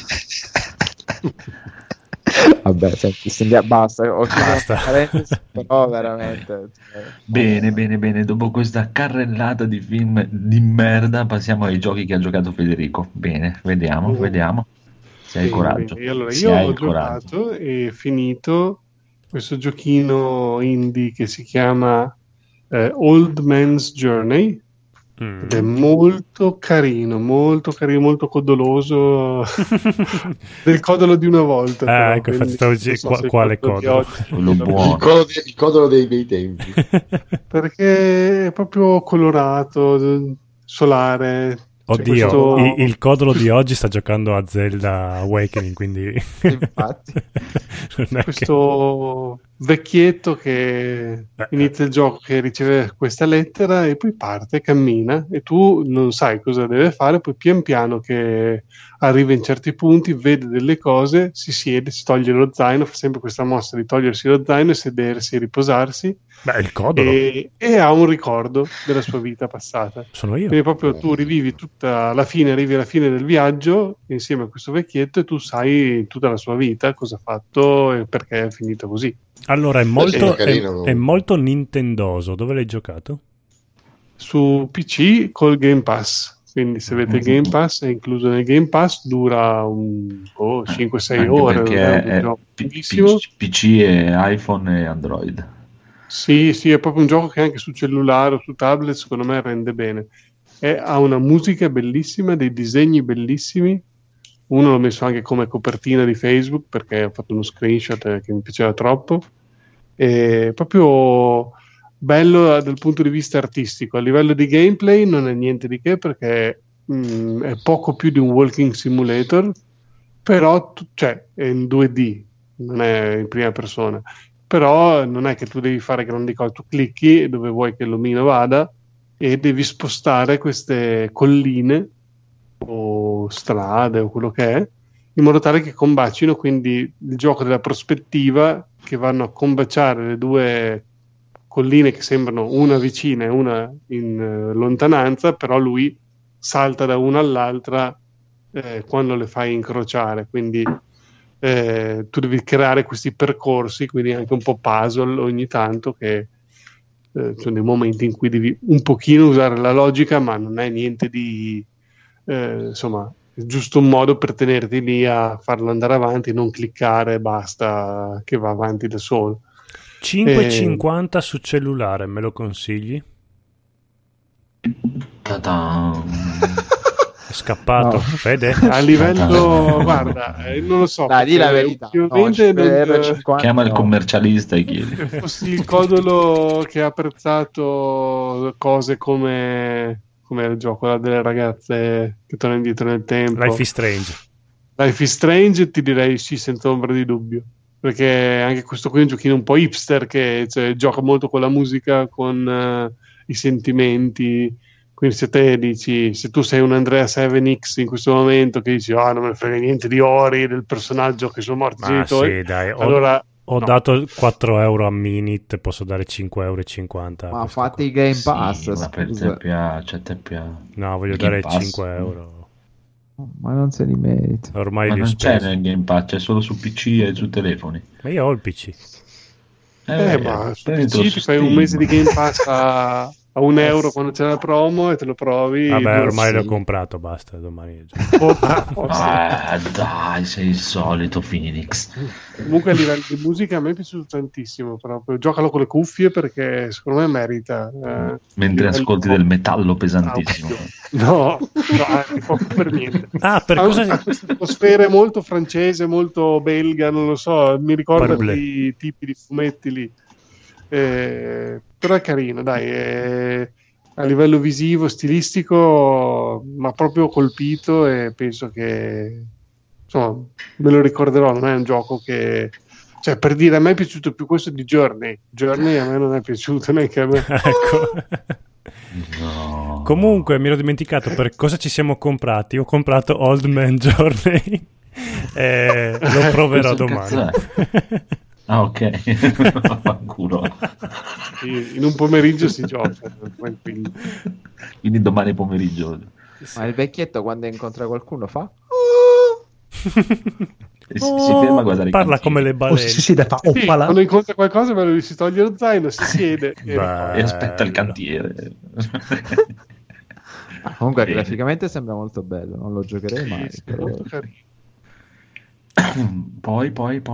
Vabbè, senti, basta. Però veramente. Bene. Dopo questa carrellata di film di merda, passiamo ai giochi che ha giocato Federico. Bene, vediamo. Se hai coraggio. Allora, io ho giocato e finito questo giochino indie che si chiama Old Man's Journey. Ed è molto carino, molto codoloso. Del codolo di una volta. Però, ecco, infatti quale codolo? Quello buono. Il codolo dei bei tempi. Perché è proprio colorato, solare. Oddio, il codolo di oggi sta giocando a Zelda Awakening, quindi infatti questo vecchietto che inizia il gioco, che riceve questa lettera e poi parte, cammina e tu non sai cosa deve fare, poi pian piano che arriva in certi punti, vede delle cose, si siede, si toglie lo zaino, fa sempre questa mossa di togliersi lo zaino e sedersi e riposarsi. Il codolo. E ha un ricordo della sua vita passata. Sono io. Quindi proprio tu rivivi tutta la fine, arrivi alla fine del viaggio insieme a questo vecchietto e tu sai tutta la sua vita, cosa ha fatto e perché è finito così. Allora, è molto nintendoso. Dove l'hai giocato? Su PC col Game Pass. Quindi se avete Game Pass, è incluso nel Game Pass, dura 5-6 ore. Perché è PC e iPhone e Android. Sì, è proprio un gioco che anche su cellulare o su tablet secondo me rende bene. Ha una musica bellissima, dei disegni bellissimi. Uno l'ho messo anche come copertina di Facebook perché ho fatto uno screenshot che mi piaceva troppo. È proprio bello dal punto di vista artistico. A livello di gameplay non è niente di che perché è poco più di un walking simulator, però è in 2D, non è in prima persona. Però non è che tu devi fare grandi cose, tu clicchi dove vuoi che l'omino vada e devi spostare queste colline o strade o quello che è, in modo tale che combacino, quindi il gioco della prospettiva che vanno a combaciare le due colline che sembrano una vicina e una in lontananza, però lui salta da una all'altra quando le fai incrociare, quindi tu devi creare questi percorsi, quindi anche un po' puzzle ogni tanto, che sono dei momenti in cui devi un pochino usare la logica, ma non è niente di insomma, è giusto un modo per tenerti lì a farlo andare avanti, non cliccare e basta, che va avanti da solo. 5,50 su cellulare, me lo consigli? È scappato, no. Fede? A livello, guarda, non lo so. Dai, di la verità. Chiama il commercialista e chiedi. Se fossi il codolo che ha apprezzato cose come il gioco delle ragazze che tornano indietro nel tempo. Life is Strange. Life is Strange, ti direi sì, senza ombra di dubbio. Perché anche questo qui è un giochino un po' hipster che gioca molto con la musica, con i sentimenti, Quindi se te dici, se tu sei un Andrea 7X in questo momento che dici non me ne frega niente di Ori, del personaggio che sono morti i genitori, sì, dai, allora ho dato 4 euro a Minit, posso dare 5,50 euro. Ma fate i Game Pass, ma per te scusa. piace, No, voglio il Game dare Pass? 5 euro. Ma non se li merita. Ormai Ma li ho non c'è spesi. nel Game Pass, c'è solo su PC e su telefoni. Ma io ho il PC. ma su prenditelo PC su ti fai un Steam. mese di Game Pass a €1 quando c'è la promo e te lo provi. Vabbè, ormai l'ho sì. comprato, basta, domani. Dai, sei il solito Phoenix. Comunque a livello di musica a me è piaciuto tantissimo proprio. Giocalo con le cuffie perché secondo me merita. Mentre ascolti del metallo pesantissimo. No, proprio per niente. Per cosa... Ha questa atmosfera molto francese, molto belga, non lo so, mi ricorda Parbleu. quei tipi di fumetti lì. Però è carino, dai, a livello visivo, stilistico, mi ha proprio colpito e penso che insomma me lo ricorderò. Non è un gioco che, cioè, per dire, a me è piaciuto più questo di Journey a me non è piaciuto neanche a me. Ecco. No. Comunque mi ero dimenticato per cosa ci siamo comprati. Ho comprato Old Man Journey e lo proverò Cosa domani. cazzo è? Ah, ok. Culo. In un pomeriggio si gioca tranquillo. Quindi domani pomeriggio. Ma il vecchietto quando incontra qualcuno fa? Si ferma a guardare i Parla cantieri. come le balene. Sì, fa Sì, oppala. quando incontra qualcosa lui si toglie lo zaino, si siede e E aspetta il cantiere. Comunque Bene. graficamente sembra molto bello, non lo giocherei mai. sì, però- molto carino. Poi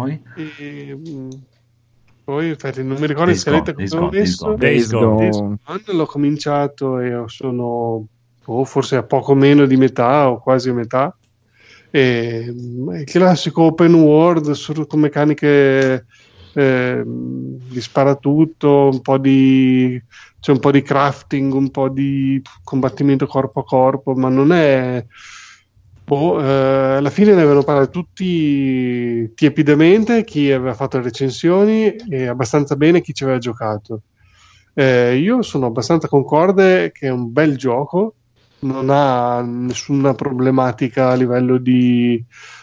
Poi aspetta, non mi ricordo in scaletta cosa ho messo. Days Gone. Days Gone l'ho cominciato e sono forse a poco meno di metà o quasi a metà. È il classico open world con meccaniche di sparatutto, c'è un po' di crafting, un po' di combattimento corpo a corpo, ma non è alla fine ne avevano parlato tutti tiepidamente chi aveva fatto le recensioni e abbastanza bene chi ci aveva giocato. Io sono abbastanza concorde che è un bel gioco, non ha nessuna problematica a livello di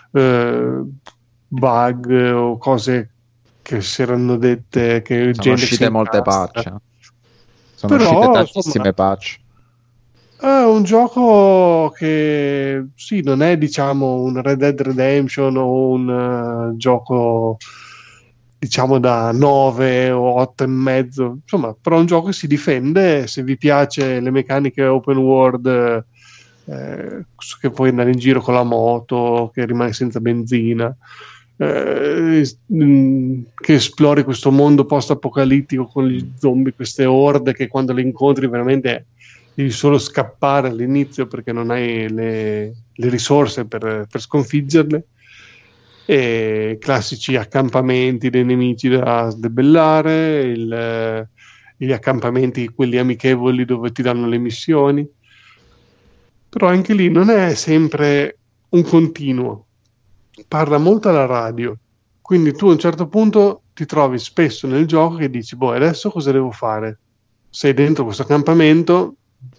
bug o cose che si erano dette che Sono gente uscite si molte incastra. patch. Sono Però, uscite tantissime insomma, patch. è un gioco che sì, non è diciamo un Red Dead Redemption o un gioco diciamo da 9 o 8 e mezzo, insomma, però è un gioco che si difende. Se vi piace le meccaniche open world, che puoi andare in giro con la moto, che rimani senza benzina, che esplori questo mondo post-apocalittico con gli zombie, queste orde che quando le incontri veramente devi solo scappare all'inizio perché non hai le risorse per sconfiggerle, e classici accampamenti dei nemici da debellare, gli accampamenti quelli amichevoli dove ti danno le missioni, però anche lì non è sempre un continuo, parla molto alla radio, quindi tu a un certo punto ti trovi spesso nel gioco che dici adesso cosa devo fare? Sei dentro questo accampamento,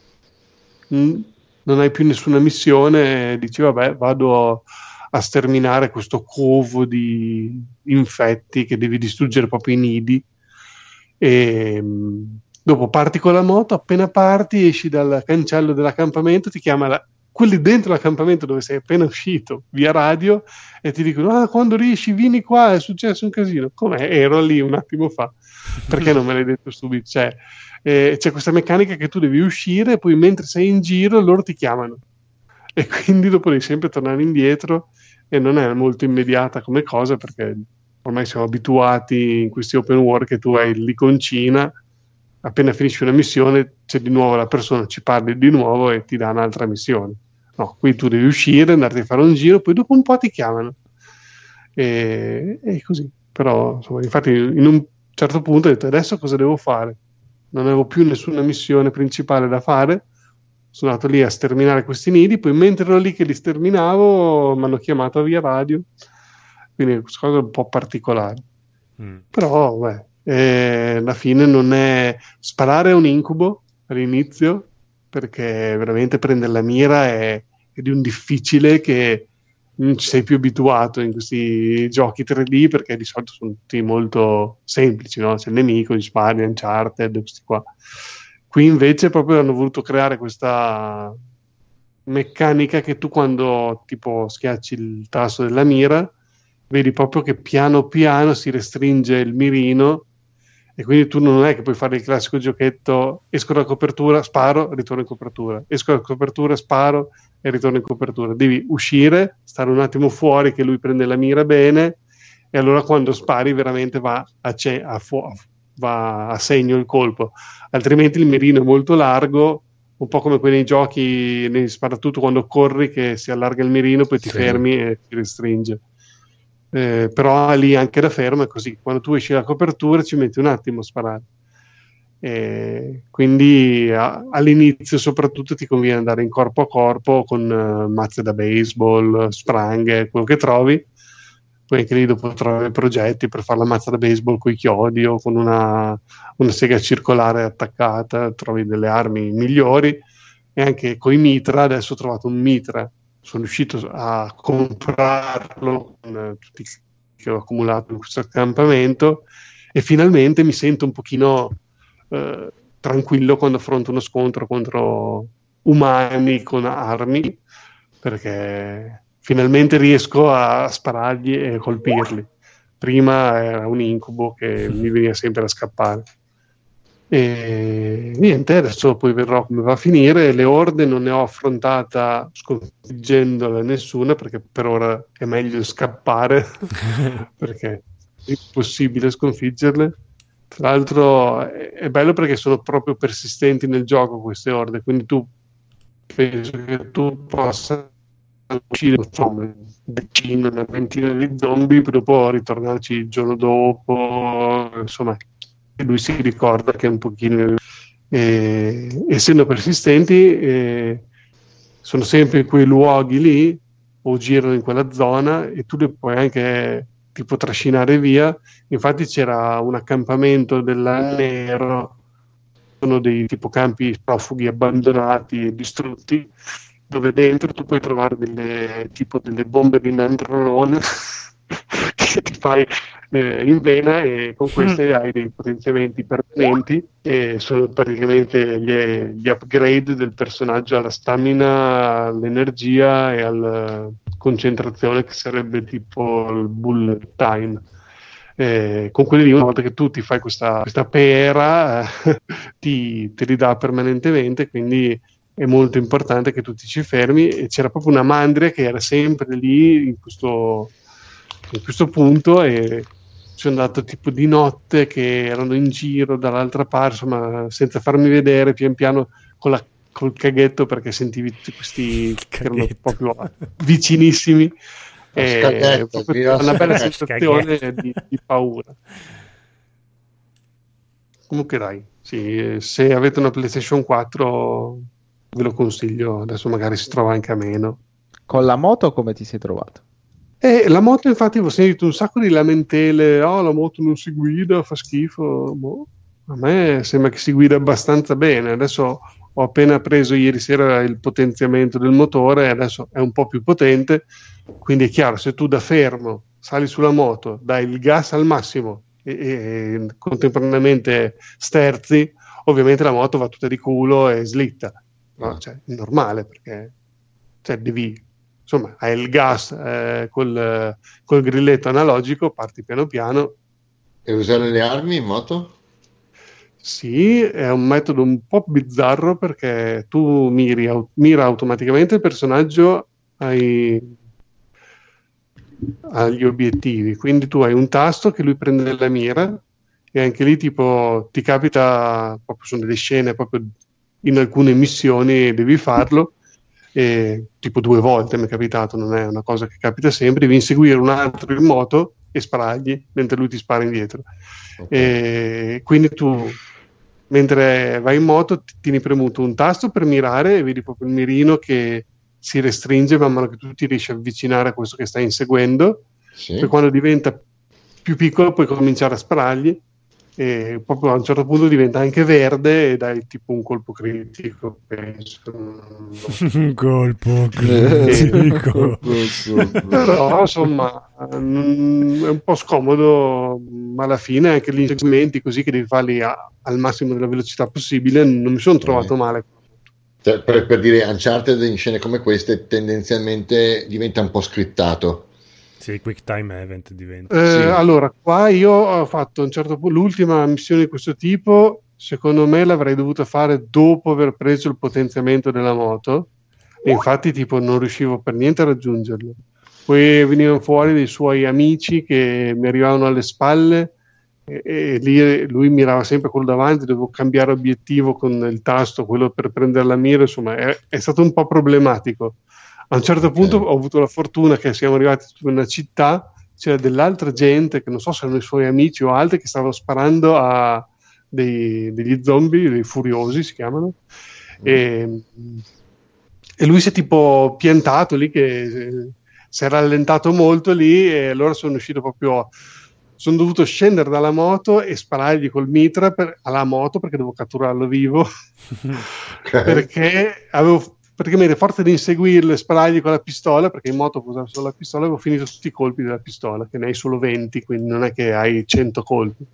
non hai più nessuna missione, dici vabbè, vado a sterminare questo covo di infetti che devi distruggere proprio i nidi, e dopo parti con la moto, appena parti esci dal cancello dell'accampamento, ti chiama quelli dentro l'accampamento dove sei appena uscito via radio e ti dicono quando riesci vieni qua, è successo un casino. Com'è? Ero lì un attimo fa, perché non me l'hai detto subito? C'è questa meccanica che tu devi uscire e poi mentre sei in giro loro ti chiamano e quindi dopo devi sempre tornare indietro, e non è molto immediata come cosa perché ormai siamo abituati in questi open world che tu hai l'iconcina, appena finisci una missione c'è di nuovo la persona, ci parli di nuovo e ti dà un'altra missione. No, qui tu devi uscire, andarti a fare un giro, poi dopo un po' ti chiamano e così. Però insomma, infatti in un certo punto ho detto adesso cosa devo fare? Non avevo più nessuna missione principale da fare, sono andato lì a sterminare questi nidi, poi mentre ero lì che li sterminavo mi hanno chiamato via radio, quindi questa cosa è un po' particolare. Però alla fine non è, sparare è un incubo all'inizio perché veramente prendere la mira è di un difficile che non ci sei più abituato in questi giochi 3D, perché di solito sono tutti molto semplici, no? C'è il nemico, gli spari, Uncharted, questi qua. Qui invece proprio hanno voluto creare questa meccanica che tu quando tipo schiacci il tasto della mira vedi proprio che piano piano si restringe il mirino, e quindi tu non è che puoi fare il classico giochetto: esco dalla copertura, sparo, ritorno in copertura, esco dalla copertura, sparo e ritorno in copertura. Devi uscire, stare un attimo fuori che lui prende la mira bene, e allora quando spari veramente va a segno il colpo, altrimenti il mirino è molto largo, un po' come quelli nei giochi, nei sparatutto, quando corri che si allarga il mirino, poi ti fermi e ti restringe. Però lì anche da fermo è così, quando tu esci dalla copertura ci metti un attimo a sparare, quindi all'inizio soprattutto ti conviene andare in corpo a corpo con mazze da baseball, spranghe, quello che trovi. Poi anche lì dopo trovi progetti per fare la mazza da baseball con i chiodi o con una sega circolare attaccata, trovi delle armi migliori. E anche con i mitra, adesso ho trovato un mitra, sono riuscito a comprarlo con tutti che ho accumulato in questo accampamento, e finalmente mi sento un pochino tranquillo quando affronto uno scontro contro umani con armi, perché finalmente riesco a sparargli e colpirli. Prima era un incubo che mi veniva sempre a scappare. E niente, adesso poi vedrò come va a finire. Le orde non ne ho affrontata sconfiggendole nessuna, perché per ora è meglio scappare perché è impossibile sconfiggerle. Tra l'altro è bello perché sono proprio persistenti nel gioco queste orde, quindi tu penso che tu possa uscire insomma una ventina di zombie, poi dopo ritornarci il giorno dopo, insomma lui si ricorda che è un pochino essendo persistenti sono sempre in quei luoghi lì o girano in quella zona e tu li puoi anche tipo trascinare via. Infatti c'era un accampamento del nero, sono dei tipo campi profughi abbandonati e distrutti, dove dentro tu puoi trovare delle bombe di nandrolone che ti fai in vena, e con queste hai dei potenziamenti permanenti, e sono praticamente gli upgrade del personaggio alla stamina, all'energia e alla concentrazione, che sarebbe tipo il bullet time. Con quelli lì, una volta che tu ti fai questa pera te li dà permanentemente, quindi è molto importante che tu ti ci fermi. E c'era proprio una mandria che era sempre lì in questo punto, e sono andato tipo di notte che erano in giro dall'altra parte, insomma senza farmi vedere, pian piano col caghetto, perché sentivi tutti questi che erano proprio vicinissimi. È proprio una bella sensazione di paura. Comunque dai, sì, se avete una PlayStation 4 ve lo consiglio, adesso magari si trova anche a meno. Con la moto come ti sei trovato? La moto, infatti, ho sentito un sacco di lamentele: la moto non si guida, fa schifo. A me sembra che si guida abbastanza bene. Adesso ho appena preso ieri sera il potenziamento del motore, adesso è un po' più potente, quindi è chiaro, se tu da fermo sali sulla moto, dai il gas al massimo e contemporaneamente sterzi, ovviamente la moto va tutta di culo e slitta, no? Cioè, è normale, perché insomma, hai il gas col grilletto analogico, parti piano piano. E usare le armi in moto? Sì, è un metodo un po' bizzarro, perché tu mira automaticamente il personaggio agli obiettivi, quindi tu hai un tasto che lui prende la mira, e anche lì tipo ti capita, proprio sono delle scene, proprio in alcune missioni devi farlo, e tipo 2 volte mi è capitato, non è una cosa che capita sempre, devi inseguire un altro in moto e sparargli mentre lui ti spara indietro. E quindi tu, mentre vai in moto, ti tieni premuto un tasto per mirare, e vedi proprio il mirino che si restringe man mano che tu ti riesci a avvicinare a questo che stai inseguendo. Poi quando diventa più piccolo puoi cominciare a sparargli, e proprio a un certo punto diventa anche verde e dai tipo un colpo critico, penso. Un colpo critico. Però insomma è un po' scomodo, ma alla fine anche gli inseguimenti così che devi farli al massimo della velocità possibile non mi sono trovato male. Cioè, per dire, Uncharted in scene come queste tendenzialmente diventa un po' scriptato. Sì, quick time event diventa. Sì. Allora, qua io ho fatto a un certo punto l'ultima missione di questo tipo, secondo me l'avrei dovuta fare dopo aver preso il potenziamento della moto, e infatti tipo non riuscivo per niente a raggiungerlo. Poi venivano fuori dei suoi amici che mi arrivavano alle spalle e lì lui mirava sempre quello davanti, dovevo cambiare obiettivo con il tasto, quello per prendere la mira, insomma è stato un po' problematico. A un certo punto ho avuto la fortuna che siamo arrivati in una città, c'era dell'altra gente che non so se erano i suoi amici o altri che stavano sparando a degli zombie, dei furiosi si chiamano, e lui si è tipo piantato lì, che si è rallentato molto lì, e allora sono dovuto scendere dalla moto e sparargli col mitra alla moto perché devo catturarlo vivo. Perché avevo praticamente forza di inseguirlo e sparargli con la pistola, perché in moto usavo solo la pistola, avevo finito tutti i colpi della pistola, che ne hai solo 20, quindi non è che hai 100 colpi.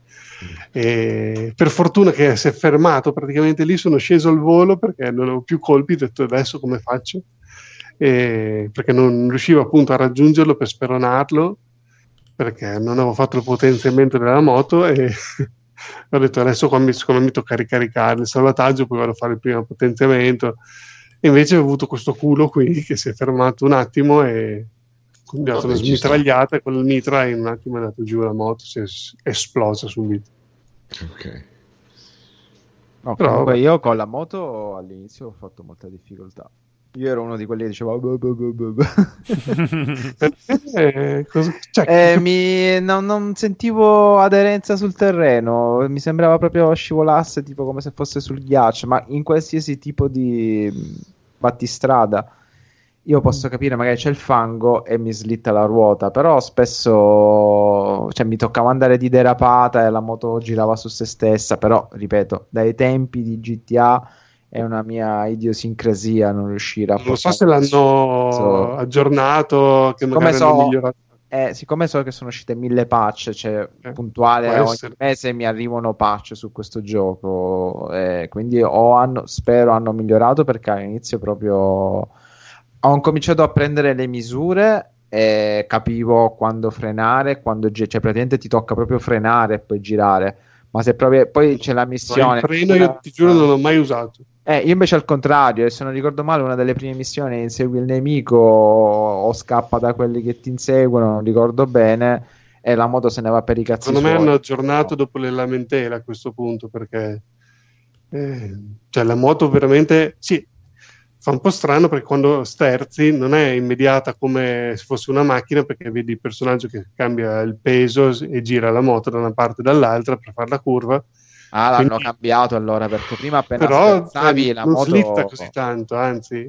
E per fortuna che si è fermato praticamente lì, sono sceso al volo perché non avevo più colpi, ho detto adesso come faccio? Perché non riuscivo appunto a raggiungerlo per speronarlo, perché non avevo fatto il potenziamento della moto, e ho detto adesso qua secondo me mi tocca ricaricare il salvataggio, poi vado a fare il primo potenziamento. E invece ho avuto questo culo qui che si è fermato un attimo e ho dato una smitragliata, e con il mitra in un attimo è andato giù la moto, si è esplosa subito. Ok. No, Però, comunque io con la moto all'inizio ho fatto molta difficoltà. Io ero uno di quelli che diceva non sentivo aderenza sul terreno, mi sembrava proprio scivolasse tipo come se fosse sul ghiaccio, ma in qualsiasi tipo di battistrada io posso capire, magari c'è il fango e mi slitta la ruota, però spesso mi toccava andare di derapata e la moto girava su se stessa, però ripeto, dai tempi di GTA è una mia idiosincrasia non riuscire a non so se l'hanno aggiornato, che magari hanno migliorato. Siccome so che sono uscite 1000 patch, puntuale ogni mese mi arrivano patch su questo gioco, quindi spero hanno migliorato, perché all'inizio proprio ho cominciato a prendere le misure e capivo quando frenare, praticamente ti tocca proprio frenare e poi girare. Ma se proprio poi c'è la missione, il freno io ti giuro non l'ho mai usato. Io invece al contrario, e se non ricordo male, una delle prime missioni è insegui il nemico o scappa da quelli che ti inseguono, non ricordo bene, e la moto se ne va per i cazzi Secondo me suoi. hanno aggiornato dopo le lamentele a questo punto, perché la moto veramente sì, fa un po' strano, perché quando sterzi non è immediata come se fosse una macchina, perché vedi il personaggio che cambia il peso e gira la moto da una parte e dall'altra per fare la curva. L'hanno cambiato allora, perché prima appena scherzavi la non moto slitta così tanto, anzi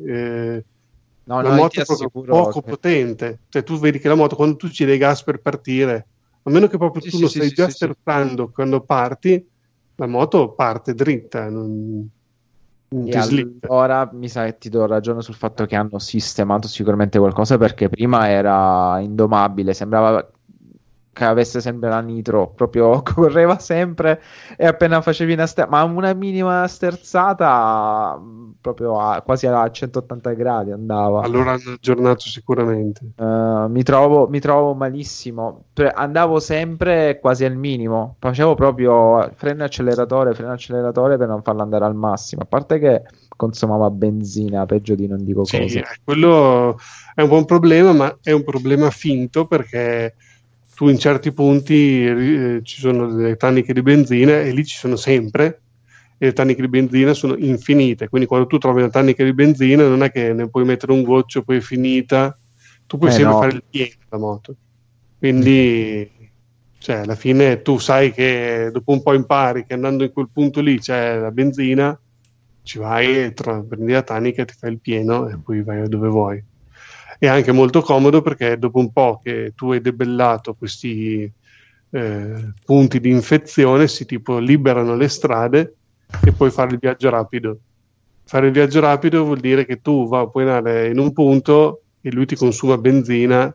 la moto è proprio poco potente, cioè tu vedi che la moto, quando tu ci dai gas per partire, a meno che proprio tu lo stai già sterzando quando parti, la moto parte dritta, non ti slitta. Allora mi sa che ti do ragione sul fatto che hanno sistemato sicuramente qualcosa, perché prima era indomabile, sembrava che avesse sempre la nitro, proprio correva sempre, e appena facevi una minima sterzata proprio quasi a 180 gradi andava. Allora hanno aggiornato sicuramente. Mi trovo malissimo, andavo sempre quasi al minimo, facevo proprio freno e acceleratore per non farlo andare al massimo, a parte che consumava benzina, peggio di non dico cosa. Sì, quello è un buon problema, ma è un problema finto, perché tu in certi punti ci sono delle taniche di benzina e lì ci sono sempre, e le taniche di benzina sono infinite, quindi quando tu trovi una tanica di benzina non è che ne puoi mettere un goccio poi è finita, tu puoi sempre fare il pieno della moto, quindi alla fine tu sai che dopo un po' impari che andando in quel punto lì c'è la benzina, ci vai e prendi la tanica, ti fai il pieno e poi vai dove vuoi. È anche molto comodo, perché dopo un po' che tu hai debellato questi punti di infezione si tipo liberano le strade e puoi fare il viaggio rapido. Fare il viaggio rapido vuol dire che tu puoi andare in un punto e lui ti consuma benzina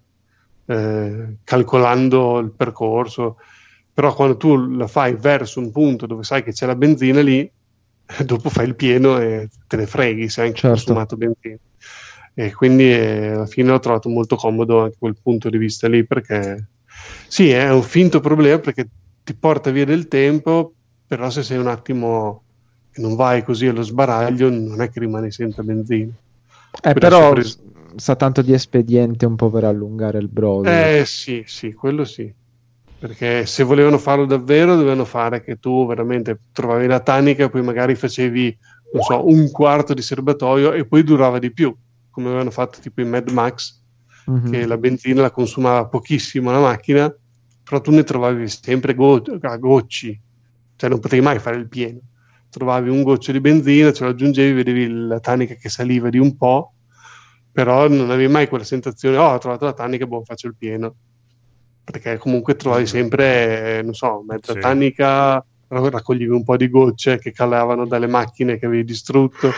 calcolando il percorso, però quando tu la fai verso un punto dove sai che c'è la benzina lì, dopo fai il pieno e te ne freghi se hai anche consumato benzina. E quindi alla fine ho trovato molto comodo anche quel punto di vista lì, perché sì, è un finto problema perché ti porta via del tempo, però se sei un attimo che non vai così allo sbaraglio non è che rimani senza benzina. Però sa tanto di espediente un po' per allungare il brodo. Sì, quello sì, perché se volevano farlo davvero dovevano fare che tu veramente trovavi la tanica e poi magari facevi, non so, un quarto di serbatoio e poi durava di più, come avevano fatto tipo in Mad Max, che la benzina la consumava pochissimo la macchina, però tu ne trovavi sempre a gocci, cioè non potevi mai fare il pieno, trovavi un goccio di benzina, ce lo aggiungevi, vedevi la tanica che saliva di un po', però non avevi mai quella sensazione, ho trovato la tanica, faccio il pieno, perché comunque trovavi sempre, non so, mezza tanica, raccoglievi un po' di gocce che calavano dalle macchine che avevi distrutto,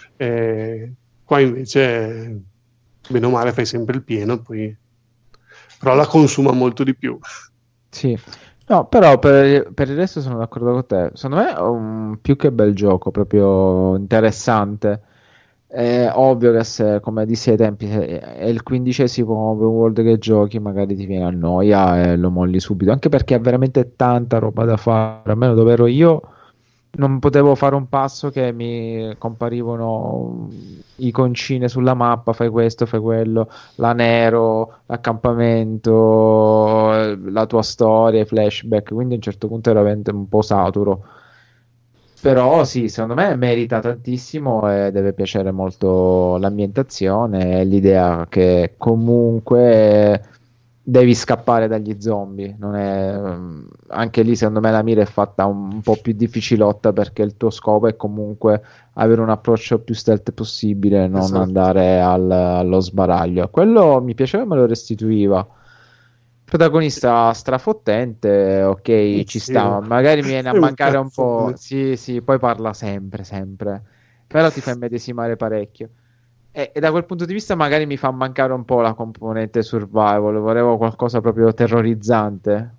qua invece bene o male fai sempre il pieno, poi però la consuma molto di più. Sì, no, però per il resto sono d'accordo con te. Secondo me è un più che bel gioco, proprio interessante. È ovvio che se, come dissi ai tempi, se è il 15° open world che giochi, magari ti viene a noia e lo molli subito, anche perché ha veramente tanta roba da fare. Almeno dove ero io non potevo fare un passo che mi comparivano iconcine sulla mappa, fai questo, fai quello, l'anero, l'accampamento, la tua storia, i flashback, quindi a un certo punto era veramente un po' saturo. Però sì, secondo me merita tantissimo e deve piacere molto l'ambientazione e l'idea che comunque devi scappare dagli zombie. Non è... Anche lì secondo me la mira è fatta un po' più difficilotta, perché il tuo scopo è comunque avere un approccio più stealth possibile, non andare allo sbaraglio. Quello mi piaceva, me lo restituiva. Protagonista strafottente, ok, ci sta, magari mi viene a mancare un po', sì, poi parla sempre, però ti fa immedesimare parecchio, e da quel punto di vista magari mi fa mancare un po' la componente survival, volevo qualcosa proprio terrorizzante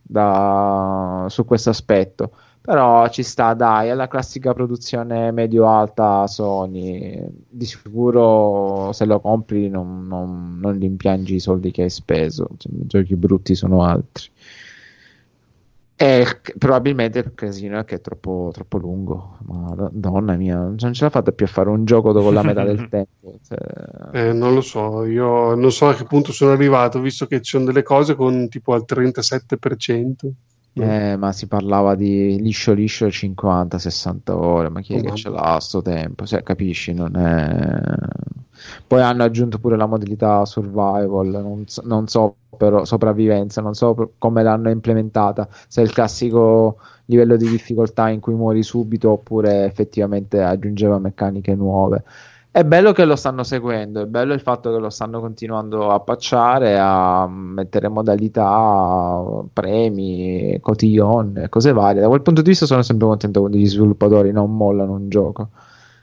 su questo aspetto, però ci sta, dai, è la classica produzione medio-alta Sony, di sicuro se lo compri non rimpiangi i soldi che hai speso, cioè, giochi brutti sono altri, e probabilmente il casino è che è troppo lungo, ma donna mia, non ce l'ha fatta più a fare un gioco con la metà del tempo, cioè... non lo so, io non so a che punto sono arrivato, visto che ci sono delle cose con tipo al 37%. Ma si parlava di liscio 50-60 ore, ma chi è che ce l'ha a sto tempo? Cioè, capisci, non è... Poi hanno aggiunto pure la modalità survival, non so però sopravvivenza, non so come l'hanno implementata, se è il classico livello di difficoltà in cui muori subito oppure effettivamente aggiungeva meccaniche nuove. È bello che lo stanno seguendo, è bello il fatto che lo stanno continuando a patchare, a mettere modalità, premi, cotillon, cose varie. Da quel punto di vista sono sempre contento quando gli sviluppatori non mollano un gioco.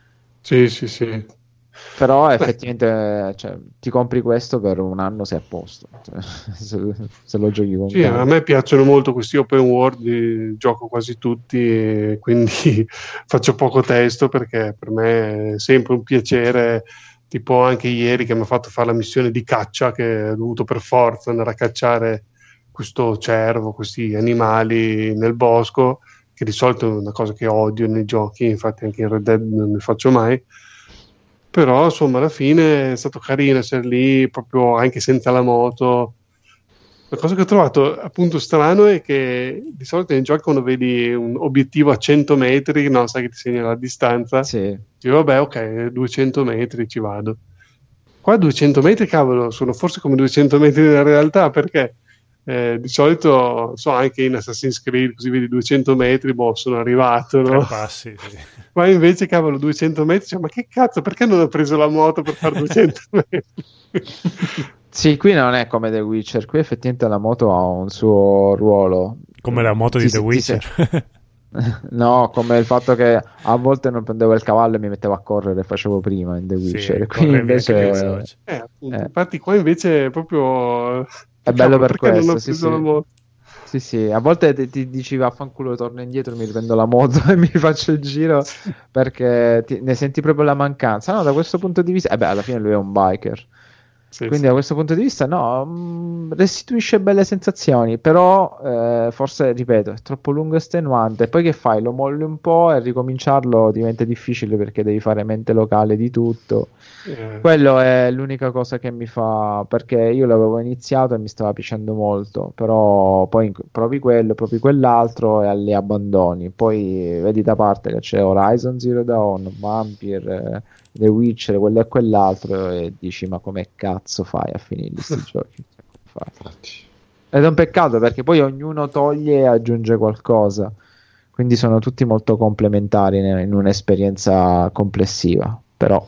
Sì. Però effettivamente, cioè, ti compri questo per un anno, sei a posto, cioè, se lo giochi con a me piacciono molto questi open world, gioco quasi tutti e quindi faccio poco testo, perché per me è sempre un piacere, tipo anche ieri che mi ha fatto fare la missione di caccia, che ho dovuto per forza andare a cacciare questo cervo, questi animali nel bosco, che di solito è una cosa che odio nei giochi, infatti anche in Red Dead non ne faccio mai. Però insomma alla fine è stato carino essere lì proprio anche senza la moto. La cosa che ho trovato appunto strano è che di solito nei giochi, quando vedi un obiettivo a 100 metri, no, sai che ti segna la distanza, dici vabbè, ok, 200 metri ci vado. Qua 200 metri, cavolo, sono forse come 200 metri nella realtà, perché di solito, so, anche in Assassin's Creed, così vedi 200 metri, sono arrivato, no? 3 passi, sì. Qua invece, cavolo, 200 metri, cioè, ma che cazzo, perché non ho preso la moto per fare 200 metri? Sì, qui non è come The Witcher, qui effettivamente la moto ha un suo ruolo. Come la moto di Sì, The sì, Witcher. No, come il fatto che a volte non prendevo il cavallo e mi mettevo a correre, facevo prima in The Sì, Witcher. Qui correvi anche invece più veloce. Appunto, infatti qua invece è proprio... è bello per perché non ho questo, sì, preso la sì. moto? Sì, sì, a volte ti dici vaffanculo, torno indietro, mi riprendo la moto e mi faccio il giro perché ne senti proprio la mancanza. No, da questo punto di vista, alla fine lui è un biker. Sì, Quindi sì. da questo punto di vista no, restituisce belle sensazioni, però forse, ripeto, è troppo lungo e estenuante. Poi che fai? Lo molli un po' e ricominciarlo diventa difficile perché devi fare mente locale di tutto. Quello è l'unica cosa che mi fa, perché io l'avevo iniziato e mi stava piacendo molto, però poi provi quello, provi quell'altro e li abbandoni. Poi vedi da parte che c'è Horizon Zero Dawn, Vampire, The Witcher, quello e quell'altro e dici ma come cazzo fai a finire questi giochi? Ed è un peccato perché poi ognuno toglie e aggiunge qualcosa, quindi sono tutti molto complementari in un'esperienza complessiva. Però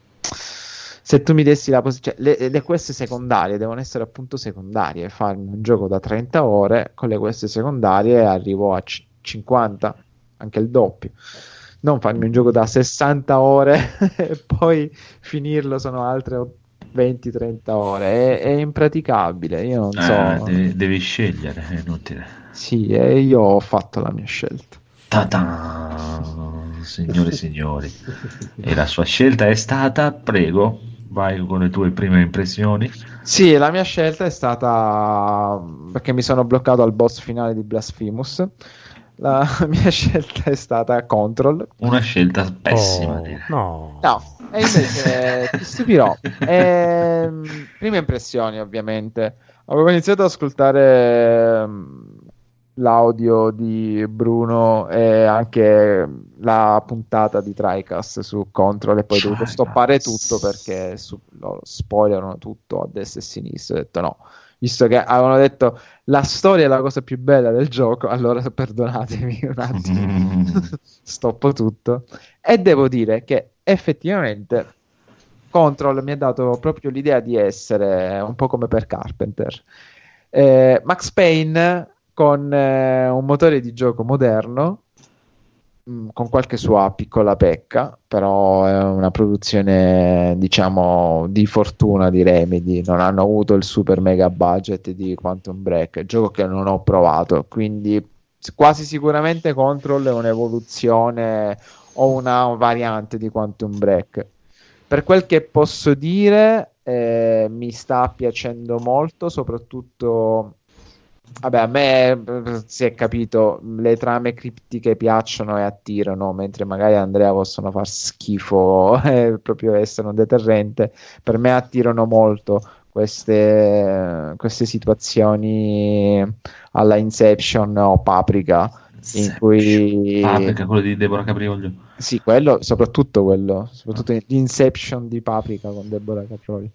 se tu mi dessi la posizione, le quest secondarie devono essere appunto secondarie, farmi un gioco da 30 ore con le quest secondarie arrivo a 50, anche il doppio. Non farmi un gioco da 60 ore e poi finirlo sono altre 20-30 ore. È impraticabile. Io non so. Devi scegliere, è inutile. Sì, e io ho fatto la mia scelta. Ta-ta! Signore e signori. E la sua scelta è stata, prego, vai con le tue prime impressioni. Sì, la mia scelta è stata perché mi sono bloccato al boss finale di Blasphemous. La mia scelta è stata Control. Una scelta pessima. No. E invece ti stupirò. Prime impressioni, ovviamente. Avevo iniziato ad ascoltare l'audio di Bruno e anche la puntata di TriCast su Control e poi ho dovuto stoppare tutto perché lo spoilerano tutto a destra e a sinistra. Ho detto no. Visto che avevano detto la storia è la cosa più bella del gioco, allora perdonatemi un attimo, stoppo tutto. E devo dire che effettivamente Control mi ha dato proprio l'idea di essere un po' come per Carpenter. Max Payne con un motore di gioco moderno, con qualche sua piccola pecca, però è una produzione diciamo di fortuna di Remedy, non hanno avuto il super mega budget di Quantum Break, gioco che non ho provato, quindi quasi sicuramente Control è un'evoluzione o una variante di Quantum Break. Per quel che posso dire mi sta piacendo molto, soprattutto vabbè, a me si è capito, le trame criptiche piacciono e attirano, mentre magari a Andrea possono far schifo e proprio essere un deterrente. Per me attirano molto queste situazioni alla Inception o Paprika, in cui Paprika, quello di Deborah Caprioglio. sì, soprattutto l'Inception di Paprika con Deborah Caprioglio.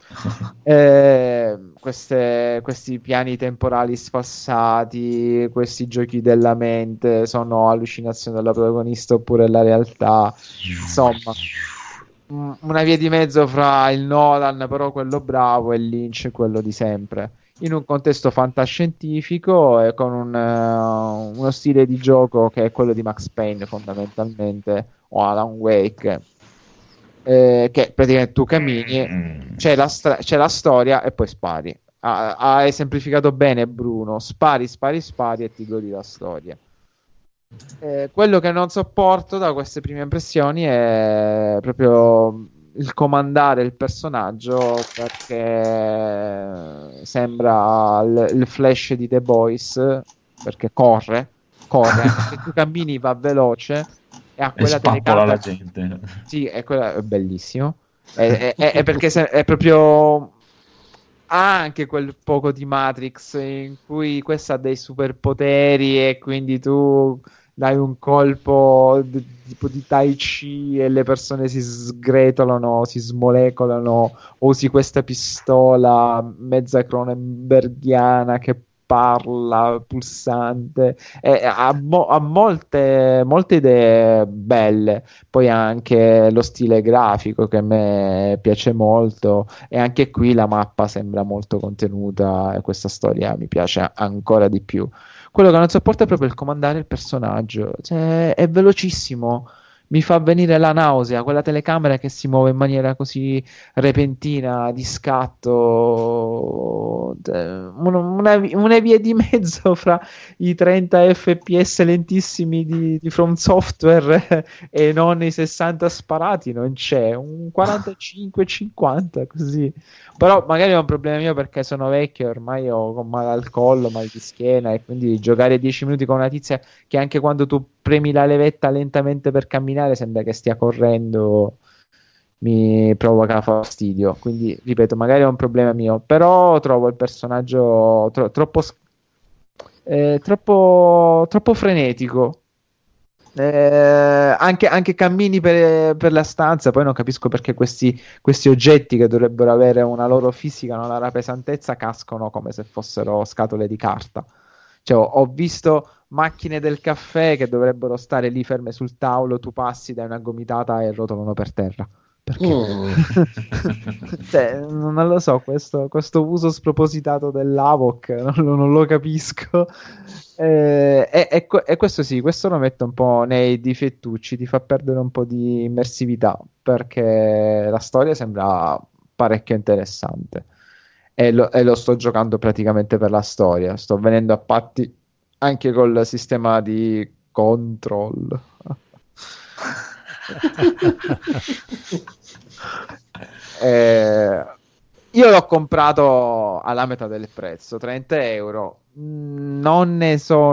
Questi piani temporali sfassati, questi giochi della mente, sono allucinazioni della protagonista oppure la realtà, insomma una via di mezzo fra il Nolan però quello bravo e il Lynch quello di sempre, in un contesto fantascientifico e con uno stile di gioco che è quello di Max Payne fondamentalmente, o Alan Wake, che praticamente tu cammini, c'è la storia e poi spari. Ha esemplificato bene Bruno, spari e ti godi la storia. Quello che non sopporto da queste prime impressioni è proprio il comandare il personaggio, perché sembra il Flash di The Boys, perché corre se tu cammini va veloce e ha quella spappola la gente. sì, è bellissimo, è perché è proprio ha anche quel poco di Matrix in cui questa ha dei superpoteri e quindi tu dai un colpo tipo di Tai Chi e le persone si sgretolano, si smolecolano, usi questa pistola mezza cronenberghiana che parla, pulsante, ha molte idee belle, poi anche lo stile grafico che a me piace molto e anche qui la mappa sembra molto contenuta e questa storia mi piace ancora di più. quello che non sopporto è proprio il comandare il personaggio, cioè è velocissimo, mi fa venire la nausea, quella telecamera che si muove in maniera così repentina, di scatto, una via di mezzo fra i 30 fps lentissimi di From Software e non i 60 sparati, non c'è, un 45-50 così. Però magari è un problema mio perché sono vecchio, ormai ho male al collo, mal di schiena, e quindi giocare 10 minuti con una tizia che anche quando tu premi la levetta lentamente per camminare sembra che stia correndo, mi provoca fastidio. Quindi ripeto, magari è un problema mio, però trovo il personaggio troppo frenetico. Anche cammini per la stanza, poi non capisco perché questi oggetti che dovrebbero avere una loro fisica, una loro pesantezza, cascano come se fossero scatole di carta. Cioè, ho visto macchine del caffè che dovrebbero stare lì ferme sul tavolo, tu passi, dai una gomitata e rotolano per terra. Perché? Cioè, non lo so, questo uso spropositato dell'Avoc non lo capisco. E questo sì, questo lo metto un po' nei difettucci, ti fa perdere un po' di immersività, perché la storia sembra parecchio interessante e lo sto giocando praticamente per la storia, sto venendo a patti anche col sistema di control. Io l'ho comprato alla metà del prezzo, 30 euro. Non ne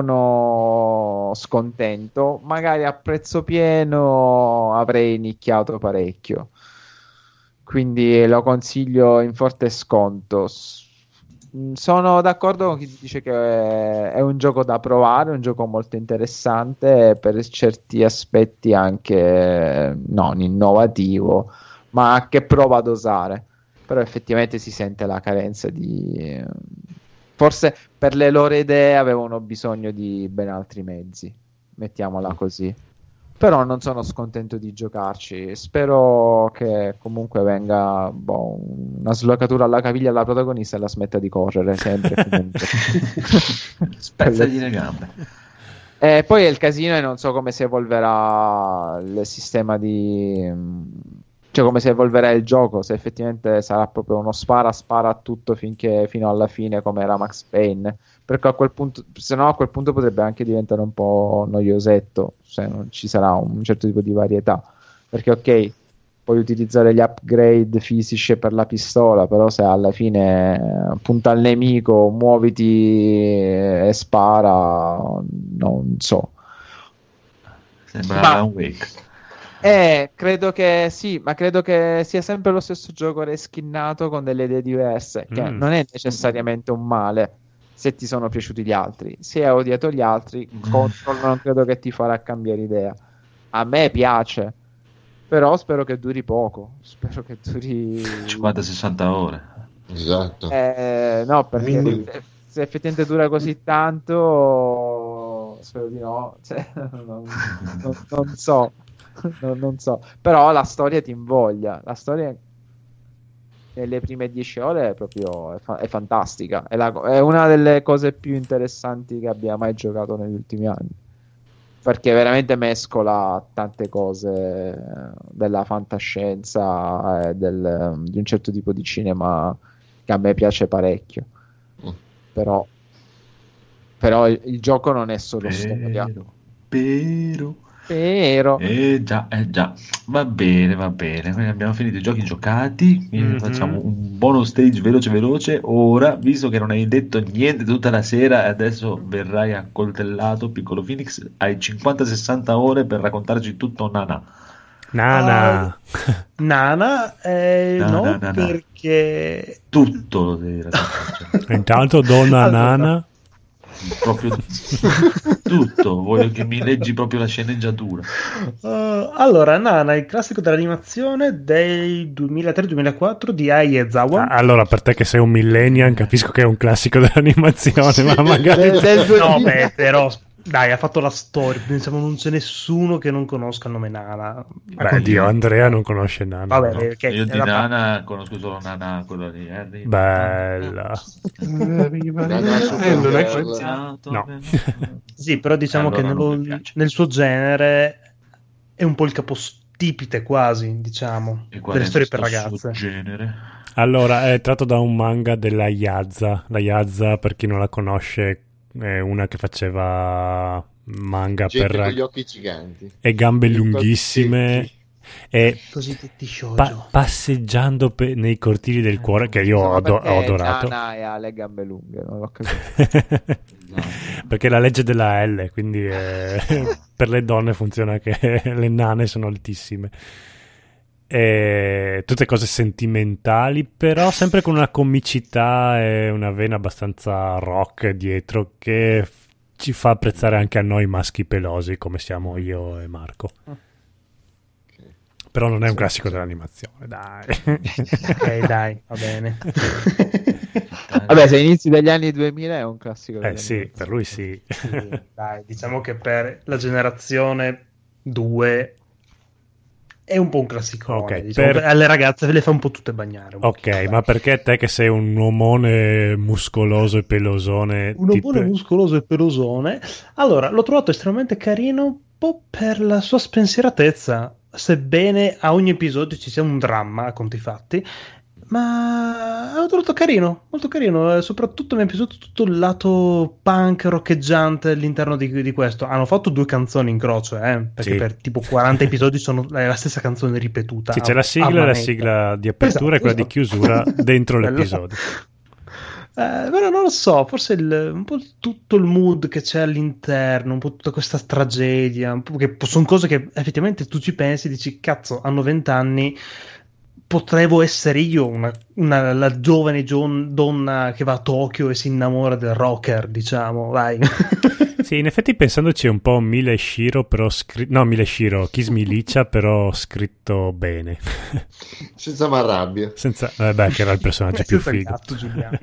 sono scontento, magari a prezzo pieno avrei nicchiato parecchio, quindi lo consiglio in forte sconto. Sono d'accordo con chi dice che è un gioco da provare, un gioco molto interessante, per certi aspetti anche non innovativo, ma che prova ad osare. Però effettivamente si sente la carenza di... Forse per le loro idee avevano bisogno di ben altri mezzi, mettiamola così. Però non sono scontento di giocarci. Spero che comunque venga una sloccatura alla caviglia alla protagonista e la smetta di correre sempre. Spezzagli le gambe. E poi è il casino e non so come si evolverà il sistema di... Cioè come si evolverà il gioco, se effettivamente sarà proprio uno spara a tutto fino alla fine come era Max Payne, perché a quel punto, se no a quel punto potrebbe anche diventare un po' noiosetto se non ci sarà un certo tipo di varietà, perché ok, puoi utilizzare gli upgrade fisici per la pistola, però se alla fine punta al nemico, muoviti e spara, non so. Sembra Alan Wake. Credo che sì, ma credo che sia sempre lo stesso gioco reskinnato con delle idee diverse, che non è necessariamente un male se ti sono piaciuti gli altri. Se hai odiato gli altri, Control non credo che ti farà cambiare idea. A me piace, però spero che duri poco, spero che duri 50-60 ore. Esatto. No, perché se effettivamente dura così tanto, spero di no, cioè, non so. Non so, però la storia ti invoglia. La storia nelle prime 10 ore è proprio è fantastica. È una delle cose più interessanti che abbia mai giocato negli ultimi anni, perché veramente mescola tante cose della fantascienza e di un certo tipo di cinema che a me piace parecchio. Però il gioco non è solo storia. Vero. Già. Va bene. Quindi abbiamo finito i giochi giocati. Facciamo un bonus stage veloce. Ora, visto che non hai detto niente tutta la sera e adesso verrai accoltellato, piccolo Phoenix, hai 50-60 ore per raccontarci tutto. Nana, no, perché tutto lo devi raccontare. Intanto donna allora. Nana proprio tutto, voglio che mi leggi proprio la sceneggiatura. Allora, Nana, il classico dell'animazione dei 2003-2004 di Ai Ezawa. Allora, per te che sei un millennial, capisco che è un classico dell'animazione, ma magari no, beh, però Dai, ha fatto la storia. Pensavo non c'è nessuno che non conosca il nome Nana. Beh, Dio, Andrea non conosce Nana. Vabbè, no? che Io di Nana conosco solo Nana, quello lì. Bella. Non è questo. No. Sì, però diciamo Allora che non mi piace. nel suo genere è un po' il capostipite quasi, diciamo, E qual delle è storie per questo ragazze. genere? Allora, è tratto da un manga della Yaza. La Yaza, per chi non la conosce, è una che faceva manga Gente con per gli occhi giganti. e gambe Gli lunghissime e Cosiddetti shoujo. passeggiando nei cortili del cuore, che io ho adorato. Nana e ha le gambe lunghe, non l'ho capito. Perché è la legge della L, quindi per le donne funziona che le nane sono altissime. E tutte cose sentimentali, però sempre con una comicità e una vena abbastanza rock dietro che ci fa apprezzare anche a noi maschi pelosi come siamo io e Marco. Però non è un classico dell'animazione, dai. Ok, dai, va bene. Vabbè, se inizi dagli anni 2000 è un classico. Sì, per lui sì. Sì, dai, diciamo che per la generazione 2 è un po' un classicone. Ok, Diciamo, alle ragazze le fa un po' tutte bagnare. Ok, ma perché te che sei un uomone muscoloso e pelosone? Un buon muscoloso e pelosone. Allora, l'ho trovato estremamente carino un po' per la sua spensieratezza, sebbene a ogni episodio ci sia un dramma a conti fatti, ma l'ho trovato carino, molto carino, soprattutto mi è piaciuto tutto il lato punk roccheggiante all'interno di questo. Hanno fatto 2 canzoni in croce, perché Sì. per tipo 40 episodi è la stessa canzone ripetuta. Sì, c'è la sigla, la sigla di apertura e quella di chiusura dentro l'episodio. Però non lo so, forse un po' tutto il mood che c'è all'interno, un po' tutta questa tragedia, un po' che sono cose che effettivamente tu ci pensi e dici, cazzo, hanno 20 anni, potevo essere io la giovane donna che va a Tokyo e si innamora del rocker, diciamo, vai. Sì, in effetti pensandoci è un po' Mile Shiro, però Kiss Me Licia, però scritto bene. Senza m'arrabbia. Beh, che era il personaggio più Senza il figo. gatto, Giuliano.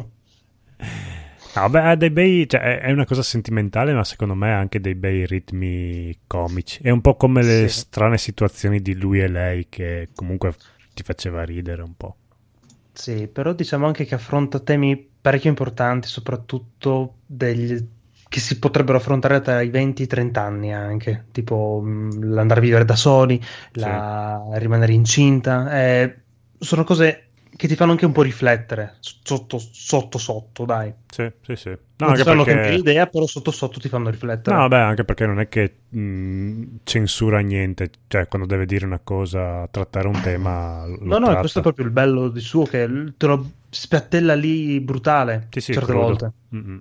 No, beh, ha dei bei, cioè, è una cosa sentimentale, ma secondo me ha anche dei bei ritmi comici. È un po' come le strane situazioni di lui e lei, che comunque ti faceva ridere un po'. Sì, però diciamo anche che affronta temi parecchio importanti, soprattutto che si potrebbero affrontare tra i 20 e i 30 anni anche, tipo l'andare a vivere da soli, rimanere incinta. Sono cose che ti fanno anche un po' riflettere sotto, dai. Sì. No, Non anche ti fanno perché... cambiare idea, però sotto ti fanno riflettere. No, beh, anche perché non è che censura niente, cioè quando deve dire una cosa, trattare un tema, lo No, tratta. questo è proprio il bello di suo, che te lo spiattella lì brutale, Sì, certe crudo. volte. Mm-mm.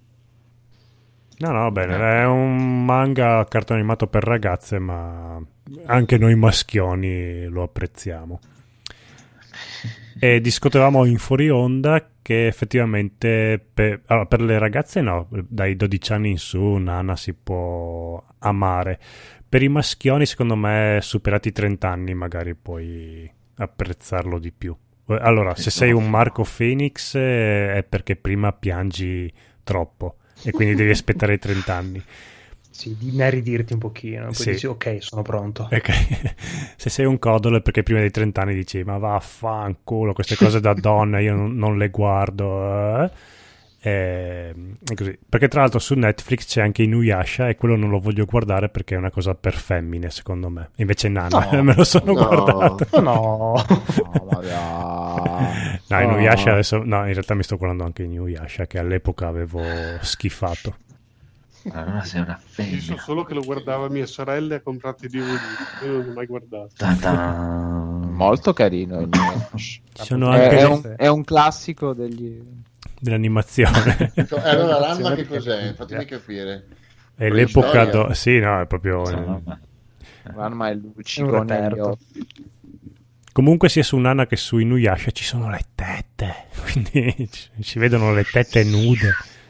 No, bene, è un manga cartone animato per ragazze, ma anche noi maschioni lo apprezziamo. E discutevamo in fuori onda che effettivamente per le ragazze no, dai 12 anni in su Nana si può amare. Per i maschioni secondo me superati i 30 anni magari puoi apprezzarlo di più. Allora, se sei un Marco Phoenix è perché prima piangi troppo e quindi devi aspettare i 30 anni. Sì, di inaridirti un pochino, poi Sì. dici ok, sono pronto. Ok. Se sei un codolo è perché prima dei 30 anni dici ma vaffanculo, queste cose da donna io non le guardo. E così. Perché tra l'altro su Netflix c'è anche Inuyasha e quello non lo voglio guardare perché è una cosa per femmine secondo me. Invece Nana me lo sono guardato. No. No, Inuyasha adesso no, in realtà mi sto guardando anche Inuyasha che all'epoca avevo schifato. Allora sei una Io femmina. so solo che lo guardava mia sorella e ha comprato i DVD. Io non l'ho mai guardato. Ta-ta. Molto carino. Ci sono anche È un classico dell'animazione. Allora Ranma che cos'è? Fatemi capire. È l'epoca storia? sì, no, è proprio Ranma è È un lucicone agli reperto. occhi. comunque sia su Nana che su Inuyasha ci sono le tette, quindi si vedono le tette nude.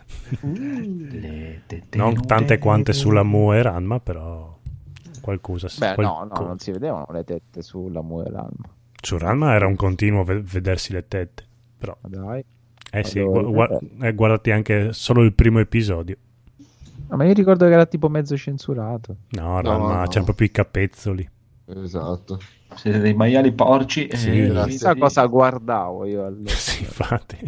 Le tette Non nude. tante quante sulla Mu e Ranma, però qualcosa. Beh, no, non si vedevano le tette sulla Mu e Ranma. Su Ranma era un continuo vedersi le tette, però Ma dai. sì, Allora, guardati anche solo il primo episodio. Ma io ricordo che era tipo mezzo censurato. No, No, ma no. c'erano proprio i capezzoli. Esatto. Siete dei maiali porci. Sì, grazie. Chissà cosa guardavo io allora. Sì, infatti.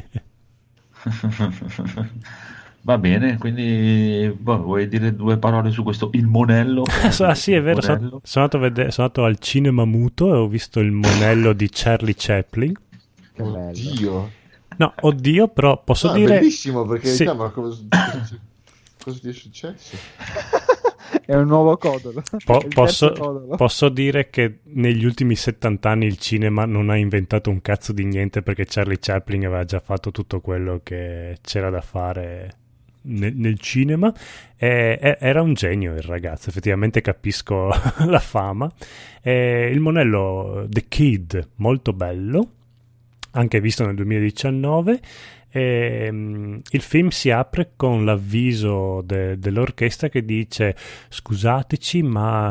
Va bene, quindi vuoi dire due parole su questo Il Monello? Ah, sì, è vero. Monello? Sono andato al cinema muto e ho visto il monello di Charlie Chaplin. Che bello. Oddio. No, oddio, però posso dire... Bellissimo, perché Sì. ma cosa ti è successo? È un nuovo codolo. Po- Il posso, terzo codolo. posso dire che negli ultimi 70 anni il cinema non ha inventato un cazzo di niente, perché Charlie Chaplin aveva già fatto tutto quello che c'era da fare nel cinema. Era un genio il ragazzo, effettivamente capisco la fama. Il monello The Kid, molto bello, anche visto nel 2019. Il film si apre con l'avviso dell'orchestra che dice: scusateci, ma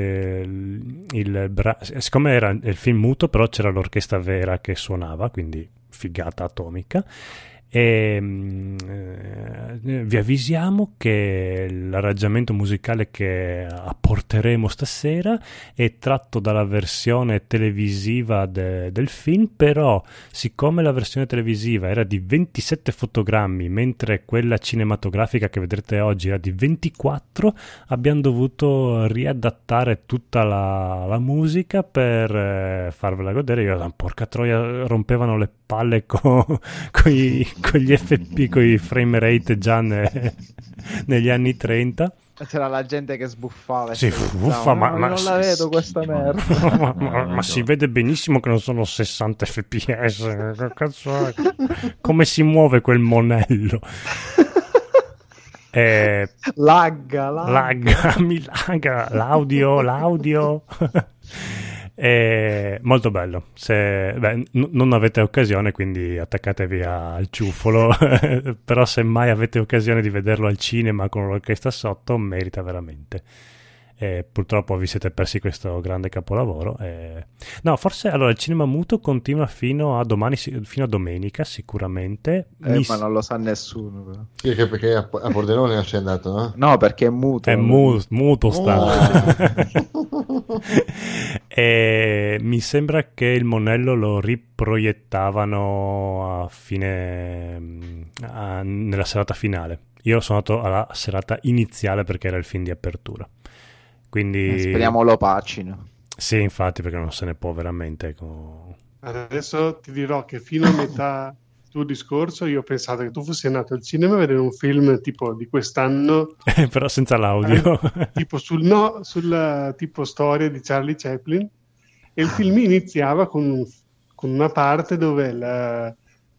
siccome era il film muto, però c'era l'orchestra vera che suonava, quindi figata atomica. Vi avvisiamo che l'arrangiamento musicale che apporteremo stasera è tratto dalla versione televisiva del film, però siccome la versione televisiva era di 27 fotogrammi mentre quella cinematografica che vedrete oggi era di 24, abbiamo dovuto riadattare tutta la musica per farvela godere. Io, porca troia, rompevano le palle con gli FP, con i frame rate già negli anni 30. C'era la gente che sbuffava. Sì, uffa, ma non la vedo questa merda. ma si vede benissimo che non sono 60 fps. Che cazzo è? Come si muove quel monello? Lagga. Mi lagga l'audio. Molto bello. Non avete occasione, quindi attaccatevi al ciuffolo. Però se mai avete occasione di vederlo al cinema con l'orchestra sotto, merita veramente. Purtroppo vi siete persi questo grande capolavoro. No, forse allora il cinema muto continua fino a domani, fino a domenica sicuramente. Ma non lo sa nessuno, però. Sì, perché a Pordenone non sei andato, no? No, perché è muto. È muto sta. E mi sembra che il monello lo riproiettavano nella serata finale. Io sono andato alla serata iniziale perché era il film di apertura. Quindi Speriamo lo paccino. sì, infatti, perché non se ne può veramente. Adesso ti dirò che fino a metà tuo discorso io ho pensato che tu fossi andato al cinema a vedere un film tipo di quest'anno, però senza l'audio. tipo sulla tipo storia di Charlie Chaplin, e il film iniziava con una parte dove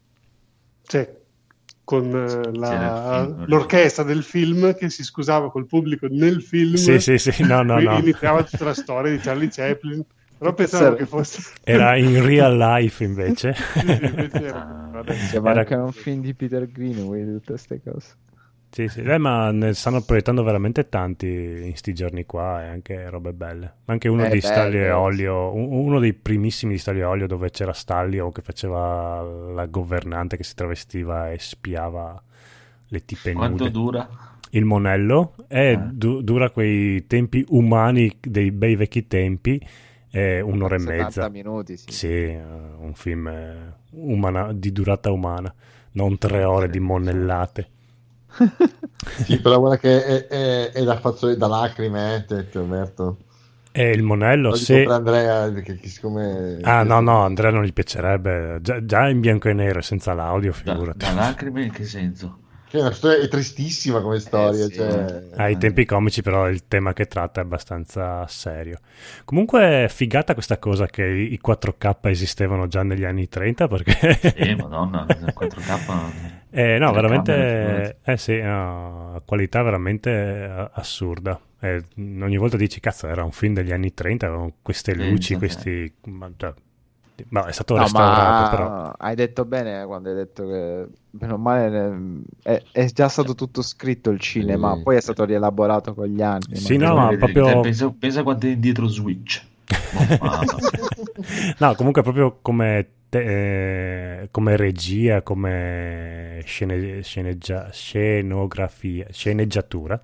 l'orchestra del film che si scusava col pubblico nel film. Sì, no. Iniziava tutta la storia di Charlie Chaplin, però pensavo che fosse era in real life invece. invece era anche un film di Peter Greenaway, tutte queste cose. Sì, ma ne stanno proiettando veramente tanti in sti giorni qua, e anche robe belle. Anche uno di Stanlio e Olio, uno dei primissimi di Stanlio e Olio, dove c'era Stanlio che faceva la governante che si travestiva e spiava le tipe nude. Quanto dura? Il monello dura quei tempi umani, dei bei vecchi tempi, un'ora e mezza. 70 minuti, sì. Sì, un film di durata umana, non 3 ore di monellate. Sì, però guarda che è da fazzoletto, da lacrime, Roberto. Il monello, sì. se Andrea, perché siccome no, Andrea non gli piacerebbe, già in bianco e nero senza l'audio, figurati. Da lacrime in che senso? Che è una storia, è tristissima come storia, sì. Ai tempi comici, però il tema che tratta è abbastanza serio. Comunque è figata questa cosa che i 4K esistevano già negli anni 30, perché Madonna, il 4K no, veramente sì, qualità veramente assurda. Ogni volta dici, cazzo, era un film degli anni 30, avevano queste luci, questi ma è stato restaurato, però hai detto bene quando hai detto che meno male è già stato tutto scritto il cinema, poi è stato rielaborato con gli anni. Sì, ma proprio pensa quanto è indietro Switch. No, comunque proprio come come regia, come scenografia, sceneggiatura,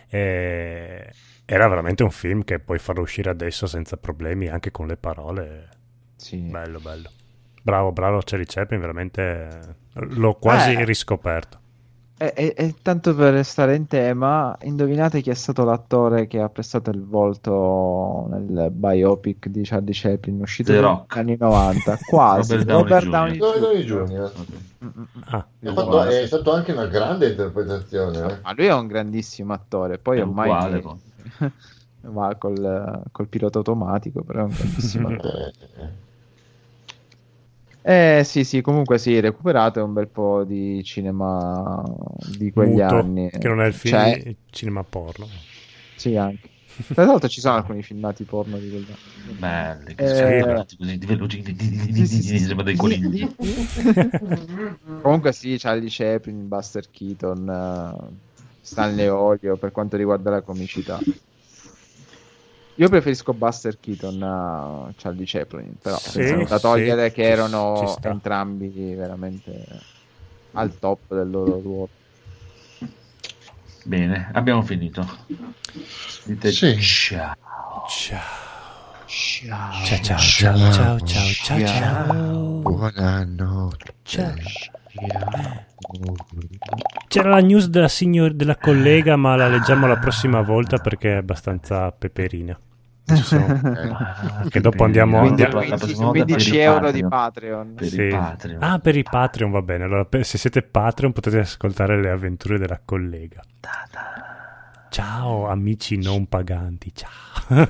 era veramente un film che puoi farlo uscire adesso senza problemi, anche con le parole. Sì. Bello. Bravo Charlie Chaplin, veramente l'ho quasi riscoperto. E tanto per restare in tema, indovinate chi è stato l'attore che ha prestato il volto nel biopic di Charlie Chaplin uscito The negli Rock. anni 90? Quasi, Robert Downey Downey Jr. Jr. È stato anche una grande interpretazione. Ma lui è un grandissimo attore, poi È ormai uguale, poi. va col pilota automatico, però è un grandissimo attore. Sì, comunque sì, recuperato un bel po' di cinema di quegli Muto, anni. che non è il film, Cioè, di cinema porno. sì, anche. Tra l'altro ci sono alcuni filmati porno di quegli anni. Belli, così, di velocini, sembra dei conigli. Comunque sì, Charlie Chaplin, Buster Keaton, Stanley Olio per quanto riguarda la comicità. Io preferisco Buster Keaton a Charlie Chaplin, però da togliere che erano entrambi veramente al top del loro ruolo. Bene, abbiamo finito. Dite ciao. Ciao. Buonanotte. Ciao. C'era la news della collega, ma la leggiamo la prossima volta perché è abbastanza peperina. Che dopo andiamo 15 euro di Patreon. Per i Patreon. Per i Patreon va bene. Allora, se siete Patreon potete ascoltare le avventure della collega. Ciao amici non paganti. Ciao.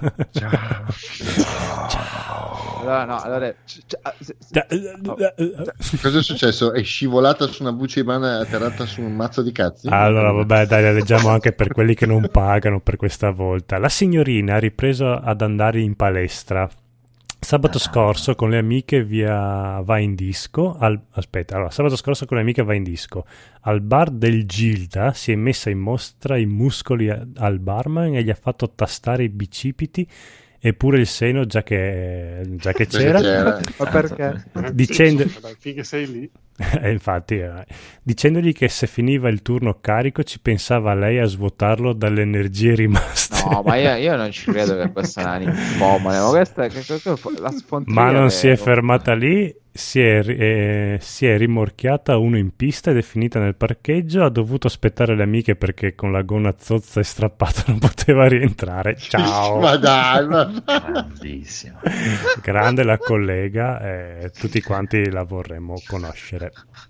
Cosa è successo? È scivolata su una buccia di banana e è atterrata su un mazzo di cazzi? Allora, vabbè, dai, la leggiamo anche per quelli che non pagano per questa volta. La signorina ha ripreso ad andare in palestra. Sabato scorso con le amiche va in disco. Sabato scorso con le amiche va in disco. Al bar del Gilda si è messa in mostra i muscoli al barman e gli ha fatto tastare i bicipiti e pure il seno già che c'era. Ma perché? Dicendo Finché sei lì. Infatti, dicendogli che se finiva il turno carico ci pensava lei a svuotarlo dalle energie rimaste. No, ma io non ci credo che questa è una ninfomane, ma questa è la spontanea. Ma non si è fermata lì, si è rimorchiata uno in pista ed è finita nel parcheggio. Ha dovuto aspettare le amiche perché con la gonna zozza e strappata non poteva rientrare. Ciao. Ma dai, grandissimo. Grande la collega, tutti quanti la vorremmo conoscere.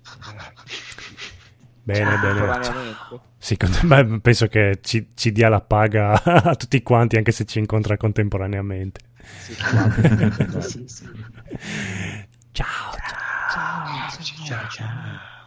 Bene. Sì, penso che ci dia la paga a tutti quanti, anche se ci incontra contemporaneamente. Sì. Ciao.